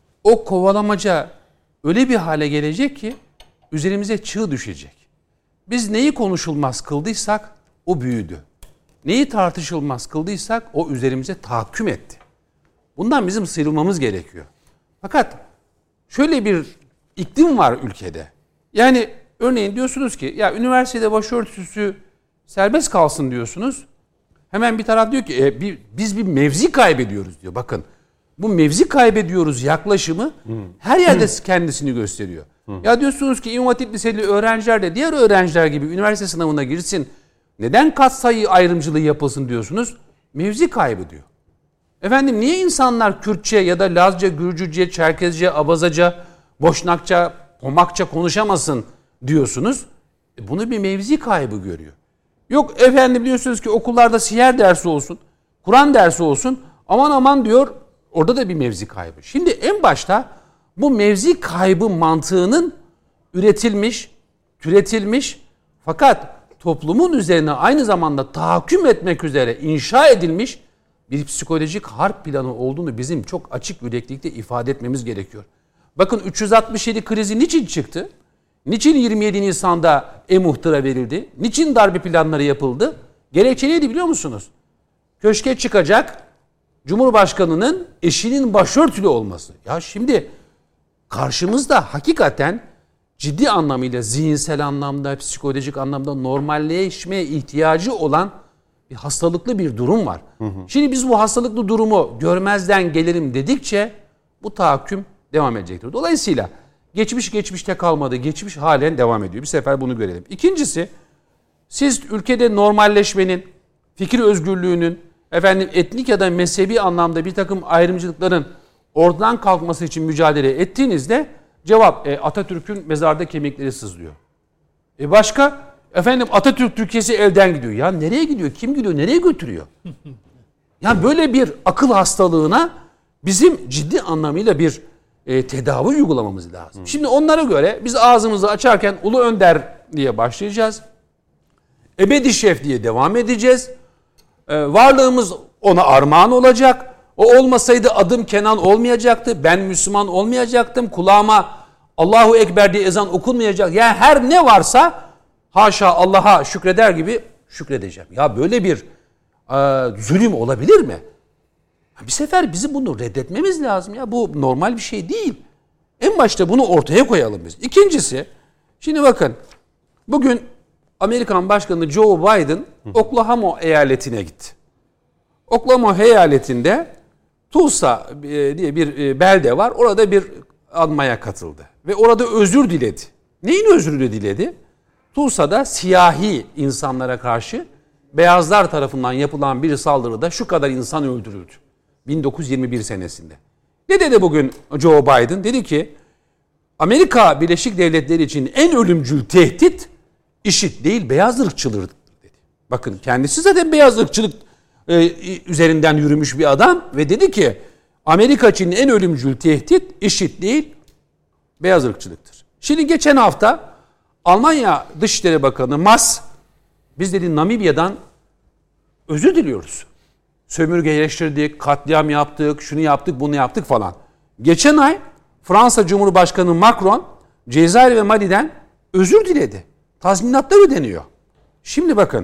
o kovalamaca öyle bir hale gelecek ki üzerimize çığ düşecek. Biz neyi konuşulmaz kıldıysak o büyüdü. Neyi tartışılmaz kıldıysak o üzerimize tahakküm etti. Bundan bizim sıyrılmamız gerekiyor. Fakat şöyle bir iklim var ülkede. Yani örneğin diyorsunuz ki ya üniversitede başörtüsü serbest kalsın diyorsunuz. Hemen bir taraf diyor ki e, bir, biz bir mevzi kaybediyoruz diyor. Bakın bu mevzi kaybediyoruz yaklaşımı hmm. her yerde hmm. kendisini gösteriyor. Hmm. Ya diyorsunuz ki İmam Hatip Liseli öğrenciler de diğer öğrenciler gibi üniversite sınavına girsin. Neden katsayı ayrımcılığı yapılsın diyorsunuz? Mevzi kaybı diyor. Efendim niye insanlar Kürtçe ya da Lazca, Gürcüce, Çerkezce, Abazaca, Boşnakça, Pomakça konuşamasın diyorsunuz? E bunu bir mevzi kaybı görüyor. Yok efendim diyorsunuz ki okullarda siyer dersi olsun, Kur'an dersi olsun. Aman aman diyor, orada da bir mevzi kaybı. Şimdi en başta bu mevzi kaybı mantığının üretilmiş, türetilmiş fakat toplumun üzerine aynı zamanda tahakküm etmek üzere inşa edilmiş bir psikolojik harp planı olduğunu bizim çok açık yüreklilikle ifade etmemiz gerekiyor. Bakın üç yüz altmış yedi krizi niçin çıktı? Niçin yirmi yedi Nisan'da e-muhtıra verildi? Niçin darbe planları yapıldı? Gerekçe neydi biliyor musunuz? Köşke çıkacak Cumhurbaşkanı'nın eşinin başörtülü olması. Ya şimdi karşımızda hakikaten ciddi anlamıyla zihinsel anlamda, psikolojik anlamda normalleşmeye ihtiyacı olan bir hastalıklı bir durum var. Hı hı. Şimdi biz bu hastalıklı durumu görmezden gelelim dedikçe bu tahakküm devam edecektir. Dolayısıyla geçmiş geçmişte kalmadı, geçmiş halen devam ediyor. Bir sefer bunu görelim. İkincisi, siz ülkede normalleşmenin, fikir özgürlüğünün, efendim etnik ya da mezhebi anlamda bir takım ayrımcılıkların ortadan kalkması için mücadele ettiğinizde cevap e, Atatürk'ün mezarda kemikleri sızlıyor. E başka? Efendim Atatürk Türkiye'si elden gidiyor. Ya nereye gidiyor? Kim gidiyor? Nereye götürüyor? Yani böyle bir akıl hastalığına bizim ciddi anlamıyla bir e, tedavi uygulamamız lazım. Hı. Şimdi onlara göre biz ağzımızı açarken Ulu Önder diye başlayacağız. Ebedi Şef diye devam edeceğiz. E, varlığımız ona armağan olacak. O olmasaydı adım Kenan olmayacaktı. Ben Müslüman olmayacaktım. Kulağıma Allahu Ekber diye ezan okunmayacak. Yani her ne varsa haşa Allah'a şükreder gibi şükredeceğim. Ya böyle bir e, zulüm olabilir mi? Bir sefer bizim bunu reddetmemiz lazım. Ya bu normal bir şey değil. En başta bunu ortaya koyalım biz. İkincisi, şimdi bakın bugün Amerikan Başkanı Joe Biden Oklahoma eyaletine gitti. Oklahoma eyaletinde Tulsa diye bir belde var. Orada bir anmaya katıldı. Ve orada özür diledi. Neyin özrünü diledi? Tulsa'da siyahi insanlara karşı beyazlar tarafından yapılan bir saldırıda şu kadar insan öldürüldü. bin dokuz yüz yirmi bir senesinde. Ne dedi bugün Joe Biden? Dedi ki Amerika Birleşik Devletleri için en ölümcül tehdit IŞİD değil beyaz ırkçılıktır dedi. Bakın kendisi zaten beyaz ırkçılık e, üzerinden yürümüş bir adam ve dedi ki Amerika için en ölümcül tehdit IŞİD değil beyaz ırkçılıktır. Şimdi geçen hafta Almanya Dışişleri Bakanı Maas biz dedi Namibya'dan özür diliyoruz. Sömürgeleştirdik, katliam yaptık, şunu yaptık, bunu yaptık falan. Geçen ay Fransa Cumhurbaşkanı Macron Cezayir ve Mali'den özür diledi. Tazminatlar ödeniyor. Şimdi bakın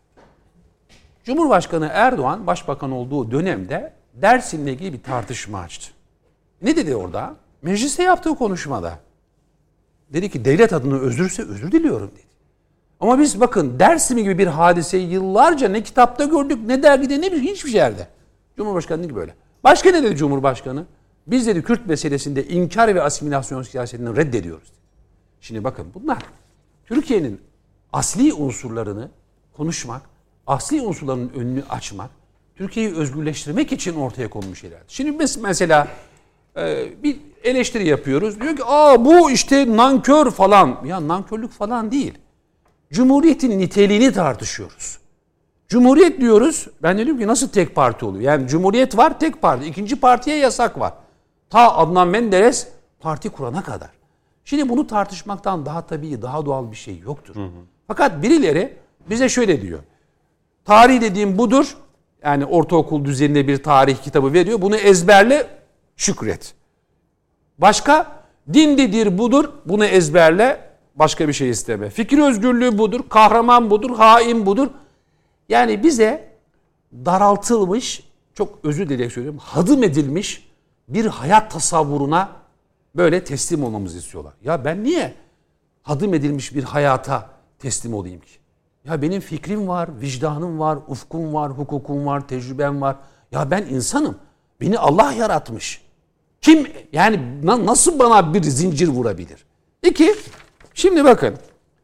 Cumhurbaşkanı Erdoğan başbakan olduğu dönemde Dersim'le ilgili bir tartışma açtı. Ne dedi orada? Mecliste yaptığı konuşmada. Dedi ki devlet adına özürse özür diliyorum dedi. Ama biz bakın Dersim gibi bir hadiseyi yıllarca ne kitapta gördük, ne dergide, ne hiçbir yerde. Cumhurbaşkanı dedi ki böyle. Başka ne dedi Cumhurbaşkanı? Biz dedi Kürt meselesinde inkar ve asimilasyon siyasetini reddediyoruz dedi. Şimdi bakın bunlar Türkiye'nin asli unsurlarını konuşmak, asli unsurların önünü açmak, Türkiye'yi özgürleştirmek için ortaya konmuş şeyler. Şimdi mesela e, bir eleştiri yapıyoruz. Diyor ki aa bu işte nankör falan. Ya nankörlük falan değil. Cumhuriyetin niteliğini tartışıyoruz. Cumhuriyet diyoruz. Ben de diyorum ki nasıl tek parti oluyor? Yani Cumhuriyet var, tek parti. İkinci partiye yasak var. Ta Adnan Menderes parti kurana kadar. Şimdi bunu tartışmaktan daha tabii, daha doğal bir şey yoktur. Hı hı. Fakat birileri bize şöyle diyor. Tarih dediğim budur. Yani ortaokul düzeninde bir tarih kitabı veriyor. Bunu ezberle, şükret. Başka dindidir budur. Bunu ezberle, başka bir şey isteme. Fikir özgürlüğü budur, kahraman budur, hain budur. Yani bize daraltılmış, çok özür dileyerek söylüyorum, hadım edilmiş bir hayat tasavvuruna böyle teslim olmamızı istiyorlar. Ya ben niye hadım edilmiş bir hayata teslim olayım ki? Ya benim fikrim var, vicdanım var, ufkum var, hukukum var, tecrübem var. Ya ben insanım. Beni Allah yaratmış. Kim yani nasıl bana bir zincir vurabilir? İki, şimdi bakın.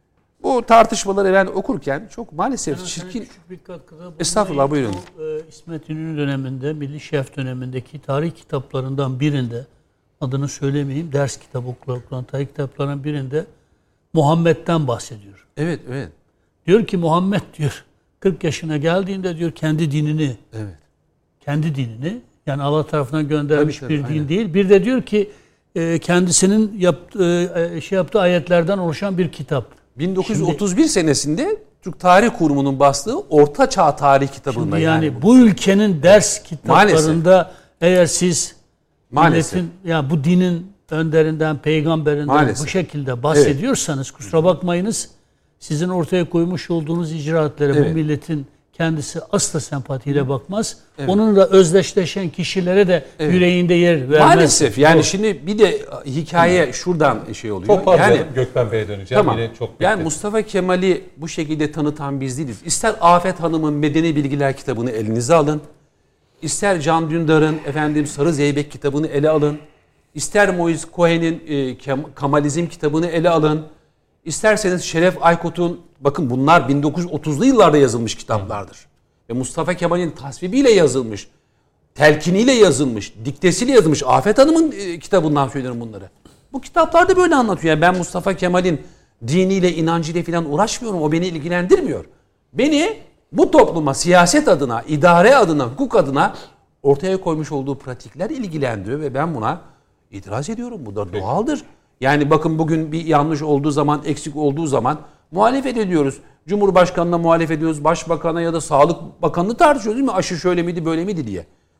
Bu tartışmaları ben okurken çok maalesef yani çirkin... Bir katkıda Estağfurullah buyurun. O, e, İsmet İnönü döneminde, Milli Şeref dönemindeki tarih kitaplarından birinde, adını söylemeyeyim, ders kitabı okulan tarih kitaplarının birinde Muhammed'den bahsediyor. Evet, evet. Diyor ki Muhammed diyor, kırk yaşına geldiğinde diyor kendi dinini, evet. kendi dinini, yani Allah tarafından göndermiş tabii, tabii, bir din aynen. değil. Bir de diyor ki e, kendisinin yaptığı, şey yaptığı ayetlerden oluşan bir kitap. bin dokuz yüz otuz bir Şimdi, senesinde Türk Tarih Kurumu'nun bastığı Orta Çağ Tarih kitabında yani, yani bu. bu ülkenin ders kitaplarında maalesef. Eğer siz maalesef. milletin ya bu dinin önderinden, peygamberinden maalesef. bu şekilde bahsediyorsanız evet. kusura bakmayınız. Sizin ortaya koymuş olduğunuz icraatlara evet. bu milletin kendisi asla sempatiyle bakmaz. Evet. Onunla özdeşleşen kişilere de evet. yüreğinde yer vermez. Maalesef yani o. Şimdi bir de hikaye hmm. şuradan şey oluyor. Çok fazla yani, Gökmen Bey'e döneceğim. Tamam. Yine çok yani Mustafa Kemal'i bu şekilde tanıtan biz değiliz. İster Afet Hanım'ın Medeni Bilgiler kitabını elinize alın. İster Can Dündar'ın efendim Sarı Zeybek kitabını ele alın. İster Moise Cohen'in e, Kemalizm kitabını ele alın. İsterseniz Şeref Aykut'un, bakın bunlar bin dokuz yüz otuzlu yıllarda yazılmış kitaplardır. Hı. Ve Mustafa Kemal'in tasvibiyle yazılmış, telkiniyle yazılmış, diktesiyle yazılmış. Afet Hanım'ın e, kitabından söylüyorum bunları. Bu kitaplarda böyle anlatıyor. Yani ben Mustafa Kemal'in diniyle, inancıyla falan uğraşmıyorum. O beni ilgilendirmiyor. Beni bu topluma siyaset adına, idare adına, hukuk adına ortaya koymuş olduğu pratikler ilgilendiriyor ve ben buna itiraz ediyorum. Bu da doğaldır. Yani bakın bugün bir yanlış olduğu zaman, eksik olduğu zaman muhalefet ediyoruz. Cumhurbaşkanına muhalefet ediyoruz, başbakana ya da Sağlık Bakanı'nı tartışıyoruz değil mi? Aşı şöyle miydi, böyle miydi diye.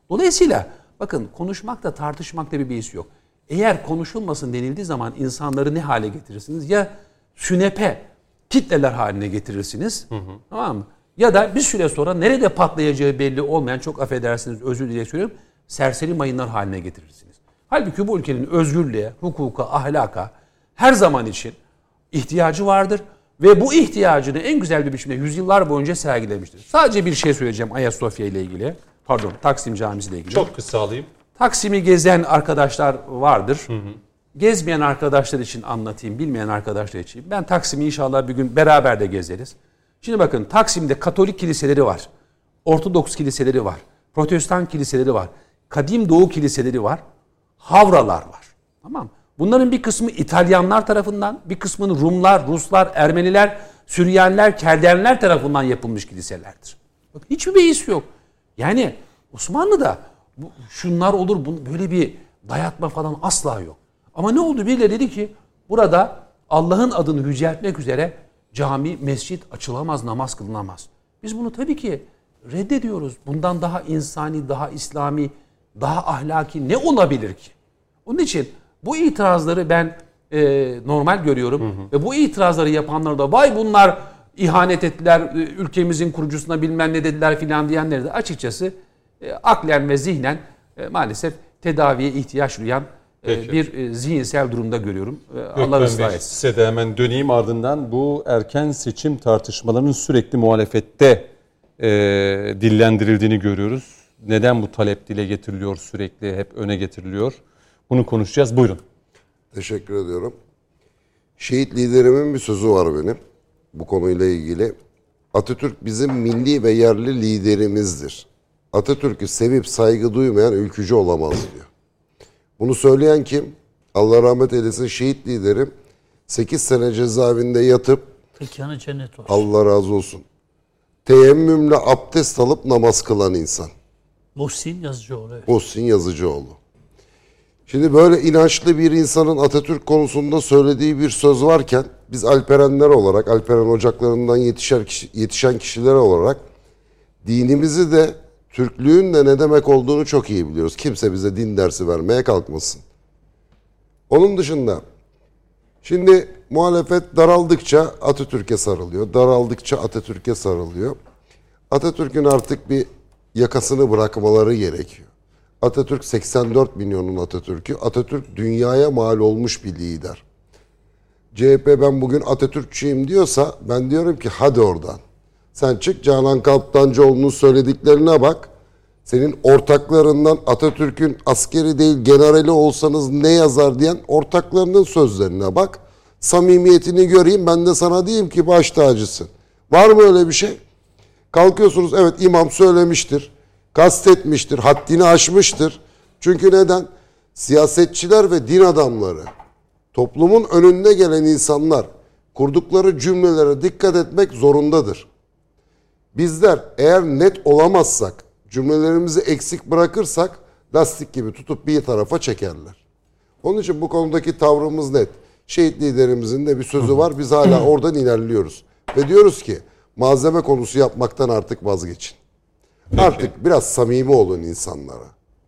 Dolayısıyla bakın konuşmakta tartışmakta bir beis yok. Eğer konuşulmasın denildiği zaman insanları ne hale getirirsiniz? Ya sünepe kitleler haline getirirsiniz. Hı hı. Tamam mı? Ya da bir süre sonra nerede patlayacağı belli olmayan, çok affedersiniz özür dilerim söylüyorum, serseri mayınlar haline getirirsiniz. Halbuki bu ülkenin özgürlüğe, hukuka, ahlaka her zaman için ihtiyacı vardır. Ve bu ihtiyacını en güzel bir biçimde yüzyıllar boyunca sergilemiştir. Sadece bir şey söyleyeceğim Ayasofya ile ilgili. Pardon, Taksim Camisi ile ilgili. Çok kısa alayım. Taksim'i gezen arkadaşlar vardır. Hı hı. Gezmeyen arkadaşlar için anlatayım, bilmeyen arkadaşlar için. Ben Taksim'i inşallah bir gün beraber de gezeriz. Şimdi bakın Taksim'de Katolik kiliseleri var. Ortodoks kiliseleri var. Protestan kiliseleri var. Kadim Doğu kiliseleri var. Havralar var. Tamam mı? Bunların bir kısmı İtalyanlar tarafından, bir kısmını Rumlar, Ruslar, Ermeniler, Süryaniler, Keldenler tarafından yapılmış kiliselerdir. Bakın hiçbir beis yok. Yani Osmanlı'da bu, şunlar olur, bu, böyle bir dayatma falan asla yok. Ama ne oldu? Birileri dedi ki burada Allah'ın adını yüceltmek üzere cami, mescit açılamaz, namaz kılınamaz. Biz bunu tabii ki reddediyoruz. Bundan daha insani, daha İslami, daha ahlaki ne olabilir ki? Onun için bu itirazları ben e, normal görüyorum. Hı hı. Ve bu itirazları yapanlar da vay bunlar ihanet ettiler, ülkemizin kurucusuna bilmem ne dediler filan diyenleri de açıkçası e, aklen ve zihnen e, maalesef tedaviye ihtiyaç duyan e, bir e, zihinsel durumda görüyorum. E, Allah ıslah etsin. Size de hemen döneyim, ardından bu erken seçim tartışmalarının sürekli muhalefette e, dillendirildiğini görüyoruz. Neden bu talep dile getiriliyor, sürekli hep öne getiriliyor? Bunu konuşacağız. Buyurun. Teşekkür ediyorum. Şehit liderimin bir sözü var benim bu konuyla ilgili. Atatürk bizim milli ve yerli liderimizdir. Atatürk'ü sevip saygı duymayan ülkücü olamaz diyor. Bunu söyleyen kim? Allah rahmet eylesin, şehit liderim sekiz sene cezaevinde yatıp mekanı cennet olsun. Allah razı olsun. Teyemmümle abdest alıp namaz kılan insan. Muhsin Yazıcıoğlu. Evet. Muhsin Yazıcıoğlu. Şimdi böyle inançlı bir insanın Atatürk konusunda söylediği bir söz varken biz Alperenler olarak, Alperen ocaklarından yetişen, kişi, yetişen kişiler olarak dinimizi de Türklüğün de ne demek olduğunu çok iyi biliyoruz. Kimse bize din dersi vermeye kalkmasın. Onun dışında şimdi muhalefet daraldıkça Atatürk'e sarılıyor. Daraldıkça Atatürk'e sarılıyor. Atatürk'ün artık bir yakasını bırakmaları gerekiyor. Atatürk seksen dört milyonun Atatürk'ü. Atatürk dünyaya mal olmuş bir lider. C H P ben bugün Atatürkçüyüm diyorsa ben diyorum ki hadi oradan. Sen çık Canan Kaptancıoğlu'nun söylediklerine bak. Senin ortaklarından Atatürk'ün askeri değil generali olsanız ne yazar diyen ortaklarının sözlerine bak. Samimiyetini göreyim, ben de sana diyeyim ki baş tacısın. Var mı öyle bir şey? Kalkıyorsunuz, evet imam söylemiştir, kastetmiştir, haddini aşmıştır. Çünkü neden? Siyasetçiler ve din adamları, toplumun önünde gelen insanlar kurdukları cümlelere dikkat etmek zorundadır. Bizler eğer net olamazsak, cümlelerimizi eksik bırakırsak lastik gibi tutup bir tarafa çekerler. Onun için bu konudaki tavrımız net. Şehit liderimizin de bir sözü var. Biz hala oradan ilerliyoruz. Ve diyoruz ki malzeme konusu yapmaktan artık vazgeçin. Peki. Artık biraz samimi olun insanlara.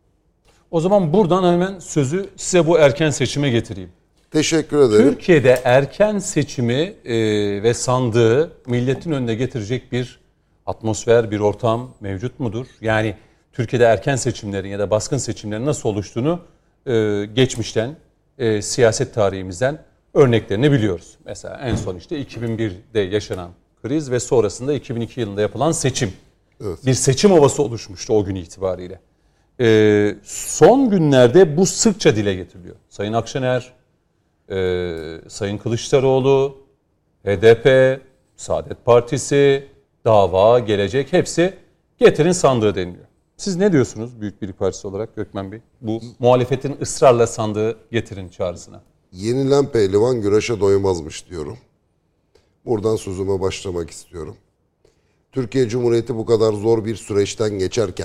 O zaman buradan hemen sözü size bu erken seçime getireyim. Teşekkür ederim. Türkiye'de erken seçimi e, ve sandığı milletin önüne getirecek bir atmosfer, bir ortam mevcut mudur? Yani Türkiye'de erken seçimlerin ya da baskın seçimlerin nasıl oluştuğunu e, geçmişten, e, siyaset tarihimizden örneklerini biliyoruz. Mesela en son işte iki bin birde yaşanan kriz ve sonrasında iki bin iki yılında yapılan seçim. Evet. Bir seçim havası oluşmuştu o gün itibariyle. E, son günlerde bu sıkça dile getiriliyor. Sayın Akşener, e, Sayın Kılıçdaroğlu, H D P, Saadet Partisi, Dava, Gelecek hepsi getirin sandığı deniliyor. Siz ne diyorsunuz Büyük Birlik Partisi olarak Gökmen Bey? Bu muhalefetin ısrarla sandığı getirin çağrısına. Yenilen pehlivan güreşe doymazmış diyorum. Buradan sözüme başlamak istiyorum. Türkiye Cumhuriyeti bu kadar zor bir süreçten geçerken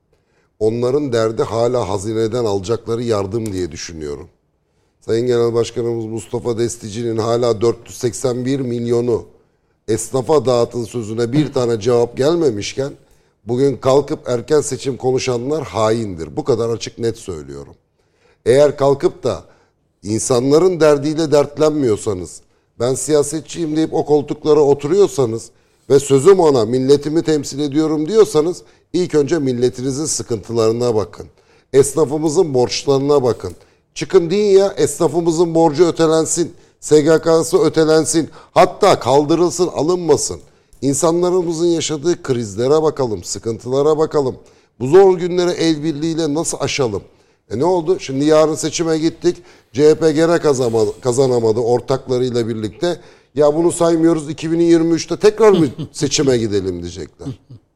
onların derdi hala hazineden alacakları yardım diye düşünüyorum. Sayın Genel Başkanımız Mustafa Destici'nin hala dört yüz seksen bir milyonu esnafa dağıtın sözüne bir tane cevap gelmemişken Bugün kalkıp erken seçim konuşanlar haindir. Bu kadar açık net söylüyorum. Eğer kalkıp da insanların derdiyle dertlenmiyorsanız, ben siyasetçiyim deyip o koltuklara oturuyorsanız ve sözüm ona milletimi temsil ediyorum diyorsanız ilk önce milletinizin sıkıntılarına bakın. Esnafımızın borçlarına bakın. Çıkın deyin ya, esnafımızın borcu ötelensin, S G K'sı ötelensin, hatta kaldırılsın, alınmasın. İnsanlarımızın yaşadığı krizlere bakalım, sıkıntılara bakalım. Bu zor günleri el birliğiyle nasıl aşalım? E ne oldu? Şimdi yarın seçime gittik. C H P gene kazanamadı, kazanamadı ortaklarıyla birlikte. Ya bunu saymıyoruz, iki bin yirmi üçte tekrar mı seçime gidelim diyecekler.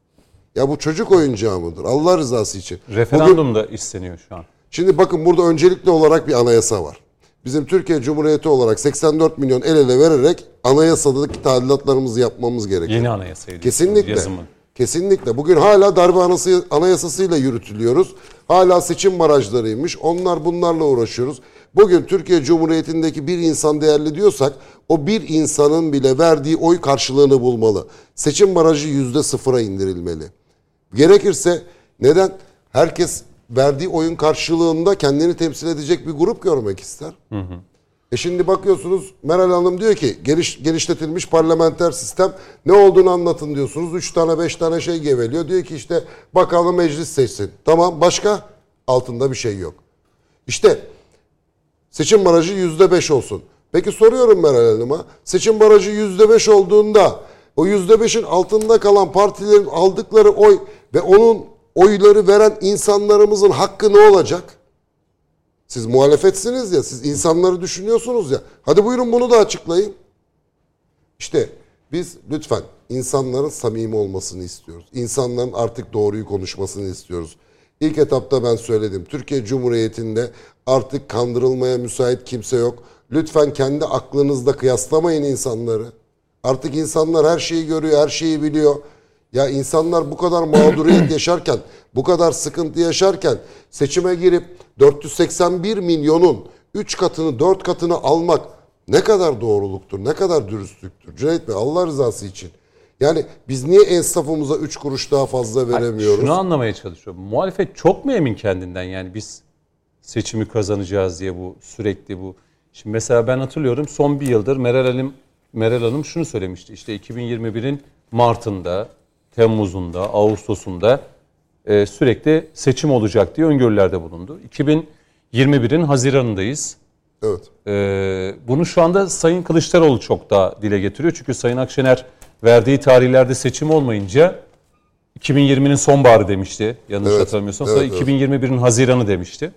Ya bu çocuk oyuncağı mıdır? Allah rızası için. Referandum da isteniyor şu an. Şimdi bakın, burada öncelikli olarak bir anayasa var. Bizim Türkiye Cumhuriyeti olarak seksen dört milyon el ele vererek anayasadaki tadilatlarımızı yapmamız gerekiyor. Yeni anayasayı. Kesinlikle. Yazımın. Kesinlikle. Bugün hala darbe anası, anayasasıyla yürütülüyoruz. Hala seçim barajlarıymış. Onlar bunlarla uğraşıyoruz. Bugün Türkiye Cumhuriyeti'ndeki bir insan değerli diyorsak o bir insanın bile verdiği oy karşılığını bulmalı. Seçim barajı yüzde sıfıra indirilmeli. Gerekirse neden? Herkes verdiği oyun karşılığında kendini temsil edecek bir grup görmek ister. Hı hı. E şimdi bakıyorsunuz Meral Hanım diyor ki geniş, genişletilmiş parlamenter sistem ne olduğunu anlatın diyorsunuz. Üç tane beş tane şey geveliyor. Diyor ki işte bakanı meclis seçsin. Tamam, başka? Altında bir şey yok. İşte seçim barajı yüzde beş olsun. Peki soruyorum Meral Hanım'a, seçim barajı yüzde beş olduğunda o yüzde beşin altında kalan partilerin aldıkları oy ve onun oyları veren insanlarımızın hakkı ne olacak? Siz muhalefetsiniz ya, siz insanları düşünüyorsunuz ya. Hadi buyurun bunu da açıklayın. İşte biz lütfen insanların samimi olmasını istiyoruz. İnsanların artık doğruyu konuşmasını istiyoruz. İlk etapta ben söyledim. Türkiye Cumhuriyeti'nde artık kandırılmaya müsait kimse yok. Lütfen kendi aklınızda kıyaslamayın insanları. Artık insanlar her şeyi görüyor, her şeyi biliyor. Ya insanlar bu kadar mağduriyet yaşarken, bu kadar sıkıntı yaşarken seçime girip dört yüz seksen bir milyonun üç katını, dört katını almak ne kadar doğruluktur, ne kadar dürüstlüktür? Cüneyt Bey, Allah rızası için. Yani biz niye esnafımıza üç kuruş daha fazla veremiyoruz? Şunu anlamaya çalışıyorum. Muhalefet çok mu emin kendinden, yani biz seçimi kazanacağız diye bu sürekli bu. Şimdi mesela ben hatırlıyorum son bir yıldır Meral Hanım, Meral Hanım şunu söylemişti. İşte iki bin yirmi birin Mart'ında, Temmuz'unda, Ağustos'unda e, sürekli seçim olacak diye öngörülerde bulundu. iki bin yirmi birin Haziran'ındayız. Evet. E, bunu şu anda Sayın Kılıçdaroğlu çok daha dile getiriyor. Çünkü Sayın Akşener verdiği tarihlerde seçim olmayınca iki bin yirminin sonbaharı demişti. Yanlış evet, hatırlamıyorsam. evet, Sonra evet. iki bin yirmi birin Haziran'ı demişti.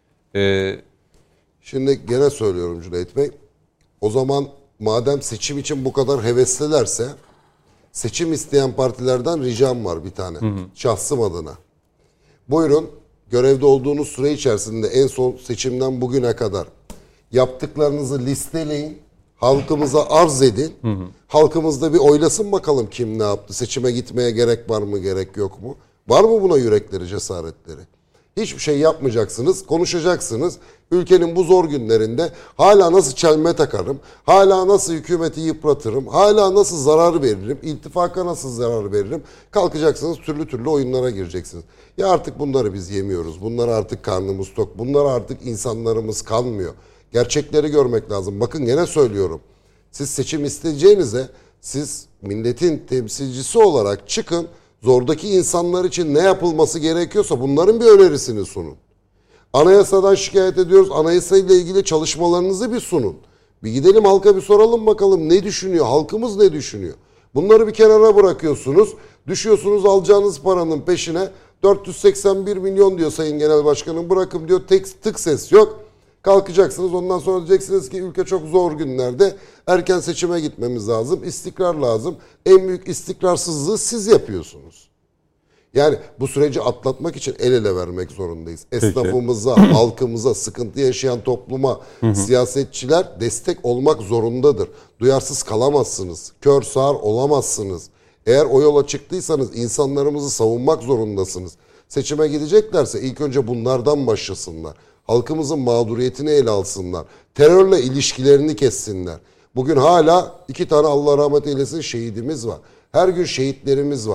E, Şimdi gene söylüyorum Cüneyt Bey. O zaman madem seçim için bu kadar heveslilerse, seçim isteyen partilerden ricam var bir tane. Hı hı. Şahsım adına. Buyurun, görevde olduğunuz süre içerisinde en son seçimden bugüne kadar yaptıklarınızı listeleyin. Halkımıza arz edin. Hı hı. Halkımız da bir oylasın bakalım kim ne yaptı. Seçime gitmeye gerek var mı, gerek yok mu? Var mı buna yürekleri, cesaretleri? Hiçbir şey yapmayacaksınız, konuşacaksınız. Ülkenin bu zor günlerinde hala nasıl çelme takarım, hala nasıl hükümeti yıpratırım, hala nasıl zarar veririm, iltifaka nasıl zarar veririm. Kalkacaksınız, türlü türlü oyunlara gireceksiniz. Ya artık bunları biz yemiyoruz, bunlara artık karnımız tok, bunlara artık insanlarımız kalmıyor. Gerçekleri görmek lazım. Bakın gene söylüyorum. Siz seçim isteyeceğinize, siz milletin temsilcisi olarak çıkın, zordaki insanlar için ne yapılması gerekiyorsa bunların bir önerisini sunun. Anayasadan şikayet ediyoruz. Anayasayla ilgili çalışmalarınızı bir sunun. Bir gidelim halka bir soralım bakalım ne düşünüyor? Halkımız ne düşünüyor? Bunları bir kenara bırakıyorsunuz. Düşüyorsunuz alacağınız paranın peşine. dört yüz seksen bir milyon diyor Sayın Genel Başkanım. Bırakın diyor, tek tık ses yok. Kalkacaksınız, ondan sonra diyeceksiniz ki ülke çok zor günlerde, erken seçime gitmemiz lazım, istikrar lazım. En büyük istikrarsızlığı siz yapıyorsunuz. Yani bu süreci atlatmak için el ele vermek zorundayız. Esnafımıza, halkımıza, sıkıntı yaşayan topluma, hı hı. siyasetçiler destek olmak zorundadır. Duyarsız kalamazsınız, kör sağır olamazsınız. Eğer o yola çıktıysanız insanlarımızı savunmak zorundasınız. Seçime gideceklerse ilk önce bunlardan başlasınlar. Halkımızın mağduriyetini ele alsınlar. Terörle ilişkilerini kessinler. Bugün hala iki tane Allah rahmet eylesin şehidimiz var. Her gün şehitlerimiz var.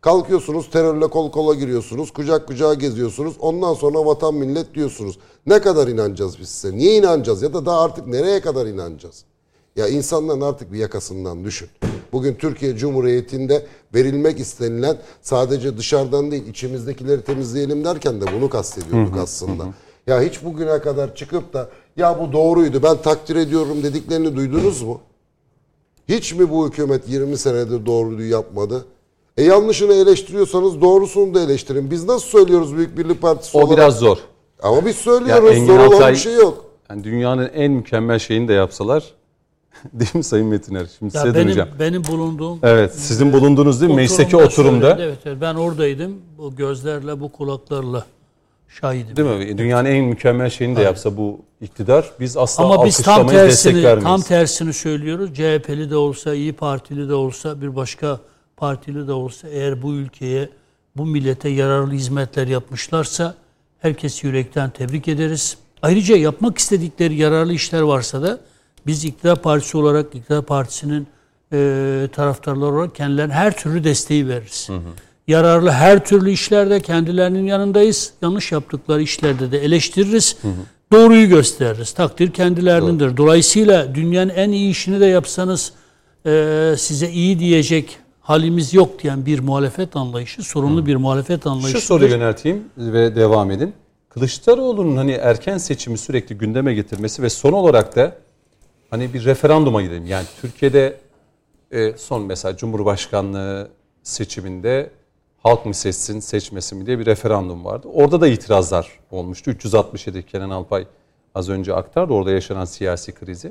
Kalkıyorsunuz terörle kol kola giriyorsunuz. Kucak kucağa geziyorsunuz. Ondan sonra vatan millet diyorsunuz. Ne kadar inanacağız biz size? Niye inanacağız? Ya da daha artık nereye kadar inanacağız? Ya insanların artık bir yakasından düşün. Bugün Türkiye Cumhuriyeti'nde verilmek istenilen sadece dışarıdan değil içimizdekileri temizleyelim derken de bunu kastediyorduk aslında. Ya hiç bugüne kadar çıkıp da ya bu doğruydu ben takdir ediyorum dediklerini duydunuz mu? Hiç mi bu hükümet yirmi senedir doğruyu yapmadı? E yanlışını eleştiriyorsanız doğrusunu da eleştirin. Biz nasıl söylüyoruz Büyük Birlik Partisi O olarak? biraz zor. Ama biz söylüyoruz. Engin Zor olan Altay- bir şey yok. Yani dünyanın en mükemmel şeyini de yapsalar değil mi Sayın Metiner? Şimdi Ya size benim, döneceğim. benim bulunduğum Evet, sizin bulunduğunuz değil mi? Meclisteki oturumda oturumda. söyledi, Evet, evet, ben oradaydım. Bu gözlerle, bu kulaklarla şahidim. Değil mi? Dünyanın en mükemmel şeyini de yapsa bu iktidar biz asla Ama biz tam alkışlamayız, destek tersini, vermeyiz. tam tersini söylüyoruz. C H P'li de olsa, İyi Partili de olsa, bir başka partili de olsa eğer bu ülkeye, bu millete yararlı hizmetler yapmışlarsa herkesi yürekten tebrik ederiz. Ayrıca yapmak istedikleri yararlı işler varsa da biz iktidar partisi olarak, iktidar partisinin e, taraftarları olarak kendilerine her türlü desteği veririz. Hı hı. Yararlı her türlü işlerde kendilerinin yanındayız. Yanlış yaptıkları işlerde de eleştiririz. Hı hı. Doğruyu gösteririz. Takdir kendilerindendir. Doğru. Dolayısıyla dünyanın en iyi işini de yapsanız e, size iyi diyecek halimiz yok diyen bir muhalefet anlayışı, sorunlu hı. bir muhalefet anlayışı. Şu soruyu yönelteyim ve devam edin. Kılıçdaroğlu'nun hani erken seçimi sürekli gündeme getirmesi ve son olarak da hani bir referanduma gidelim. Yani Türkiye'de e, son mesela Cumhurbaşkanlığı seçiminde halk mı seçsin, seçmesin mi diye bir referandum vardı. Orada da itirazlar olmuştu. üç yüz altmış yedi Kenan Alpay az önce aktardı orada yaşanan siyasi krizi.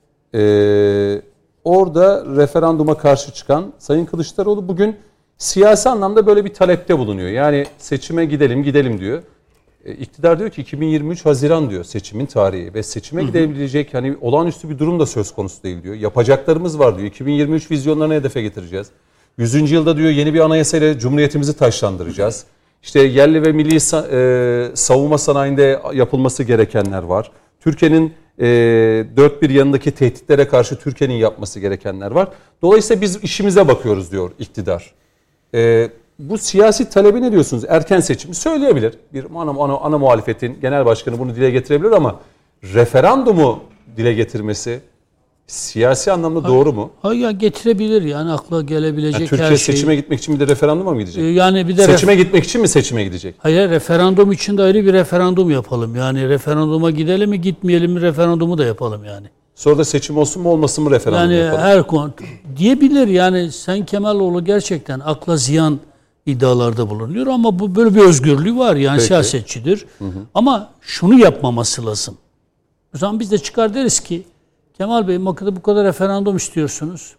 Ee, orada referanduma karşı çıkan Sayın Kılıçdaroğlu bugün siyasi anlamda böyle bir talepte bulunuyor. Yani seçime gidelim gidelim diyor. E, iktidar diyor ki iki bin yirmi üç Haziran diyor seçimin tarihi ve seçime gidebilecek hani olağanüstü bir durum da söz konusu değil diyor. Yapacaklarımız var diyor. iki bin yirmi üç vizyonlarını hedefe getireceğiz. yüzüncü yılda diyor yeni bir anayasayla Cumhuriyetimizi taşlandıracağız. İşte yerli ve milli e, savunma sanayinde yapılması gerekenler var. Türkiye'nin e, dört bir yanındaki tehditlere karşı Türkiye'nin yapması gerekenler var. Dolayısıyla biz işimize bakıyoruz diyor iktidar. E, bu siyasi talebi ne diyorsunuz? Erken seçimi söyleyebilir. Bir ana, ana, ana muhalefetin genel başkanı bunu dile getirebilir ama referandumu dile getirmesi siyasi anlamda doğru mu? Hayır ya getirebilir yani akla gelebilecek yani Türkiye her şey. seçime gitmek için bir de referanduma mı gidecek? Ee, yani bir de seçime gitmek için mi seçime gidecek? Hayır referandum için de ayrı bir referandum yapalım. Yani referanduma gidelim mi gitmeyelim mi referandumu da yapalım yani. Sonra da seçim olsun mu olmasın mı referandum yani yapalım? her konu diyebilir yani Sayın Kemaloğlu gerçekten akla ziyan iddialarda bulunuyor ama bu böyle bir özgürlüğü var yani Peki. siyasetçidir. Hı hı. Ama şunu yapmaması lazım. O zaman biz de çıkar deriz ki Kemal Bey bu kadar referandum istiyorsunuz.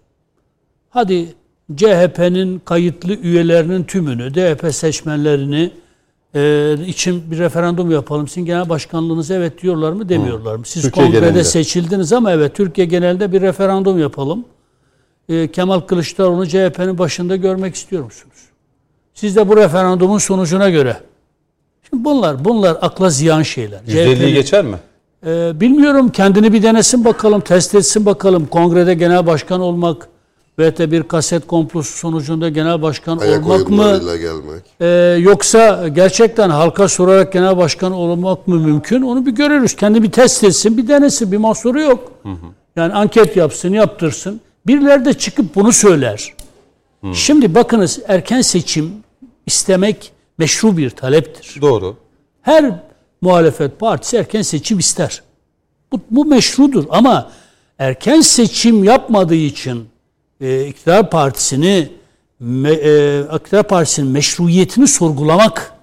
Hadi C H P'nin kayıtlı üyelerinin tümünü, D H P seçmenlerini e, için bir referandum yapalım. Sizin genel başkanlığınıza evet diyorlar mı demiyorlar mı? Siz Türkiye kongrede genelinde seçildiniz ama evet Türkiye genelinde bir referandum yapalım. E, Kemal Kılıçdaroğlu'nu C H P'nin başında görmek istiyor musunuz? Siz de bu referandumun sonucuna göre. Şimdi bunlar bunlar akla ziyan şeyler. yüzde elliyi geçer mi? Ee, bilmiyorum kendini bir denesin bakalım, test etsin bakalım. Kongrede genel başkan olmak ve de bir kaset komplosu sonucunda genel başkan Ayak olmak mı? gelmek. E, yoksa gerçekten halka sorarak genel başkan olmak mı mümkün? Onu bir görürüz. Kendi bir test etsin, bir denesin. Bir mahsuru yok. Hı hı. Yani anket yapsın, yaptırsın. Birileri de çıkıp bunu söyler. Hı. Şimdi bakınız erken seçim istemek meşru bir taleptir. Doğru. Her muhalefet partisi erken seçim ister. Bu, bu meşrudur ama erken seçim yapmadığı için e, iktidar partisini me, e, iktidar partisinin meşruiyetini sorgulamak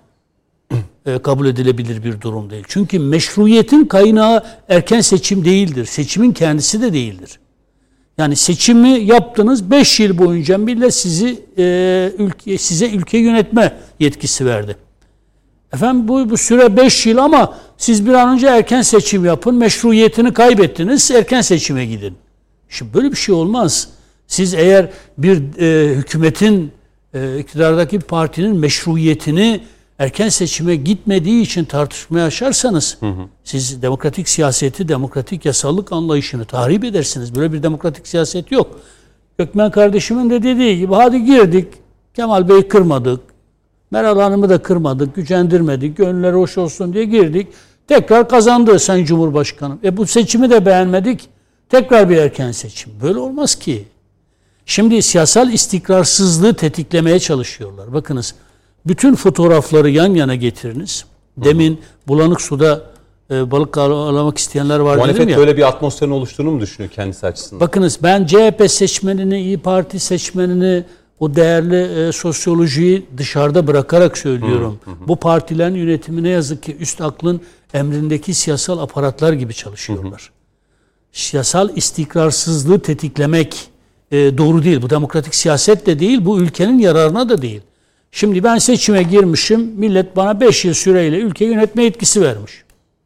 e, kabul edilebilir bir durum değil. Çünkü meşruiyetin kaynağı erken seçim değildir. Seçimin kendisi de değildir. Yani seçimi yaptınız beş yıl boyunca millet sizi e, ülke size ülke yönetme yetkisi verdi. Efendim bu, bu süre beş yıl ama siz bir an önce erken seçim yapın. Meşruiyetini kaybettiniz. Erken seçime gidin. Şimdi böyle bir şey olmaz. Siz eğer bir e, hükümetin, e, iktidardaki partinin meşruiyetini erken seçime gitmediği için tartışmaya açarsanız hı hı. siz demokratik siyaseti, demokratik yasallık anlayışını tahrip edersiniz. Böyle bir demokratik siyaset yok. Gökmen kardeşimin de dediği gibi hadi girdik. Kemal Bey'i kırmadık. Meral Hanım'ı da kırmadık, gücendirmedik. Gönülleri hoş olsun diye girdik. Tekrar kazandı Sayın Cumhurbaşkanım. E bu seçimi de beğenmedik. Tekrar bir erken seçim. Böyle olmaz ki. Şimdi siyasal istikrarsızlığı tetiklemeye çalışıyorlar. Bakınız, bütün fotoğrafları yan yana getiriniz. Demin bulanık suda e, balık avlamak isteyenler var dedim ya. Muhalefet böyle bir atmosferin oluştuğunu mu düşünüyor kendisi açısından? Bakınız, ben C H P seçmenini, İYİ Parti seçmenini, o değerli e, sosyolojiyi dışarıda bırakarak söylüyorum. Hı hı. Bu partilerin yönetimi ne yazık ki üst aklın emrindeki siyasal aparatlar gibi çalışıyorlar. Hı hı. Siyasal istikrarsızlığı tetiklemek e, doğru değil. Bu demokratik siyaset de değil, bu ülkenin yararına da değil. Şimdi ben seçime girmişim, millet bana beş yıl süreyle ülke yönetme yetkisi vermiş.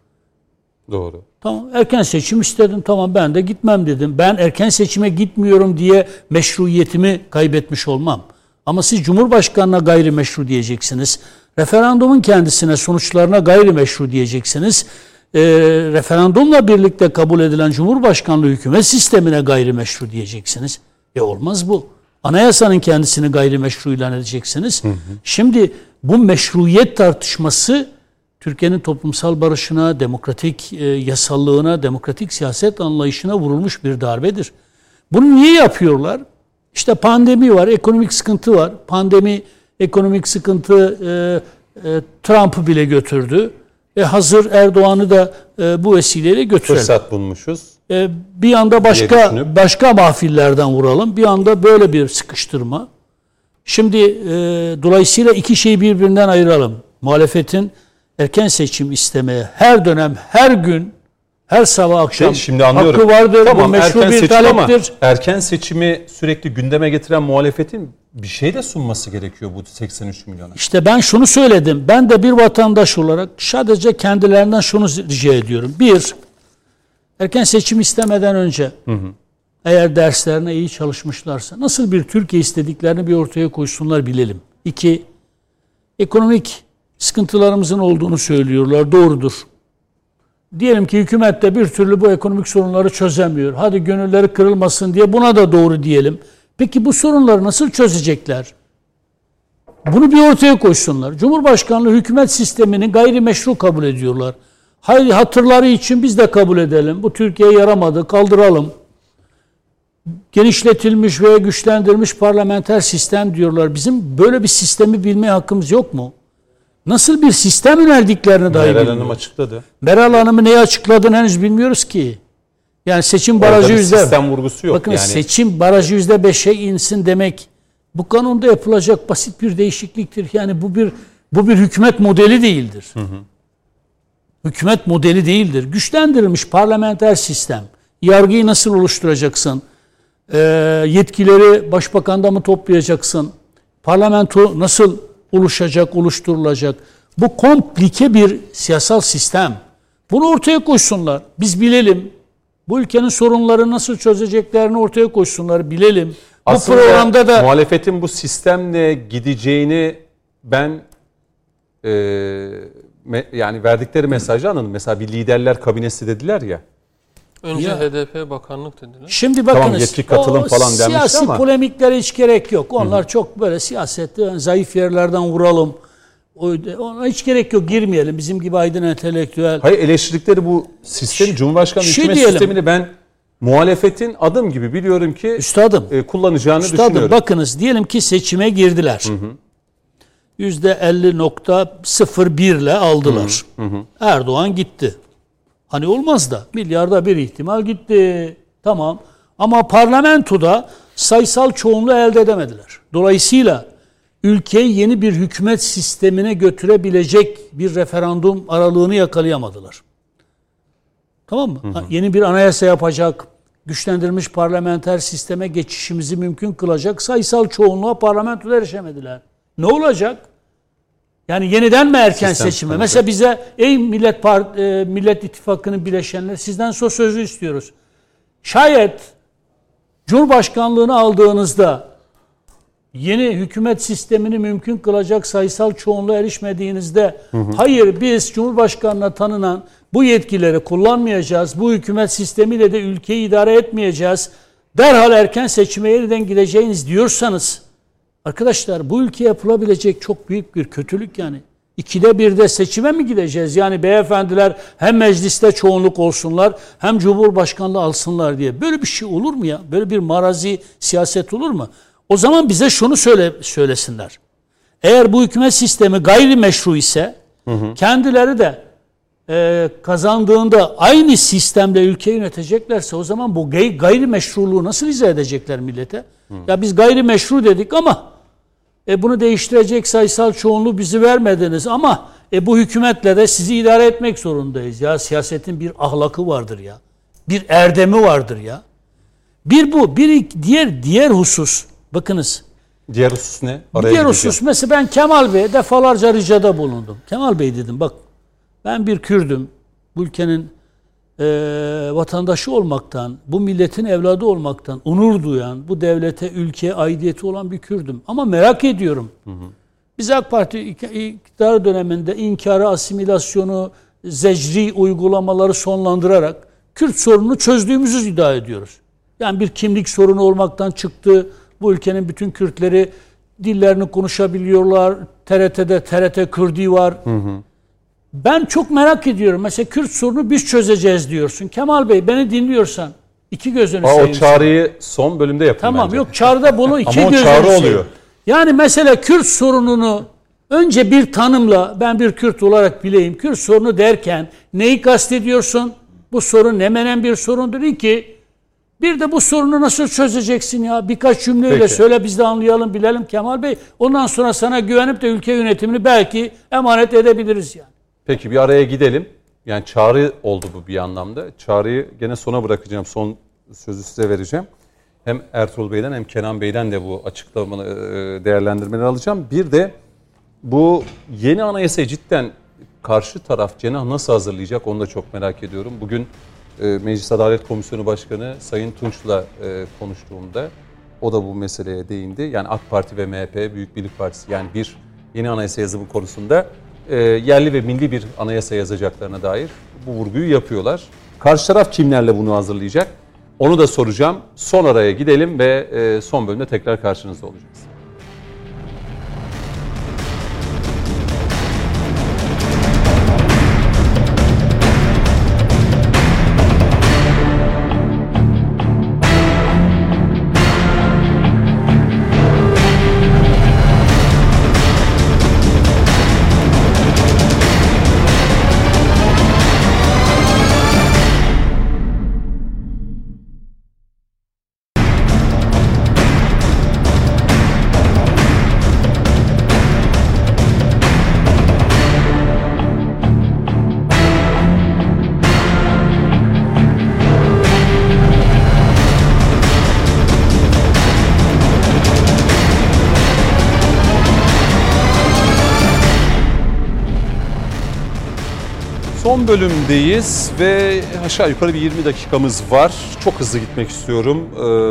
Doğru. Tamam, erken seçim istedim, tamam ben de gitmem dedim. Ben erken seçime gitmiyorum diye meşruiyetimi kaybetmiş olmam. Ama siz Cumhurbaşkanı'na gayrimeşru diyeceksiniz. Referandumun kendisine, sonuçlarına gayrimeşru diyeceksiniz. Ee, referandumla birlikte kabul edilen Cumhurbaşkanlığı hükümet sistemine gayrimeşru diyeceksiniz. E olmaz bu. Anayasanın kendisini gayrimeşru ilan edeceksiniz. Hı hı. Şimdi bu meşruiyet tartışması Türkiye'nin toplumsal barışına, demokratik e, yasallığına, demokratik siyaset anlayışına vurulmuş bir darbedir. Bunu niye yapıyorlar? İşte pandemi var, ekonomik sıkıntı var. Pandemi, ekonomik sıkıntı e, e, Trump'ı bile götürdü. E, hazır Erdoğan'ı da e, bu vesileyle götürelim. Fırsat bulmuşuz. E, bir anda başka başka mahfillerden vuralım. Bir anda böyle bir sıkıştırma. Şimdi e, dolayısıyla iki şeyi birbirinden ayıralım. Muhalefetin erken seçim istemeye her dönem, her gün, her sabah akşam ben şimdi anlıyorum. hakkı vardır. Tamam, bu meşru erken bir seçim taleptir. ama erken seçimi sürekli gündeme getiren muhalefetin bir şey de sunması gerekiyor bu seksen üç milyona. İşte ben şunu söyledim. Ben de bir vatandaş olarak sadece kendilerinden şunu rica ediyorum. Bir, erken seçim istemeden önce hı hı. eğer derslerine iyi çalışmışlarsa nasıl bir Türkiye istediklerini bir ortaya koysunlar bilelim. İki, ekonomik sıkıntılarımızın olduğunu söylüyorlar. Doğrudur. Diyelim ki hükümet de bir türlü bu ekonomik sorunları çözemiyor. Hadi gönülleri kırılmasın diye buna da doğru diyelim. Peki bu sorunları nasıl çözecekler? Bunu bir ortaya koysunlar. Cumhurbaşkanlığı hükümet sistemini gayrimeşru kabul ediyorlar. Hayır, hatırları için biz de kabul edelim. Bu Türkiye'ye yaramadı, kaldıralım. Genişletilmiş veya güçlendirilmiş parlamenter sistem diyorlar. Bizim böyle bir sistemi bilmeye hakkımız yok mu? Nasıl bir sistem önerdiklerini dahi bilmiyoruz. Meral Hanım açıkladı. Meral Hanım'ı neyi açıkladığını henüz bilmiyoruz ki. Yani seçim barajı yüzde... sistem vurgusu yok. Bakın yani. Seçim barajı yüzde beşe insin demek bu kanunda yapılacak basit bir değişikliktir. Yani bu bir bu bir hükümet modeli değildir. Hı hı. Hükümet modeli değildir. Güçlendirilmiş parlamenter sistem. Yargıyı nasıl oluşturacaksın? Ee, yetkileri başbakanda mı toplayacaksın? Parlamento nasıl oluşacak, oluşturulacak? Bu komplike bir siyasal sistem. Bunu ortaya koysunlar. Biz bilelim. Bu ülkenin sorunları nasıl çözeceklerini ortaya koysunlar. Bilelim. Aslında bu programda da muhalefetin bu sistemle gideceğini ben e, me, yani verdikleri mesajı anladım. Mesela bir liderler kabinesi dediler ya. Önce Ya. H D P bakanlık dediler. Şimdi bakınız, tamam, yetki katılım o falan denmiş siyasi ama. polemiklere hiç gerek yok. Onlar Hı-hı. çok böyle siyasette zayıf yerlerden vuralım. Ona hiç gerek yok, girmeyelim. Bizim gibi aydın entelektüel. Hayır, eleştirdikleri bu sistemi, Cumhurbaşkanlığı Şu hükümet diyelim, sistemini ben muhalefetin adım gibi biliyorum ki üstadım, e, kullanacağını üstadım, düşünüyorum. Bakınız, diyelim ki seçime girdiler. yüzde elli nokta sıfır bir ile aldılar. Hı hı. Erdoğan gitti. Hani olmaz da milyarda bir ihtimal gitti. Tamam. Ama parlamentoda sayısal çoğunluğu elde edemediler. Dolayısıyla ülkeyi yeni bir hükümet sistemine götürebilecek bir referandum aralığını yakalayamadılar. Tamam mı? Hı hı. Yeni bir anayasa yapacak, güçlendirilmiş parlamenter sisteme geçişimizi mümkün kılacak sayısal çoğunluğa parlamentoda erişemediler. Ne olacak? Yani yeniden mi erken sistem seçime? Tanıcı. Mesela bize ey Millet Part e, Millet İttifakı'nın bileşenleri sizden söz sözü istiyoruz. Şayet Cumhurbaşkanlığını aldığınızda yeni hükümet sistemini mümkün kılacak sayısal çoğunluğa erişmediğinizde hı hı. hayır biz Cumhurbaşkanı'na tanınan bu yetkileri kullanmayacağız. Bu hükümet sistemiyle de ülkeyi idare etmeyeceğiz. Derhal erken seçime yeniden gideceğiniz diyorsanız Arkadaşlar bu ülkeye yapılabilecek çok büyük bir kötülük yani. İkide birde seçime mi gideceğiz? Yani beyefendiler hem mecliste çoğunluk olsunlar hem cumhurbaşkanlığı alsınlar diye. Böyle bir şey olur mu ya? Böyle bir marazi siyaset olur mu? O zaman bize şunu söyle, söylesinler. Eğer bu hükümet sistemi gayrimeşru ise hı hı. kendileri de e, kazandığında aynı sistemle ülkeyi yöneteceklerse o zaman bu gay, gayrimeşruluğu nasıl izah edecekler millete? Hı. Ya biz gayrimeşru dedik ama E bunu değiştirecek sayısal çoğunluğu bizi vermediniz ama e bu hükümetle de sizi idare etmek zorundayız. Ya siyasetin bir ahlakı vardır ya. Bir erdemi vardır ya. Bir bu, bir diğer diğer husus. Bakınız. Diğer husus ne? Araya diğer husus mesela ben Kemal Bey'e defalarca ricada bulundum. Kemal Bey dedim bak ben bir Kürdüm. Bu ülkenin e, vatandaşı olmaktan, bu milletin evladı olmaktan onur duyan, bu devlete, ülkeye aidiyeti olan bir Kürdüm. Ama merak ediyorum. Hı hı. Biz AK Parti iktidar döneminde inkarı, asimilasyonu, zecri uygulamaları sonlandırarak Kürt sorununu çözdüğümüzü iddia ediyoruz. Yani bir kimlik sorunu olmaktan çıktı. Bu ülkenin bütün Kürtleri dillerini konuşabiliyorlar. T R T'de T R T Kürdi var. Hı hı. Ben çok merak ediyorum. Mesela Kürt sorunu biz çözeceğiz diyorsun. Kemal Bey beni dinliyorsan iki gözünü seveyim. O çağrıyı son bölümde yapın tamam, bence. yok çağrıda bunu iki Ama gözünü çağrı seveyim. oluyor. Yani mesela Kürt sorununu önce bir tanımla ben bir Kürt olarak bileyim. Kürt sorunu derken neyi kastediyorsun? Bu sorun ne menen bir sorundur ki? Bir de bu sorunu nasıl çözeceksin ya? Birkaç cümleyle Peki. söyle biz de anlayalım bilelim Kemal Bey. Ondan sonra sana güvenip de ülke yönetimini belki emanet edebiliriz yani. Peki bir araya gidelim. Yani çağrı oldu bu bir anlamda. Çağrıyı gene sona bırakacağım. Son sözü size vereceğim. Hem Ertuğrul Bey'den hem Kenan Bey'den de bu açıklamalı değerlendirmeleri alacağım. Bir de bu yeni anayasayı cidden karşı taraf cenah nasıl hazırlayacak onu da çok merak ediyorum. Bugün Meclis Adalet Komisyonu Başkanı Sayın Tunç'la konuştuğumda o da bu meseleye değindi. Yani AK Parti ve M H P, Büyük Birlik Partisi yani bir yeni anayasa yazımı konusunda E, yerli ve milli bir anayasa yazacaklarına dair bu vurguyu yapıyorlar. Karşı taraf kimlerle bunu hazırlayacak? Onu da soracağım. Son araya gidelim ve e, son bölümde tekrar karşınızda olacağız. Son bölümdeyiz ve aşağı yukarı bir yirmi dakikamız var. Çok hızlı gitmek istiyorum.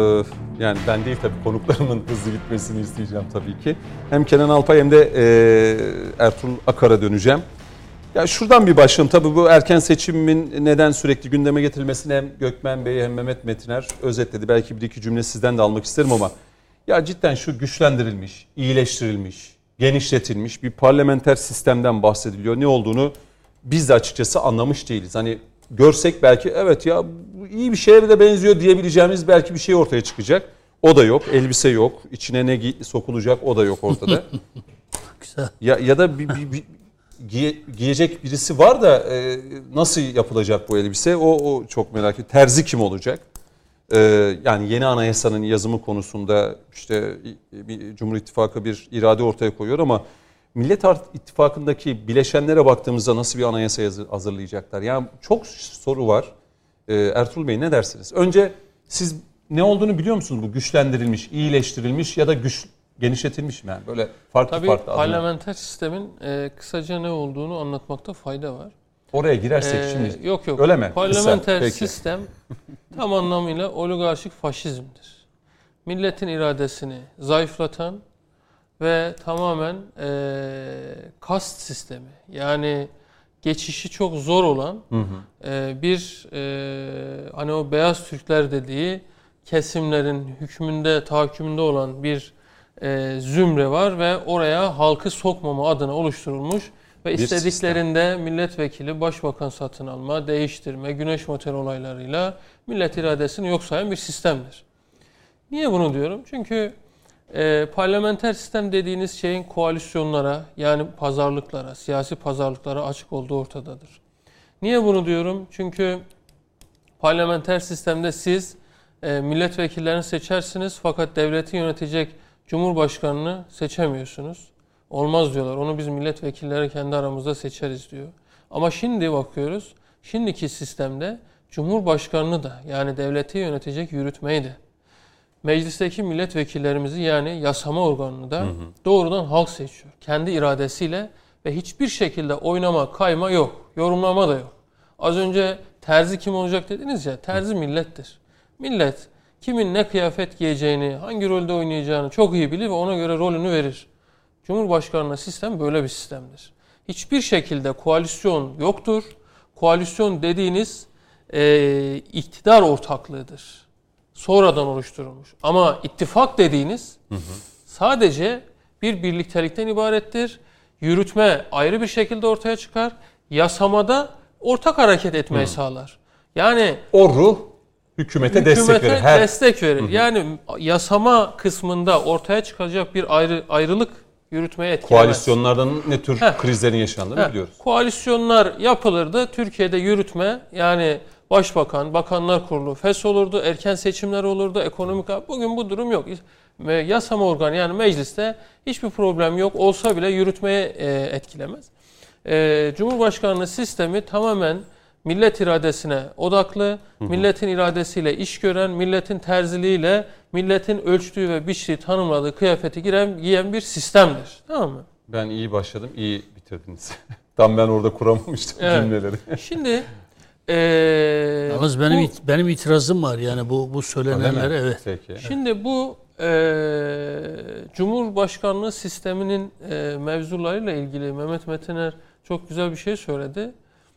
Ee, yani ben değil tabii konuklarımın hızlı gitmesini isteyeceğim tabii ki. Hem Kenan Alpay hem de e, Ertuğrul Akar'a döneceğim. Ya şuradan bir başlayalım. Tabii bu erken seçimin neden sürekli gündeme getirilmesini hem Gökmen Bey hem Mehmet Metiner özetledi. Belki bir iki cümle sizden de almak isterim ama ya cidden şu güçlendirilmiş, iyileştirilmiş, genişletilmiş bir parlamenter sistemden bahsediliyor. Ne olduğunu biz de açıkçası anlamış değiliz. Hani görsek belki evet ya bu iyi bir şeye de benziyor diyebileceğimiz belki bir şey ortaya çıkacak. O da yok. Elbise yok. İçine ne gi- sokulacak o da yok ortada. Güzel. Ya, ya da bir, bir, bir giye, giyecek birisi var da e, nasıl yapılacak bu elbise? O, o çok merak ediyorum. Terzi kim olacak? E, yani yeni anayasanın yazımı konusunda işte bir, Cumhur İttifakı bir irade ortaya koyuyor ama Millet İttifakı'ndaki bileşenlere baktığımızda nasıl bir anayasa hazırlayacaklar? Yani çok soru var. Ee, Ertuğrul Bey ne dersiniz? Önce siz ne olduğunu biliyor musunuz? Bu güçlendirilmiş, iyileştirilmiş ya da güç genişletilmiş mi? Yani böyle farklı Tabii farklı adımlar. parlamenter sistemin e, kısaca ne olduğunu anlatmakta fayda var. Oraya girersek ee, şimdi. Yok yok. Öyle mi? Parlamenter sistem tam anlamıyla oligarşik faşizmdir. Milletin iradesini zayıflatan ve tamamen e, kast sistemi yani geçişi çok zor olan hı hı. E, bir e, hani o beyaz Türkler dediği kesimlerin hükmünde tahakkümünde olan bir e, zümre var ve oraya halkı sokmama adına oluşturulmuş ve Bir istediklerinde milletvekili, başbakan satın alma, değiştirme, güneş motor olaylarıyla millet iradesini yok sayan bir sistemdir. Niye bunu diyorum? Çünkü e, parlamenter sistem dediğiniz şeyin koalisyonlara, yani pazarlıklara, siyasi pazarlıklara açık olduğu ortadadır. Niye bunu diyorum? Çünkü parlamenter sistemde siz e, milletvekillerini seçersiniz fakat devleti yönetecek cumhurbaşkanını seçemiyorsunuz. Olmaz diyorlar. Onu biz milletvekilleri kendi aramızda seçeriz diyor. Ama şimdi bakıyoruz, şimdiki sistemde cumhurbaşkanını da, yani devleti yönetecek yürütmeyi de, meclisteki milletvekillerimizi, yani yasama organını da hı hı. doğrudan halk seçiyor. Kendi iradesiyle ve hiçbir şekilde oynama, kayma yok. Yorumlama da yok. Az önce terzi kim olacak dediniz ya, terzi millettir. Millet kimin ne kıyafet giyeceğini, hangi rolde oynayacağını çok iyi bilir ve ona göre rolünü verir. Cumhurbaşkanlığı sistem böyle bir sistemdir. Hiçbir şekilde koalisyon yoktur. Koalisyon dediğiniz e, iktidar ortaklığıdır. Sonradan oluşturulmuş. Ama ittifak dediğiniz hı hı. sadece bir birliktelikten ibarettir. Yürütme ayrı bir şekilde ortaya çıkar. Yasamada ortak hareket etmeyi hı. sağlar. Yani o ruh hükümete, hükümete destek verir. Her... destek verir. Hı hı. Yani yasama kısmında ortaya çıkacak bir ayrı ayrılık yürütmeye etkilemez. Koalisyonlardan ne tür Heh. krizlerin yaşandığını Heh. biliyoruz. Koalisyonlar yapılırdı. Türkiye'de yürütme, yani Başbakan, Bakanlar Kurulu fes olurdu, erken seçimler olurdu, ekonomik... Bugün bu durum yok. Yasama organı, yani mecliste hiçbir problem yok. Olsa bile yürütmeye etkilemez. Cumhurbaşkanlığı sistemi tamamen millet iradesine odaklı, hı hı. milletin iradesiyle iş gören, milletin terziliğiyle, milletin ölçtüğü ve biçtiği, tanımladığı kıyafeti giyen, giyen bir sistemdir. Tamam mı? Ben iyi başladım, iyi bitirdiniz. Tam ben orada kuramamıştım evet. cümleleri. Şimdi Ee, Yalnız benim bu, benim itirazım var, yani bu bu söylenenlere evet. Peki. Şimdi bu e, Cumhurbaşkanlığı sisteminin e, mevzularıyla ilgili Mehmet Metiner çok güzel bir şey söyledi.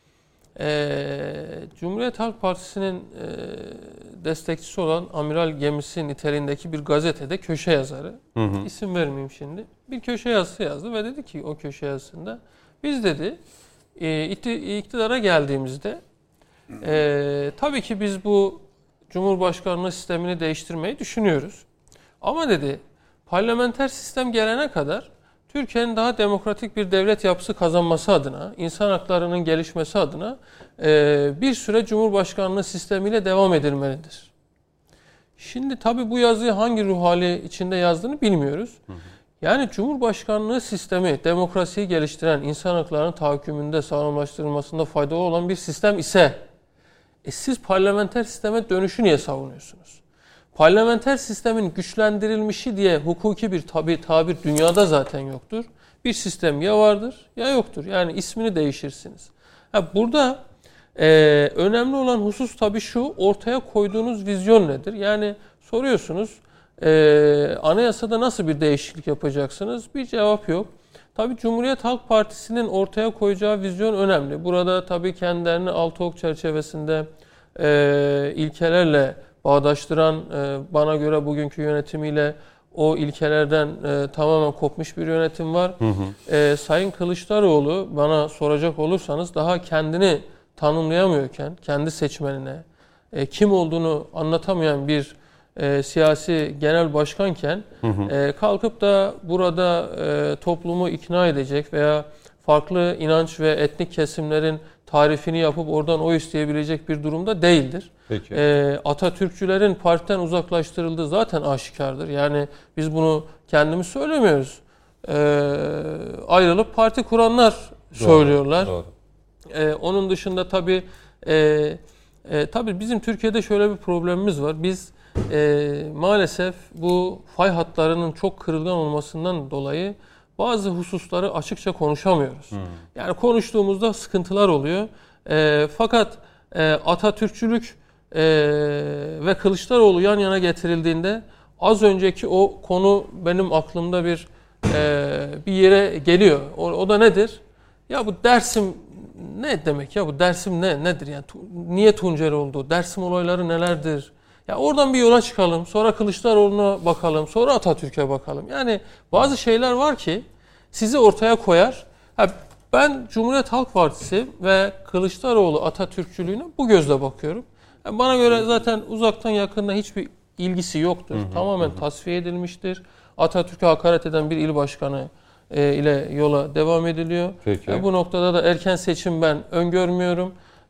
E, Cumhuriyet Halk Partisi'nin e, destekçisi olan Amiral Gemisi niteliğindeki bir gazetede köşe yazarı, hı hı. isim vermeyeyim şimdi, bir köşe yazısı yazdı ve dedi ki o köşe yazısında biz dedi e, iktidara geldiğimizde Ee, tabii ki biz bu Cumhurbaşkanlığı sistemini değiştirmeyi düşünüyoruz. Ama dedi, parlamenter sistem gelene kadar Türkiye'nin daha demokratik bir devlet yapısı kazanması adına, insan haklarının gelişmesi adına e, bir süre Cumhurbaşkanlığı sistemiyle devam edilmelidir. Şimdi tabii bu yazıyı hangi ruh hali içinde yazdığını bilmiyoruz. Hı hı. Yani Cumhurbaşkanlığı sistemi demokrasiyi geliştiren, insan haklarının tahakkümünde sağlamlaştırılmasında faydalı olan bir sistem ise E siz parlamenter sisteme dönüşü niye savunuyorsunuz? Parlamenter sistemin güçlendirilmişi diye hukuki bir tabi, tabir dünyada zaten yoktur. Bir sistem ya vardır ya yoktur. Yani ismini değişirsiniz. Ha, burada e, önemli olan husus tabii şu, ortaya koyduğunuz vizyon nedir? Yani soruyorsunuz e, anayasada nasıl bir değişiklik yapacaksınız? Bir cevap yok. Tabii Cumhuriyet Halk Partisi'nin ortaya koyacağı vizyon önemli. Burada tabii kendilerini altı ok çerçevesinde e, ilkelerle bağdaştıran, e, bana göre bugünkü yönetimiyle o ilkelerden e, tamamen kopmuş bir yönetim var. Hı hı. E, Sayın Kılıçdaroğlu, bana soracak olursanız, daha kendini tanımlayamıyorken, kendi seçmenine e, kim olduğunu anlatamayan bir E, siyasi genel başkanken hı hı. E, kalkıp da burada e, toplumu ikna edecek veya farklı inanç ve etnik kesimlerin tarifini yapıp oradan oy isteyebilecek bir durumda değildir. E, Atatürkçülerin partiden uzaklaştırıldığı zaten aşikardır. Yani biz bunu kendimiz söylemiyoruz. E, ayrılıp parti kuranlar doğru, söylüyorlar. Doğru. E, onun dışında tabii e, e, tabii bizim Türkiye'de şöyle bir problemimiz var. Biz E, maalesef bu fay hatlarının çok kırılgan olmasından dolayı bazı hususları açıkça konuşamıyoruz. Hmm. Yani konuştuğumuzda sıkıntılar oluyor. E, fakat e, Atatürkçülük e, ve Kılıçdaroğlu yan yana getirildiğinde az önceki o konu benim aklımda bir e, bir yere geliyor. O, o da nedir? Ya bu Dersim ne demek ya? Bu Dersim ne nedir yani? Niye Tuncer oldu? Dersim olayları nelerdir? Ya oradan bir yola çıkalım, sonra Kılıçdaroğlu'na bakalım, sonra Atatürk'e bakalım. Yani bazı şeyler var ki sizi ortaya koyar. Ha, ben Cumhuriyet Halk Partisi ve Kılıçdaroğlu Atatürkçülüğüne bu gözle bakıyorum. Yani bana göre zaten uzaktan yakından hiçbir ilgisi yoktur. Hı hı, Tamamen hı. tasfiye edilmiştir. Atatürk'e hakaret eden bir il başkanı e, ile yola devam ediliyor. E, bu noktada da erken seçim ben öngörmüyorum.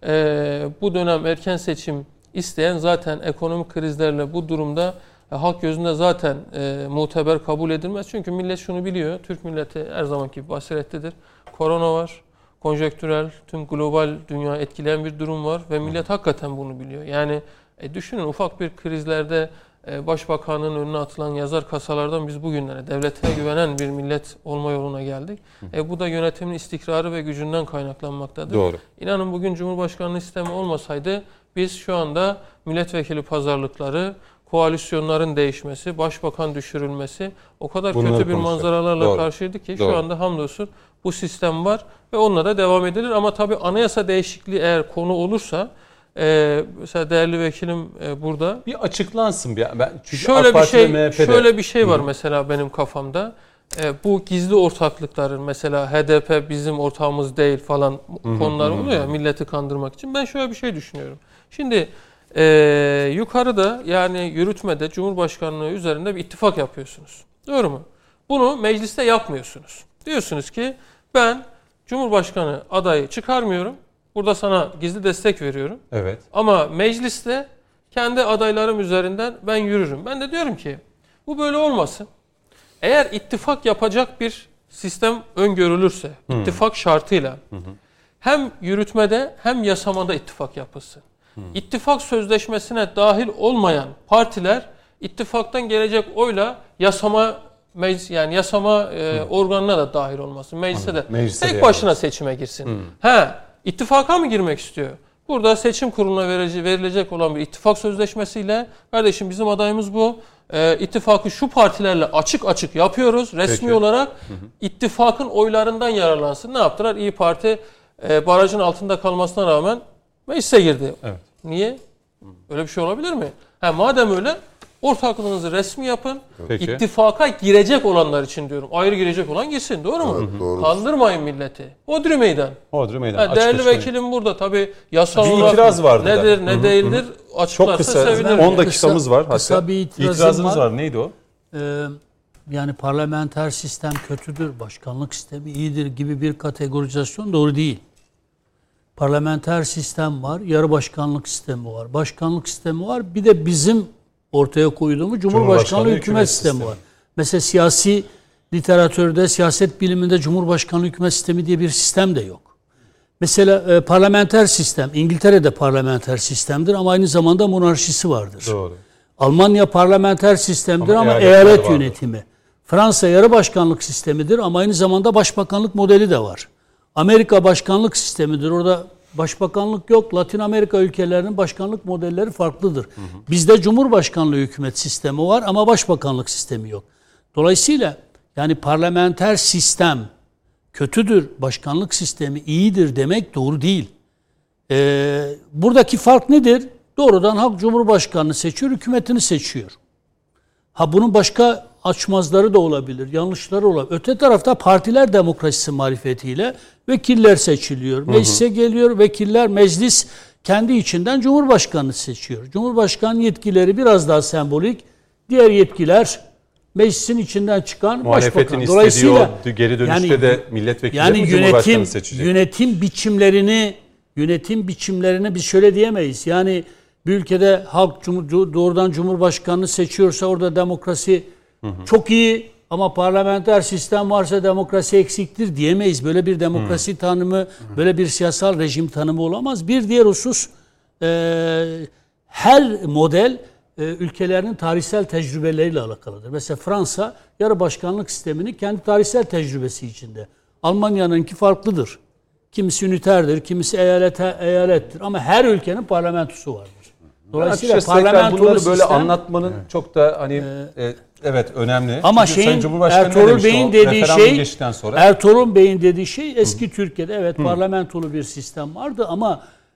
E, bu dönem erken seçim isteyen zaten ekonomik krizlerle bu durumda e, halk gözünde zaten e, muteber kabul edilmez. Çünkü millet şunu biliyor. Türk milleti her zamanki gibi basiretlidir. Korona var. Konjektürel, tüm global dünya etkileyen bir durum var ve millet hakikaten bunu biliyor. Yani e, düşünün ufak bir krizlerde e, başbakanın önüne atılan yazar kasalardan biz bugünlere devletine güvenen bir millet olma yoluna geldik. E, bu da yönetimin istikrarı ve gücünden kaynaklanmaktadır. Doğru. İnanın bugün Cumhurbaşkanlığı sistemi olmasaydı biz şu anda milletvekili pazarlıkları, koalisyonların değişmesi, başbakan düşürülmesi o kadar Bunları kötü bir konuşacak. manzaralarla Doğru. karşıydık ki Doğru. şu anda hamdolsun bu sistem var ve onunla da devam edilir. Ama tabii anayasa değişikliği eğer konu olursa, e, mesela değerli vekilim e, burada. Bir açıklansın. Bir, ben, çünkü şöyle AK Parti bir şey, ve M H P'de. şöyle bir şey var Hı. mesela benim kafamda. E, bu gizli ortaklıkların mesela H D P bizim ortağımız değil falan Hı. konular Hı. oluyor ya milleti kandırmak için. Ben şöyle bir şey düşünüyorum. Şimdi e, yukarıda yani yürütmede Cumhurbaşkanlığı üzerinde bir ittifak yapıyorsunuz. Doğru mu? Bunu mecliste yapmıyorsunuz. Diyorsunuz ki ben Cumhurbaşkanı adayı çıkarmıyorum. Burada sana gizli destek veriyorum. Evet. Ama mecliste kendi adaylarım üzerinden ben yürürüm. Ben de diyorum ki bu böyle olmasın. Eğer ittifak yapacak bir sistem öngörülürse, hmm. ittifak şartıyla hmm. hem yürütmede hem yasamada ittifak yapılsın. Hmm. İttifak sözleşmesine dahil olmayan partiler ittifaktan gelecek oyla yasama meclis yani yasama e, hmm. organına da dahil olmasın. Meclise de Meclise tek de başına yapmasın. Seçime girsin. Hmm. He, ittifaka mı girmek istiyor? Burada seçim kuruluna verilecek olan bir ittifak sözleşmesiyle kardeşim bizim adayımız bu. E, ittifakı şu partilerle açık açık yapıyoruz. Resmi Peki. olarak hı hı. ittifakın oylarından yararlansın. Ne yaptılar? İYİ Parti e, barajın altında kalmasına rağmen meclise girdi. Evet. Niye? Öyle bir şey olabilir mi? Ha, madem öyle ortaklığınızı resmi yapın. Peki. İttifaka girecek olanlar için diyorum. Ayrı girecek olan girsin. Doğru mu? Evet, doğru. Kandırmayın milleti. Hodri meydan. Hodri meydan. Ha, değerli vekilim burada. Tabii yasal bir olarak itiraz vardı nedir, da. ne Hı hı, değildir hı. açıklarsa Çok kısa. sevinirim. on dakikamız var. Kısa Hatta. bir itirazım İtirazınız var. var. Neydi o? Ee, yani parlamenter sistem kötüdür, başkanlık sistemi iyidir gibi bir kategorizasyon doğru değil. Parlamenter sistem var, yarı başkanlık sistemi var, başkanlık sistemi var. Bir de bizim ortaya koyduğumuz Cumhurbaşkanlığı hükümet, hükümet sistemi, sistemi var. Mesela siyasi literatürde, siyaset biliminde Cumhurbaşkanlığı hükümet sistemi diye bir sistem de yok. Mesela e, parlamenter sistem, İngiltere'de parlamenter sistemdir ama aynı zamanda monarşisi vardır. Doğru. Almanya parlamenter sistemdir ama, ama eyalet vardır. Yönetimi. Fransa yarı başkanlık sistemidir ama aynı zamanda başbakanlık modeli de var. Amerika başkanlık sistemidir. Orada başbakanlık yok. Latin Amerika ülkelerinin başkanlık modelleri farklıdır. Hı hı. Bizde Cumhurbaşkanlığı hükümet sistemi var ama başbakanlık sistemi yok. Dolayısıyla yani parlamenter sistem kötüdür, başkanlık sistemi iyidir demek doğru değil. Ee, buradaki fark nedir? Doğrudan halk Cumhurbaşkanını seçiyor, hükümetini seçiyor. Ha bunun başka açmazları da olabilir, yanlışları olabilir. Öte tarafta partiler demokrasisi marifetiyle vekiller seçiliyor. Meclise geliyor, vekiller, meclis kendi içinden Cumhurbaşkanını seçiyor. Cumhurbaşkanı yetkileri biraz daha sembolik, diğer yetkiler meclisin içinden çıkan muhalefetin başbakan. Dolayısıyla istediği geri dönüşte yani, de milletvekili yani mi yönetim, Cumhurbaşkanı seçecek? Yönetim biçimlerini yönetim biçimlerini biz şöyle diyemeyiz. Yani bir ülkede halk cumhur, doğrudan Cumhurbaşkanını seçiyorsa orada demokrasi hı hı. çok iyi ama parlamenter sistem varsa demokrasi eksiktir diyemeyiz. Böyle bir demokrasi hı. tanımı, hı. böyle bir siyasal rejim tanımı olamaz. Bir diğer husus e, her model e, ülkelerinin tarihsel tecrübeleriyle alakalıdır. Mesela Fransa yarı başkanlık sistemini kendi tarihsel tecrübesi içinde. Almanya'nınki farklıdır. Kimisi üniterdir, kimisi eyalete, eyalettir ama her ülkenin parlamentosu vardır. Dolayısıyla parlamentolu bunları böyle sistem, anlatmanın evet. çok da hani e, e, evet önemli. Ama Çünkü şeyin Ertuğrul Bey'in dediği şey Ertuğrul Bey'in dediği şey eski Hı. Türkiye'de evet Hı. parlamentolu bir sistem vardı ama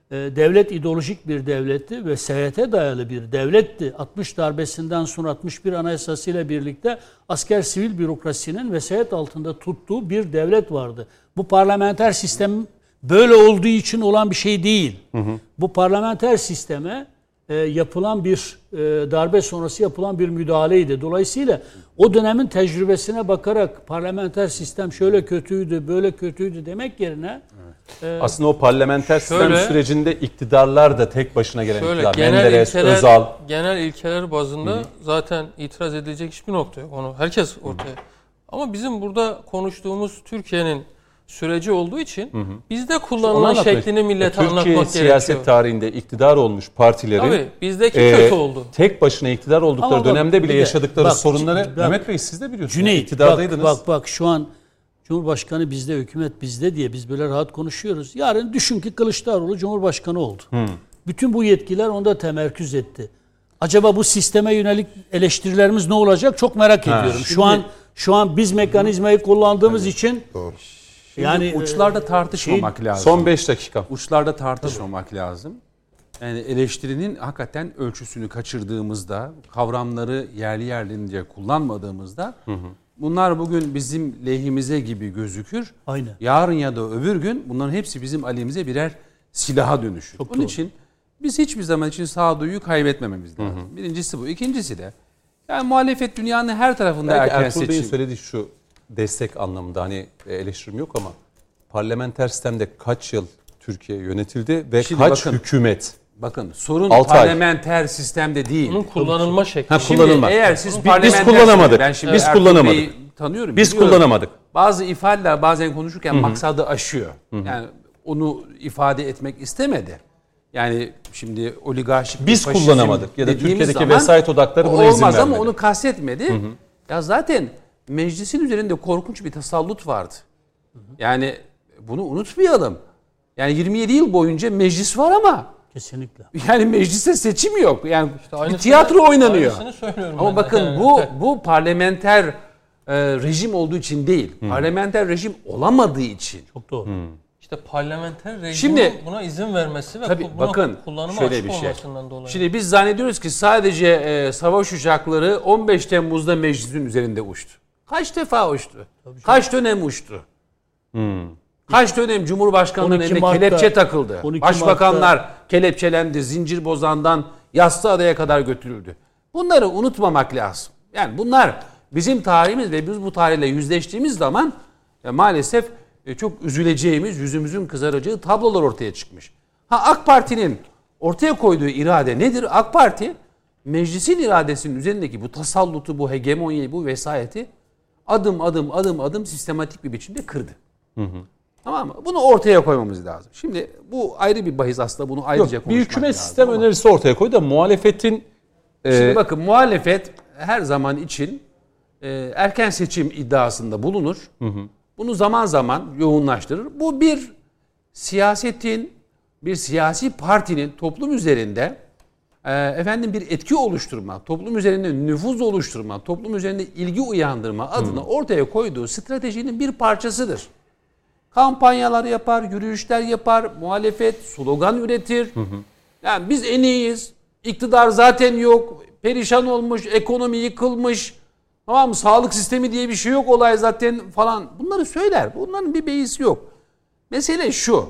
devlet ideolojik bir devletti, vesayete dayalı bir devletti. altmış darbesinden sonra altmış bir Anayasası ile birlikte asker sivil bürokrasinin vesayet altında tuttuğu bir devlet vardı. Bu parlamenter sistem böyle olduğu için olan bir şey değil. Hı hı. Bu parlamenter sisteme e, yapılan bir e, darbe sonrası yapılan bir müdahaleydi. Dolayısıyla o dönemin tecrübesine bakarak parlamenter sistem şöyle kötüydü, böyle kötüydü demek yerine e, aslında o parlamenter şöyle, sistem sürecinde iktidarlar da tek başına gelen şöyle, iktidar. Genel Menderes, ilkeler, Özal. Genel ilkeler bazında hı. zaten itiraz edilecek hiçbir nokta yok. Onu herkes ortaya. Hı. Ama bizim burada konuştuğumuz Türkiye'nin süreci olduğu için hı hı. bizde kullanılan şeklini millete Türkiye anlatmak gerekiyor. Türkiye siyaset tarihinde iktidar olmuş partilerin Tabii, bizdeki e, kötü oldu. Tek başına iktidar oldukları Ama dönemde bak, bile de, yaşadıkları bak, sorunları bak, Mehmet Bey siz de biliyorsunuz. Cüneyt, iktidardaydınız. Bak, bak bak şu an Cumhurbaşkanı bizde, hükümet bizde diye biz böyle rahat konuşuyoruz. Yarın düşün ki Kılıçdaroğlu Cumhurbaşkanı oldu. Hmm. Bütün bu yetkiler onda temerküz etti. Acaba bu sisteme yönelik eleştirilerimiz ne olacak? Çok merak ha. ediyorum. Şu Şimdi, an şu an biz mekanizmayı kullandığımız evet. için Doğru. Şimdi yani uçlarda tartışmamak şey, lazım. Son beş dakika. Uçlarda tartışmamak Tabii. lazım. Yani eleştirinin hakikaten ölçüsünü kaçırdığımızda, kavramları yerli yerlerince kullanmadığımızda hı hı. bunlar bugün bizim lehimize gibi gözükür. Aynen. Yarın ya da öbür gün bunların hepsi bizim aleyhimize birer silaha dönüşür. Çok Onun doğru. için biz hiçbir zaman için sağduyuyu kaybetmememiz lazım. Hı hı. Birincisi bu. İkincisi de yani muhalefet dünyanın her tarafında Belki erken Ertuğrul seçim. Bey'in söylediği şu destek anlamında hani eleştirim yok ama parlamenter sistemde kaç yıl Türkiye yönetildi ve Şimdi kaç bakın, hükümet? Bakın sorun parlamenter ay. sistemde değil. Bunun kullanılma şekli. Ha, kullanılma. Eğer siz biz, biz kullanamadık. Ben şimdi biz Ertuğrul kullanamadık. Bey'i tanıyorum. Biz biliyorum. kullanamadık. Bazı ifadeler bazen konuşurken Hı-hı. maksadı aşıyor. Hı-hı. Yani onu ifade etmek istemedi. Yani şimdi oligarşik biz kullanamadık ya da Türkiye'deki vesayet odakları buna izin vermedi. Olmaz ama onu kastetmedi. Hı-hı. Ya zaten meclisin üzerinde korkunç bir tasallut vardı. Hı-hı. Yani bunu unutmayalım. Yani yirmi yedi yıl boyunca meclis var ama kesinlikle. Yani mecliste seçim yok. Yani işte bir tiyatro oynanıyor. Ama bakın de. bu bu parlamenter e, rejim olduğu için değil. Hmm. Parlamenter rejim olamadığı için. Çok doğru. Hmm. İşte parlamenter rejimin Şimdi, buna izin vermesi ve tabii, buna bakın, kullanıma şöyle açık bir şey. olmasından dolayı. Şimdi biz zannediyoruz ki sadece e, savaş uçakları on beş Temmuz'da meclisin üzerinde uçtu. Kaç defa uçtu? Kaç dönem uçtu? Hmm. Kaç dönem Cumhurbaşkanı'nın eline Mart'ta, kelepçe takıldı. Başbakanlar Mart'ta kelepçelendi. Zincirbozan'dan Yassıada'ya kadar götürüldü. Bunları unutmamak lazım. Yani bunlar bizim tarihimiz ve biz bu tarihle yüzleştiğimiz zaman ya maalesef e, çok üzüleceğimiz, yüzümüzün kızaracağı tablolar ortaya çıkmış. Ha AK Parti'nin ortaya koyduğu irade nedir? AK Parti meclisin iradesinin üzerindeki bu tasallutu, bu hegemonyayı, bu vesayeti adım adım adım adım sistematik bir biçimde kırdı. Hı hı. Tamam mı? Bunu ortaya koymamız lazım. Şimdi bu ayrı bir bahis aslında. Bunu ayrıca konuşmak lazım. Bir hükümet sistem ama önerisi ortaya koydu da muhalefetin... E... Şimdi bakın muhalefet her zaman için e, erken seçim iddiasında bulunur. Hı hı. Bunu zaman zaman yoğunlaştırır. Bu bir siyasetin, bir siyasi partinin toplum üzerinde e, efendim bir etki oluşturma, toplum üzerinde nüfuz oluşturma, toplum üzerinde ilgi uyandırma adına hı. ortaya koyduğu stratejinin bir parçasıdır. Kampanyalar yapar, yürüyüşler yapar, muhalefet slogan üretir. Hı hı. Yani biz en iyiyiz, iktidar zaten yok, perişan olmuş, ekonomi yıkılmış, tamam mı? Sağlık sistemi diye bir şey yok, olay zaten falan. Bunları söyler, bunların bir beisi yok. Mesele şu,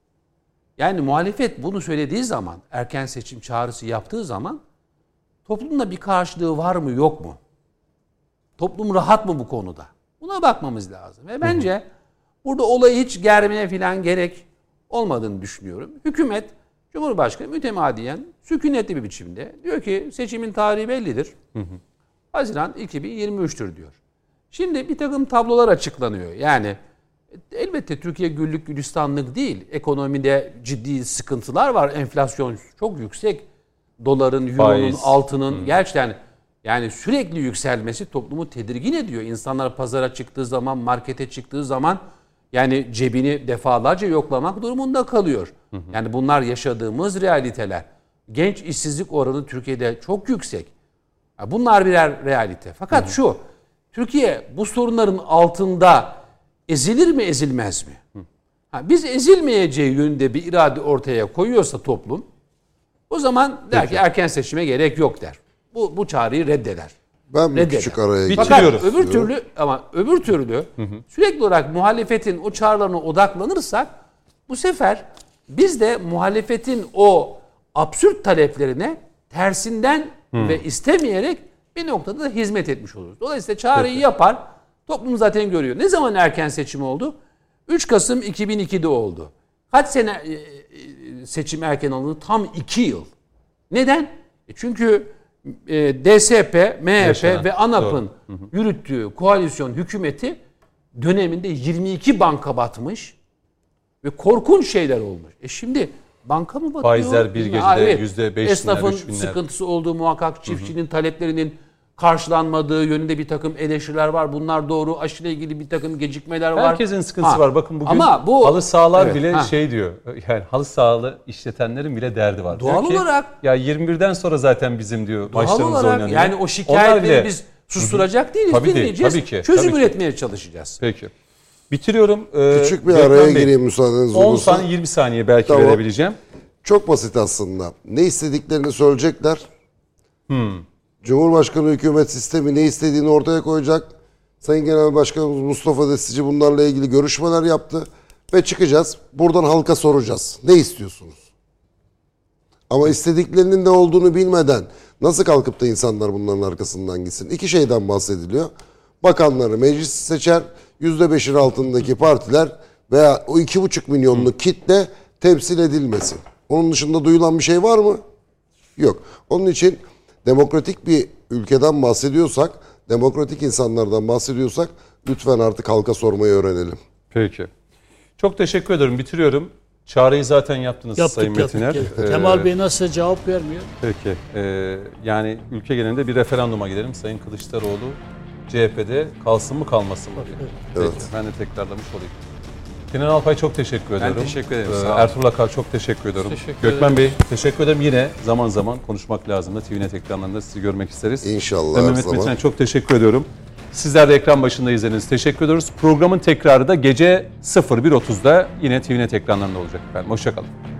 yani muhalefet bunu söylediği zaman, erken seçim çağrısı yaptığı zaman toplumda bir karşılığı var mı yok mu? Toplum rahat mı bu konuda? Buna bakmamız lazım ve bence... Hı hı. Burada olayı hiç germeye falan gerek olmadığını düşünüyorum. Hükümet, Cumhurbaşkanı mütemadiyen sükunetli bir biçimde diyor ki seçimin tarihi bellidir. Hı hı. Haziran iki bin yirmi üç'tür diyor. Şimdi bir takım tablolar açıklanıyor. Yani elbette Türkiye güllük gülistanlık değil. Ekonomide ciddi sıkıntılar var. Enflasyon çok yüksek. Doların, euronun, altının hı. gerçekten yani sürekli yükselmesi toplumu tedirgin ediyor. İnsanlar pazara çıktığı zaman, markete çıktığı zaman yani cebini defalarca yoklamak durumunda kalıyor. Hı hı. Yani bunlar yaşadığımız realiteler. Genç işsizlik oranı Türkiye'de çok yüksek. Bunlar birer realite. Fakat hı hı. şu, Türkiye bu sorunların altında ezilir mi ezilmez mi? Hı. Ha, biz ezilmeyeceği yönünde bir irade ortaya koyuyorsa toplum, o zaman der Peki. ki erken seçime gerek yok der. Bu bu çağrıyı reddeder. Ben bir Reddeder. küçük araya gireyim. Fakat Bitiriyoruz. öbür türlü ama öbür türlü hı hı. sürekli olarak muhalefetin o çağrılarına odaklanırsak bu sefer biz de muhalefetin o absürt taleplerine tersinden hı. ve istemeyerek bir noktada da hizmet etmiş oluruz. Dolayısıyla çağrıyı Peki. yapar. Toplum zaten görüyor. Ne zaman erken seçim oldu? üç Kasım iki bin ikide oldu. Kaç sene seçim erken alındı? Tam iki yıl. Neden? E çünkü D S P, M H P Yaşanan. ve ANAP'ın yürüttüğü koalisyon hükümeti döneminde yirmi iki banka batmış ve korkunç şeyler olmuş. E şimdi banka mı batıyor? Faizler bir gecede evet. yüzde beş Esnafın üç binler. sıkıntısı olduğu muhakkak, çiftçinin hı hı. taleplerinin karşılanmadığı yönünde bir takım eleştiriler var. Bunlar doğru. Aşıyla ilgili bir takım gecikmeler var. Herkesin sıkıntısı ha. var. Bakın bugün Ama bu, halı sahalar evet, bile ha. şey diyor. Yani halı sahalı işletenlerin bile derdi var. Doğal diyor ki, olarak. Ya yirmi birden sonra zaten bizim diyor Doğal maçlarımız olarak, oynanıyor. yani o şikayetleri bile, biz susturacak değiliz. Tabii dinleyeceğiz. Tabii ki, Çözüm tabii üretmeye çalışacağız. Peki. Bitiriyorum. Ee, Küçük bir Gökmen araya Bey, gireyim müsaadeniz on olursa. saniye yirmi saniye belki Tamam. verebileceğim. Çok basit aslında. Ne istediklerini söyleyecekler. Hmm. Cumhurbaşkanı hükümet sistemi ne istediğini ortaya koyacak. Sayın Genel Başkanımız Mustafa Destici bunlarla ilgili görüşmeler yaptı. Ve çıkacağız. Buradan halka soracağız. Ne istiyorsunuz? Ama istediklerinin ne olduğunu bilmeden nasıl kalkıp da insanlar bunların arkasından gitsin? İki şeyden bahsediliyor. Bakanları meclis seçer. yüzde beşin altındaki partiler veya o iki buçuk milyonluk kitle temsil edilmesin. Onun dışında duyulan bir şey var mı? Yok. Onun için demokratik bir ülkeden bahsediyorsak, demokratik insanlardan bahsediyorsak lütfen artık halka sormayı öğrenelim. Peki. Çok teşekkür ederim. Bitiriyorum. Çağrıyı zaten yaptınız yaptık, Sayın yaptık, Metiner. yaptık. Ee, Kemal Bey nasıl cevap vermiyor? Peki. Ee, yani ülke genelinde bir referanduma gidelim. Sayın Kılıçdaroğlu C H P'de kalsın mı kalmasın mı diye. Evet. Peki, ben de tekrarlamış olayım. Kenan Alpay çok teşekkür ederim. Ben teşekkür ederim. Ee, Sağ olun. Ertuğrul Akar çok teşekkür ediyorum. Teşekkür Gökmen ederim. Bey teşekkür ederim. Yine zaman zaman konuşmak lazım da T V Net ekranlarında sizi görmek isteriz. İnşallah Ve her Mehmet zaman. Metin'e çok teşekkür ediyorum. Sizler de ekran başında izlediğiniz teşekkür ediyoruz. Programın tekrarı da gece sıfır bir otuzda yine T V Net ekranlarında olacak efendim. Hoşça kalın.